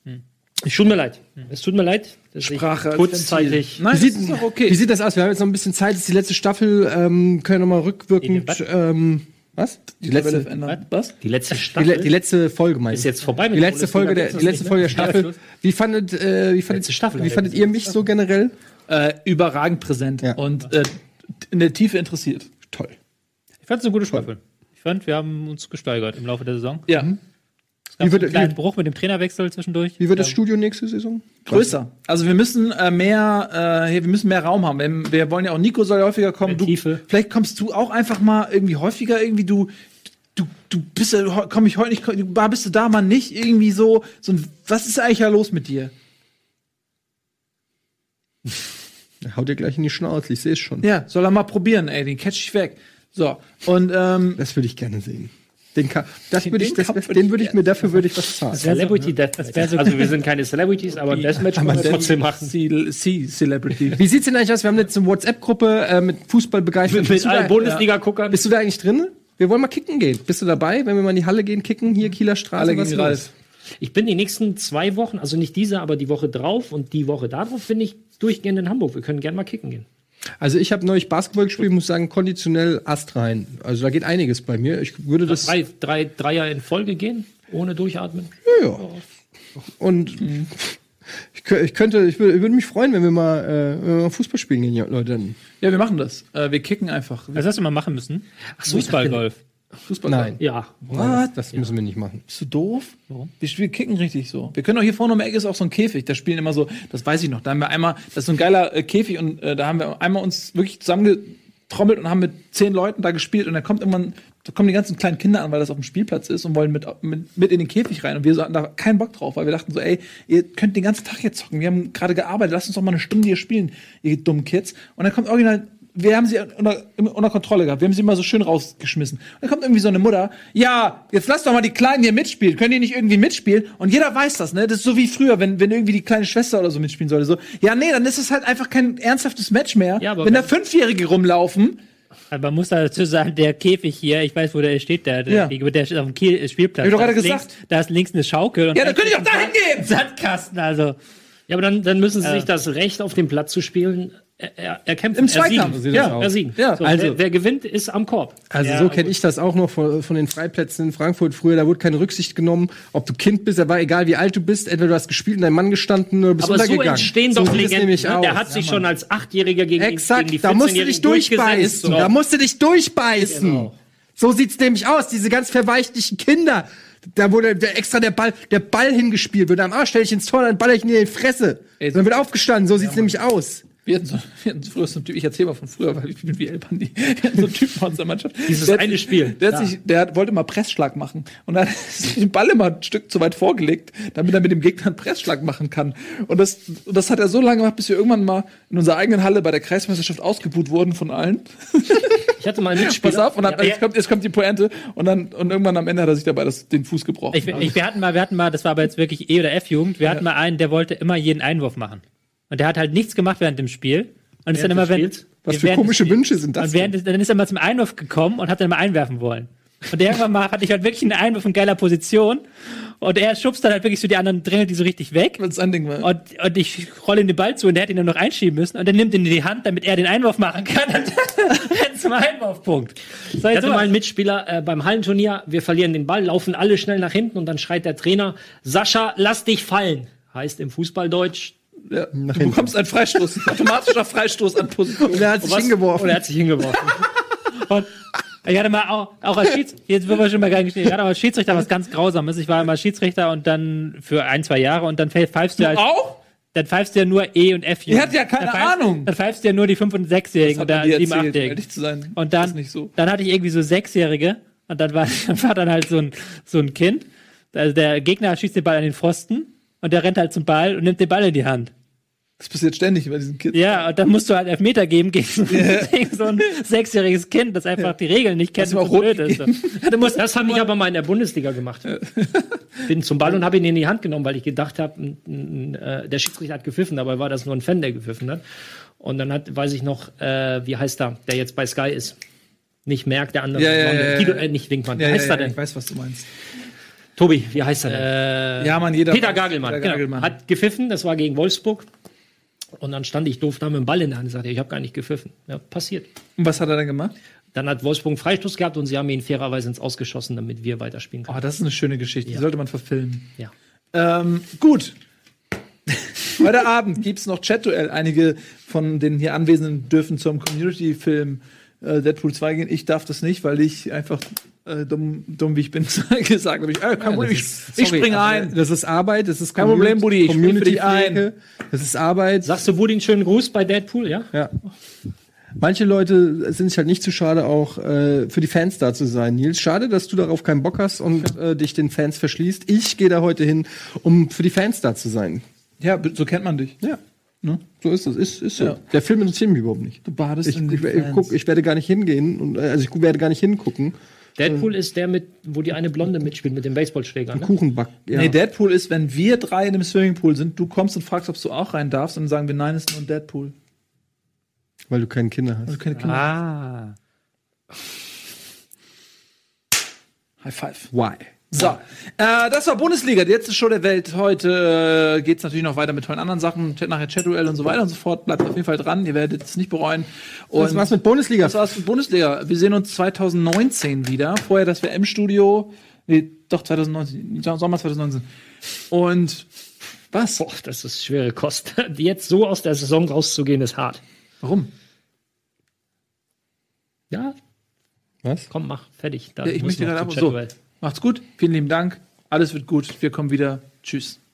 Speaker 5: Es tut mir leid. Es tut mir leid, dass
Speaker 2: Sprache
Speaker 5: ich
Speaker 2: als
Speaker 5: kurzzeitig.
Speaker 2: Nein,
Speaker 4: Wie
Speaker 2: das ist doch okay.
Speaker 4: Wie sieht das aus? Wir haben jetzt noch ein bisschen Zeit, es ist die letzte Staffel, können wir noch mal rückwirkend, was? Die letzte,
Speaker 2: ändern. Was?
Speaker 5: Die letzte
Speaker 4: die,
Speaker 5: Staffel
Speaker 4: die letzte Folge, meinst
Speaker 5: ist
Speaker 4: du?
Speaker 5: jetzt vorbei.
Speaker 4: Die letzte Folge der Staffel.
Speaker 5: Schluss.
Speaker 4: Wie fandet ihr mich so generell?
Speaker 2: Überragend präsent
Speaker 4: Ja.
Speaker 2: und in der Tiefe interessiert.
Speaker 4: Toll.
Speaker 3: Ich fand es eine gute Staffel. Ich fand, wir haben uns gesteigert im Laufe der Saison.
Speaker 2: Ja,
Speaker 3: Es gab
Speaker 4: Wie wird-
Speaker 3: einen kleinen
Speaker 4: wie-
Speaker 3: Bruch mit dem Trainerwechsel zwischendurch.
Speaker 4: Wie wird das Studio nächste Saison?
Speaker 2: größer. Also wir müssen wir müssen mehr Raum haben. Wir wollen ja auch, Nico soll ja häufiger kommen.
Speaker 5: Mehr Tiefe.
Speaker 2: Vielleicht kommst du auch einfach mal irgendwie häufiger, irgendwie du bist ja, komm ich heute nicht, bist du da mal nicht, irgendwie so was ist eigentlich ja los mit dir?
Speaker 4: Haut dir gleich in die Schnauze, ich sehe es schon.
Speaker 2: Ja, soll er mal probieren, ey, den catch ich weg. So, und
Speaker 4: Das würde ich gerne sehen. Den würde ich mir dafür was zahlen.
Speaker 5: Celebrity Deathmatch. Also wir sind keine Celebrities, aber Deathmatch kann man trotzdem machen.
Speaker 2: Celebrity.
Speaker 4: Wie sieht's denn eigentlich aus? Wir haben jetzt eine WhatsApp-Gruppe mit Fußballbegeisterten.
Speaker 5: Mit allen Bundesliga-Guckern.
Speaker 4: Bist du da eigentlich drin? Wir wollen mal kicken gehen. Bist du dabei, wenn wir mal in die Halle gehen, kicken? Hier, Kieler Straße.
Speaker 2: Alle gegen Ralf.
Speaker 5: Ich bin die nächsten 2 Wochen, also nicht diese, aber die Woche drauf und die Woche darauf bin ich durchgehend in Hamburg. Wir können gerne mal kicken gehen.
Speaker 4: Also ich habe neulich Basketball gespielt, muss sagen, konditionell astrein. Also da geht einiges bei mir. Ich würde das...
Speaker 5: Drei Dreier in Folge gehen, ohne durchatmen?
Speaker 4: Ja. Und ich würde mich freuen, wenn wir mal Fußball spielen gehen, ja, Leute.
Speaker 2: Ja, wir machen das. Wir kicken einfach.
Speaker 3: Was hast du mal machen müssen? Fußballgolf.
Speaker 4: Nein.
Speaker 5: Ja.
Speaker 4: Das müssen wir nicht machen.
Speaker 2: Bist du doof? Warum? Wir kicken richtig so. Wir können auch hier vorne um die Ecke ist auch so ein Käfig. Da spielen immer so, das weiß ich noch. Da haben wir einmal, das ist so ein geiler Käfig und da haben wir einmal uns wirklich zusammengetrommelt und haben mit 10 Leuten da gespielt und dann kommen die ganzen kleinen Kinder an, weil das auf dem Spielplatz ist und wollen mit in den Käfig rein. Und wir hatten da keinen Bock drauf, weil wir dachten so, ey, ihr könnt den ganzen Tag hier zocken. Wir haben gerade gearbeitet, lasst uns doch mal eine Stunde hier spielen, ihr dummen Kids. Und dann kommt original, wir haben sie unter Kontrolle gehabt. Wir haben sie mal so schön rausgeschmissen. Und dann kommt irgendwie so eine Mutter. Ja, jetzt lass doch mal die Kleinen hier mitspielen. Können die nicht irgendwie mitspielen? Und jeder weiß das, ne? Das ist so wie früher, wenn irgendwie die kleine Schwester oder so mitspielen sollte. So, ja, nee, dann ist es halt einfach kein ernsthaftes Match mehr. Ja, aber wenn da 5-Jährige rumlaufen.
Speaker 3: Aber man muss dazu sagen, der Käfig hier, ich weiß, wo der steht, der steht auf dem Spielplatz.
Speaker 2: Hab ich doch gerade gesagt.
Speaker 3: Da ist links eine Schaukel. Und
Speaker 2: ja, dann könnte ich auch da hingehen!
Speaker 3: Sandkasten, also.
Speaker 5: Ja, aber dann müssen sie sich das Recht auf dem Platz zu spielen erkämpfen.
Speaker 2: Im Zweikampf.
Speaker 5: Ersiegen. Ja. So, also, wer gewinnt, ist am Korb.
Speaker 4: Also so kenne ich das auch noch von den Freiplätzen in Frankfurt früher. Da wurde keine Rücksicht genommen, ob du Kind bist, da war egal, wie alt du bist. Entweder du hast gespielt und dein Mann gestanden oder bist untergegangen.
Speaker 5: Aber so entstehen doch Legenden. Ne? Der hat sich schon als 8-Jähriger gegen die 14-Jährigen
Speaker 4: da musst du dich durchbeißen. Da musst du dich durchbeißen. Genau. So sieht's nämlich aus, diese ganz verweichlichen Kinder. Da wurde extra der Ball hingespielt, wird am Arsch, stell ich ins Tor, dann baller ich ihn in die Fresse. Dann wird aufgestanden, so sieht's nämlich aus.
Speaker 2: Wir hatten so früher so einen Typ, ich erzähle mal von früher, weil ich bin wie Elbandi. Wir hatten so einen Typen aus unserer Mannschaft.
Speaker 5: Eine Spiel.
Speaker 2: Der wollte mal Pressschlag machen. Und dann hat er den Ball immer ein Stück zu weit vorgelegt, damit er mit dem Gegner einen Pressschlag machen kann. Und das hat er so lange gemacht, bis wir irgendwann mal in unserer eigenen Halle bei der Kreismeisterschaft ausgebuht wurden von allen.
Speaker 5: Ich hatte mal einen Mitspieler.
Speaker 2: Pass auf, und jetzt kommt die Pointe. Und irgendwann am Ende hat er sich dabei den Fuß gebrochen.
Speaker 3: Wir hatten mal, das war aber jetzt wirklich E- oder F-Jugend, wir hatten mal einen, der wollte immer jeden Einwurf machen. Und der hat halt nichts gemacht während dem Spiel. Und ist dann immer,
Speaker 4: was für komische Wünsche sind das?
Speaker 3: Und dann ist er mal zum Einwurf gekommen und hat dann mal einwerfen wollen. Und irgendwann mal hatte ich halt wirklich einen Einwurf in geiler Position. Und er schubst dann halt wirklich so die anderen, drängelt die so richtig weg.
Speaker 2: Wenn's ein Ding war.
Speaker 3: Und ich rolle ihm den Ball zu und der hätte ihn dann noch einschieben müssen. Und dann nimmt ihn in die Hand, damit er den Einwurf machen kann. Und rennt zum Einwurfpunkt.
Speaker 5: Ich hatte mal einen Mitspieler beim Hallenturnier. Wir verlieren den Ball, laufen alle schnell nach hinten und dann schreit der Trainer, Sascha, lass dich fallen. Heißt im Fußballdeutsch,
Speaker 2: ja, du bekommst einen Freistoß, ein automatischer Freistoß an Position.
Speaker 4: Und er hat sich hingeworfen.
Speaker 3: Und ich hatte mal auch als Schiedsrichter, jetzt wird man schon mal gar nicht, ich hatte als Schiedsrichter was ganz Grausames. Ich war immer Schiedsrichter und dann für 1-2 Jahre und dann pfeifst du
Speaker 2: auch?
Speaker 3: Dann pfeifst du ja nur E und F.
Speaker 2: Ihr habt ja keine Ahnung.
Speaker 3: Dann pfeifst du ja nur die 5- und 6-Jährigen oder 7-, 8-Jährigen. Und dann hatte ich irgendwie so 6-Jährige und dann war dann halt so ein Kind. Also der Gegner schießt den Ball an den Pfosten und der rennt halt zum Ball und nimmt den Ball in die Hand.
Speaker 2: Das passiert ständig bei diesen Kids.
Speaker 3: Ja, und dann musst du halt Elfmeter geben gegen so ein 6-jähriges Kind, das einfach die Regeln nicht kennt und blöd ist.
Speaker 5: Das habe ich aber mal in der Bundesliga gemacht. Bin zum Ball und habe ihn in die Hand genommen, weil ich gedacht habe, der Schiedsrichter hat gepfiffen, dabei war das nur ein Fan, der gepfiffen hat. Und dann weiß ich noch, wie heißt der jetzt bei Sky ist. Nicht Merck, der andere. Nicht Winkmann. Wie heißt er denn?
Speaker 2: Ich weiß, was du meinst.
Speaker 5: Tobi, wie heißt er denn? Peter Gagelmann. Genau. Hat gepfiffen, das war gegen Wolfsburg. Und dann stand ich doof da mit dem Ball in der Hand und sagte, ich habe gar nicht gepfiffen. Ja, passiert.
Speaker 2: Und was hat er dann gemacht?
Speaker 5: Dann hat Wolfsburg einen Freistoß gehabt und sie haben ihn fairerweise ins Ausgeschossen, damit wir weiterspielen können.
Speaker 2: Oh, das ist eine schöne Geschichte. Die sollte man verfilmen.
Speaker 5: Ja.
Speaker 2: Gut. Heute Abend gibt es noch Chat-Duell. Einige von den hier Anwesenden dürfen zum Community-Film Deadpool 2 gehen. Ich darf das nicht, weil ich einfach dumm wie ich bin gesagt habe. Ich springe ein.
Speaker 4: Das ist Arbeit, das ist
Speaker 2: kein Problem, Buddy. Ich springe für dich ein.
Speaker 4: Das ist Arbeit.
Speaker 5: Sagst du Buddy einen schönen Gruß bei Deadpool, ja?
Speaker 4: Ja. Manche Leute sind sich halt nicht zu schade, auch für die Fans da zu sein. Nils, schade, dass du darauf keinen Bock hast und dich den Fans verschließt. Ich gehe da heute hin, um für die Fans da zu sein.
Speaker 2: Ja, so kennt man dich.
Speaker 4: Ja. Ne? So ist das. Ist so. Ja. Der Film interessiert mich überhaupt nicht.
Speaker 2: Du badest
Speaker 4: ich werde gar nicht hingehen. Ich werde gar nicht hingucken.
Speaker 5: Deadpool ist der, wo die eine Blonde mitspielt mit dem Baseballschläger. Ne?
Speaker 4: Kuchenback. Ja.
Speaker 2: Nee, Deadpool ist, wenn wir 3 in einem Swimmingpool sind, du kommst und fragst, ob du auch rein darfst, und dann sagen wir, nein, ist nur ein Deadpool.
Speaker 4: Weil du keine Kinder hast.
Speaker 2: Also keine Kinder.
Speaker 5: Ah.
Speaker 2: High five.
Speaker 4: Why?
Speaker 2: So, das war Bundesliga, die letzte Show der Welt. Heute geht's natürlich noch weiter mit tollen anderen Sachen, nachher Chat-Duell und so weiter und so fort. Bleibt auf jeden Fall dran, ihr werdet es nicht bereuen. Und
Speaker 4: Das war's mit Bundesliga.
Speaker 2: das war's mit Bundesliga. Wir sehen uns 2019 wieder. Vorher das WM-Studio. Nee, doch 2019, Sommer 2019. Und was?
Speaker 5: Boah, das ist schwere Kost. Jetzt so aus der Saison rauszugehen, ist hart.
Speaker 2: Warum?
Speaker 5: Ja,
Speaker 4: Was?
Speaker 5: komm, mach, fertig. Da
Speaker 2: Ja, ich
Speaker 5: muss
Speaker 2: möchte
Speaker 5: noch
Speaker 2: gerade
Speaker 5: zum
Speaker 2: ab. So,
Speaker 5: Chat-Duell.
Speaker 2: macht's gut. Vielen lieben Dank. Alles wird gut. Wir kommen wieder. Tschüss.